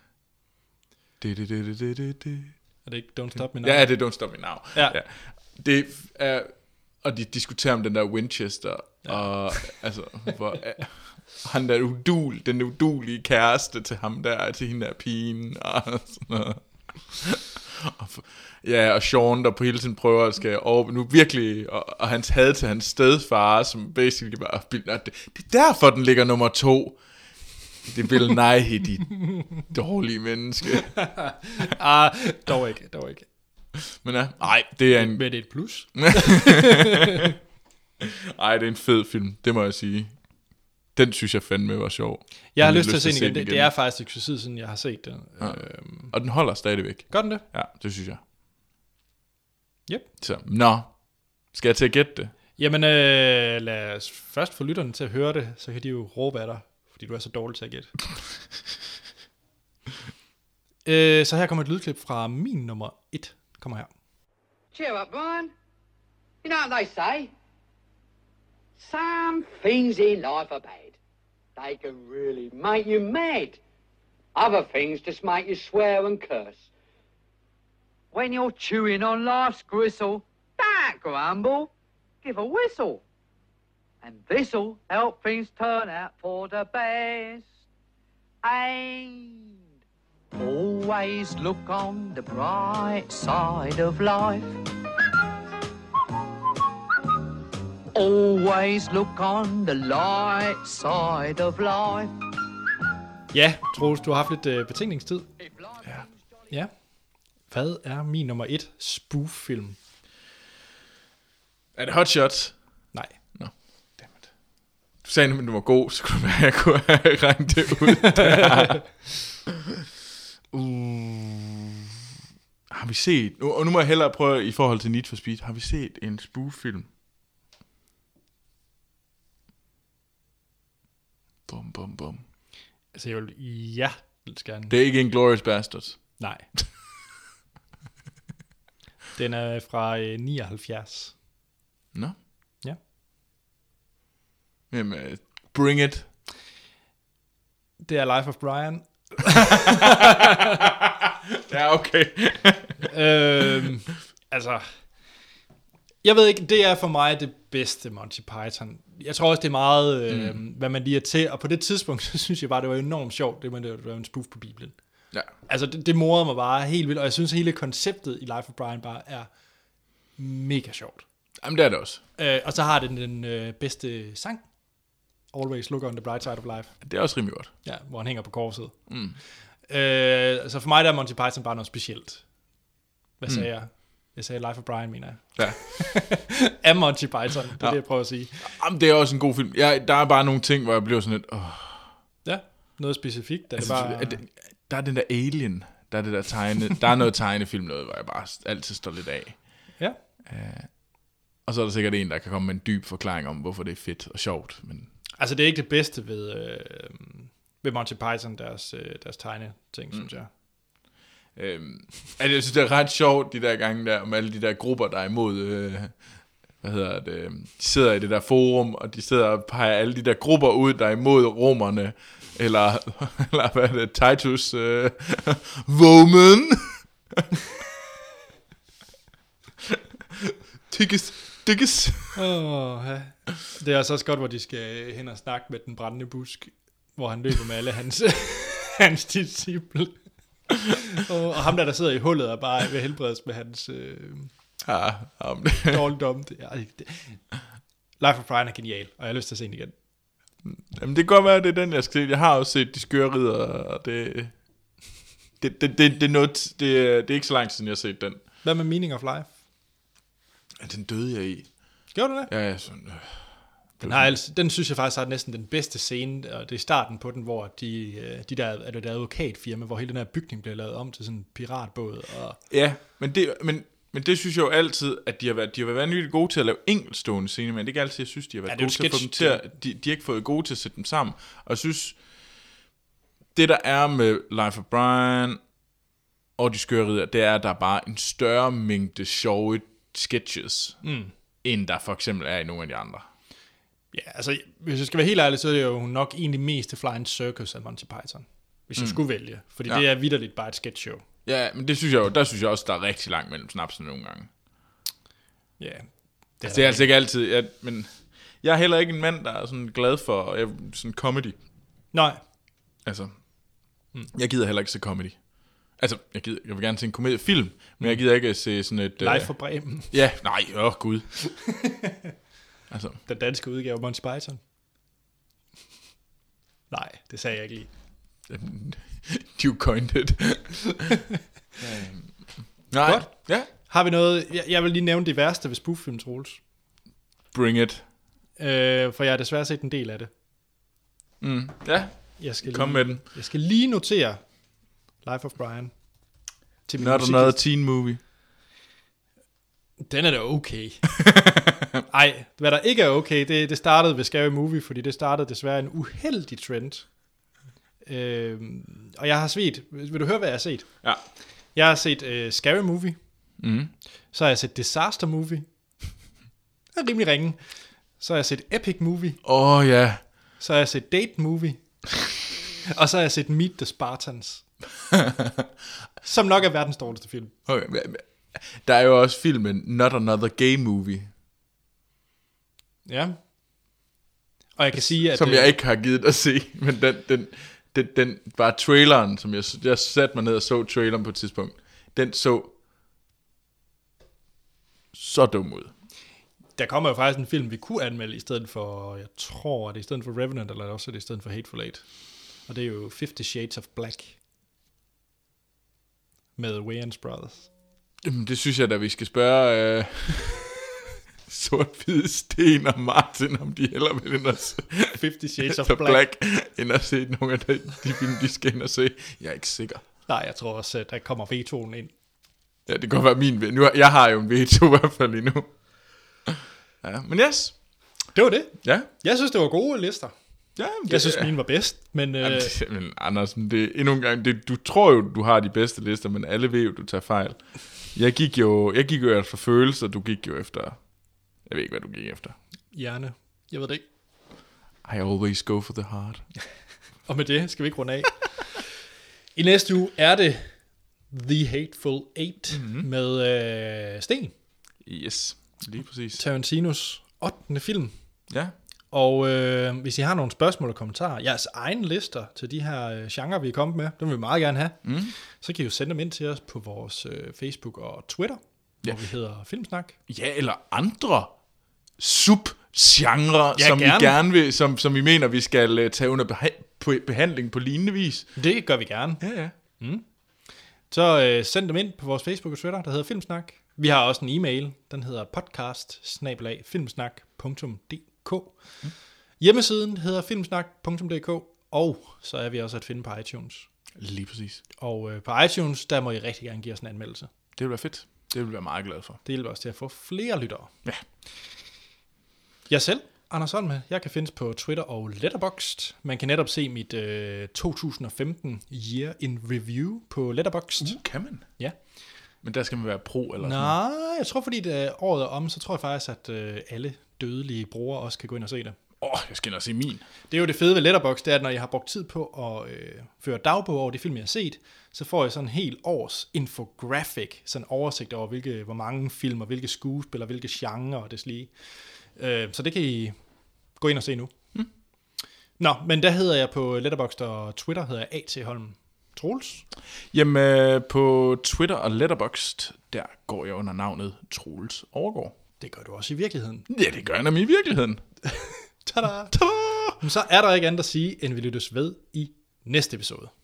Er det ikke Don't Stop Me Now? Ja, det er Don't Stop Me Now. Ja. Det er, og de diskuterer om den der Winchester, og altså, hvor han der den udulige kæreste til ham der, til hende der pigen, og sådan noget. Og Shaun, der på hele tiden prøver at skal over, nu virkelig, og hans had til hans stedfar, som basically bare, det er derfor, den ligger nummer 2. Det vil nej, dit dårlige menneske. Dog ikke. Men nej, det er en... Men det er et plus. Ej, det er en fed film, det må jeg sige. Den synes jeg fandme var sjov. Jeg har lyst til at se den igen. Det er faktisk ikke så tid siden, jeg har set den. Ja. Og den holder stadigvæk. Gør den det? Ja, det synes jeg. Yep. Så, skal jeg til at gætte det? Jamen, lad os først få lytterne til at høre det, så kan de jo råbe af dig, fordi du er så dårlig til at gætte. Så her kommer et lydklip fra min nummer 1. Kommer her. Cheer up, Brian. You know what they say? Some things in life are bad. They can really make you mad. Other things just make you swear and curse. When you're chewing on life's gristle, don't grumble, give a whistle. And this'll help things turn out for the best. And always look on the bright side of life. Always look on the light side of life. Ja, Troels, du har haft lidt betænkningstid. Ja. Hvad er min nummer 1 spoof-film? Er det Hot Shots? Nej. Nå, dammit. Du sagde, at du var god, så kunne jeg kunne have regnet det ud. Har vi set... Og nu må jeg hellere prøve i forhold til Need for Speed. Har vi set en spoof-film? Bum, bum, bum. Altså, jeg vil hjertelig gerne. Det er ikke Inglourious Basterds. Nej. Den er fra 79. Nå. Ja. Jamen, bring it. Det er Life of Brian. Ja, okay. Altså, jeg ved ikke, det er for mig det bedste Monty Python. Jeg tror også, det er meget, hvad man lige er til. Og på det tidspunkt, så synes jeg bare, det var enormt sjovt, det var en spoof på Bibelen. Ja. Altså, det morede mig bare helt vildt. Og jeg synes, hele konceptet i Life of Brian bare er mega sjovt. Jamen, det er det også. Og så har den bedste sang. Always Look on the Bright Side of Life. Det er også rimelig godt. Ja, hvor han hænger på korset. Så for mig der er Monty Python bare noget specielt. Hvad sagde jeg? Jeg sagde Life of Brian, mener jeg. Ja. Af Monty Python, det er det, jeg prøver at sige. Jamen, det er også en god film. Der er bare nogle ting, hvor jeg bliver sådan lidt... Ja, noget specifikt. Altså, der er den der Alien. Der er det der der er noget tegnefilm, noget, hvor jeg bare altid står lidt af. Ja. Og så er der sikkert en, der kan komme med en dyb forklaring om, hvorfor det er fedt og sjovt. Men... Altså, det er ikke det bedste ved Monty Python, deres tegneting, synes jeg. Jeg synes, det er ret sjovt, de der gange der, om alle de der grupper, der er imod... de sidder i det der forum, og de sidder og peger alle de der grupper ud, der er imod romerne, eller hvad er det, Titus Woman. Dikkes. Ja. Det er også godt, hvor de skal hen og snakke med den brændende busk, hvor han løber med alle hans disciple. Og ham der sidder i hullet og bare vil helbredes med hans dårligdom. Life of Brian er genial, og jeg har lyst til at se den igen. Jamen, det kan godt være, at det er den, jeg skal se. Jeg har også set De Skøre Riddere, og det er ikke så lang tid siden, jeg har set den. Hvad med Meaning of Life? Ja, den døde jeg i. Gjorde du det? Ja, sådan... Den synes jeg faktisk er næsten den bedste scene, og det er starten på den, hvor de der advokatfirma, hvor hele den her bygning bliver lavet om til sådan en piratbåd. Og... Ja, men det synes jeg jo altid, at de har været vanvittigt gode til at lave enkeltstående scener, men det er ikke altid, jeg synes, de har været gode til at få dem til at... De har ikke fået gode til at sætte dem sammen, og jeg synes, det der er med Life of Brian og De Skøre Riddere, det er, at der er bare en større mængde sjove sketches, end der for eksempel er i nogle af de andre. Ja, altså, hvis jeg skal være helt ærlig, så er det jo nok egentlig mest Flying Circus af Monty Python, hvis jeg skulle vælge, fordi det er vitterligt bare et sketchshow. Ja, men det synes jeg jo, der synes jeg også, der er rigtig langt mellem snapsene nogle gange. Ja. Det er altså ikke altid, men jeg er heller ikke en mand, der er sådan glad for sådan comedy. Nej. Altså, jeg gider heller ikke se comedy. Altså, jeg vil gerne se en komediefilm, men jeg gider ikke se sådan et... Live for Bremen. Ja, nej, gud. Altså. Den danske udgave af Monty Python. Nej, det sagde jeg ikke lige. You coined it. Nej. Godt. Ja. Har vi noget... Jeg vil lige nævne det værste ved spoof-film, Troels. Bring it. For jeg har desværre set en del af det. Ja, kom med den. Jeg skal lige notere Life of Brian. Not another teen movie. Den er da okay. Ej, hvad der ikke er okay, det startede ved Scary Movie, fordi det startede desværre en uheldig trend. Og jeg har set... Vil du høre, hvad jeg har set? Ja. Jeg har set Scary Movie. Så har jeg set Disaster Movie. Det er rimelig ringe. Så har jeg set Epic Movie. Ja. Så har jeg set Date Movie. Og så har jeg set Meet the Spartans. Som nok er verdens dårligste film. Okay. Der er jo også filmen Not Another Gay Movie. Ja. Og jeg kan sige, at... Som jeg ikke har givet at se, men den var traileren, som jeg satte mig ned og så traileren på et tidspunkt. Den så dum ud. Der kommer jo faktisk en film, vi kunne anmelde i stedet for, jeg tror, det er i stedet for Revenant, eller også er det i stedet for Hateful Eight. Og det er jo 50 Shades of Black. Med Wayans Brothers. Jamen, det synes jeg da, vi skal spørge Sort-Hvide Sten og Martin, om de hellere vil ind og se 50 Shades of Black, end at se nogle af de film, de skal ind og se. Jeg er ikke sikker. Nej, jeg tror også, at der kommer vetoen ind. Ja, det kan være min. Jeg har jo en veto i hvert fald endnu. Ja, men yes. Det var det. Ja. Jeg synes, det var gode lister. Ja, jeg synes, mine var bedst. Men, men Andersen, det endnu en gang, du tror jo, du har de bedste lister, men alle ved jo, du tager fejl. Jeg gik jo efter følelser, du gik jo efter... Jeg ved ikke, hvad du gik efter. Hjerne. Jeg ved det ikke. I always go for the heart. Og med det skal vi ikke runde af. I næste uge er det The Hateful Eight med Sten. Yes, lige præcis. Tarantinos 8. film. Ja. Og hvis I har nogle spørgsmål og kommentarer, jeres egne lister til de her genre, vi er kommet med, dem vil vi meget gerne have, så kan I jo sende dem ind til os på vores Facebook og Twitter, hvor vi hedder Filmsnak. Ja, eller andre subgenre, som gerne. vi gerne vil, som vi mener, vi skal tage under behandling på lignende vis. Det gør vi gerne. Ja. Så send dem ind på vores Facebook og Twitter, der hedder Filmsnak. Vi har også en e-mail, den hedder podcast@filmsnak.dk. Hjemmesiden hedder filmsnak.dk, og så er vi også at finde på iTunes. Lige præcis. Og på iTunes, der må I rigtig gerne give os en anmeldelse. Det vil være fedt. Det vil vi være meget glad for. Det hjælper os til at få flere lyttere. Ja. Jeg selv, Anders Holme, jeg kan findes på Twitter og Letterboxd. Man kan netop se mit 2015 Year in Review på Letterboxd. Kan man? Ja. Men der skal man være pro eller sådan noget? Nej, jeg tror fordi det året er om, så tror jeg faktisk, at alle dødelige brugere også kan gå ind og se det. Jeg skal ind og se min. Det er jo det fede ved Letterboxd, det er, at når jeg har brugt tid på at føre dagbog over de film, jeg har set, så får jeg sådan en hel års infographic, sådan en oversigt over, hvor mange film, og hvilke skuespillere, hvilke genre og deslige. Så det kan I gå ind og se nu. Nå, men der hedder jeg på Letterboxd og Twitter, hedder jeg A.T. Holm. Troels? Jamen, på Twitter og Letterboxd, der går jeg under navnet Troels Overgaard. Det gør du også i virkeligheden. Ja, det gør jeg nemlig i virkeligheden. Tada! Så er der ikke andet at sige, end vi lyttes ved i næste episode.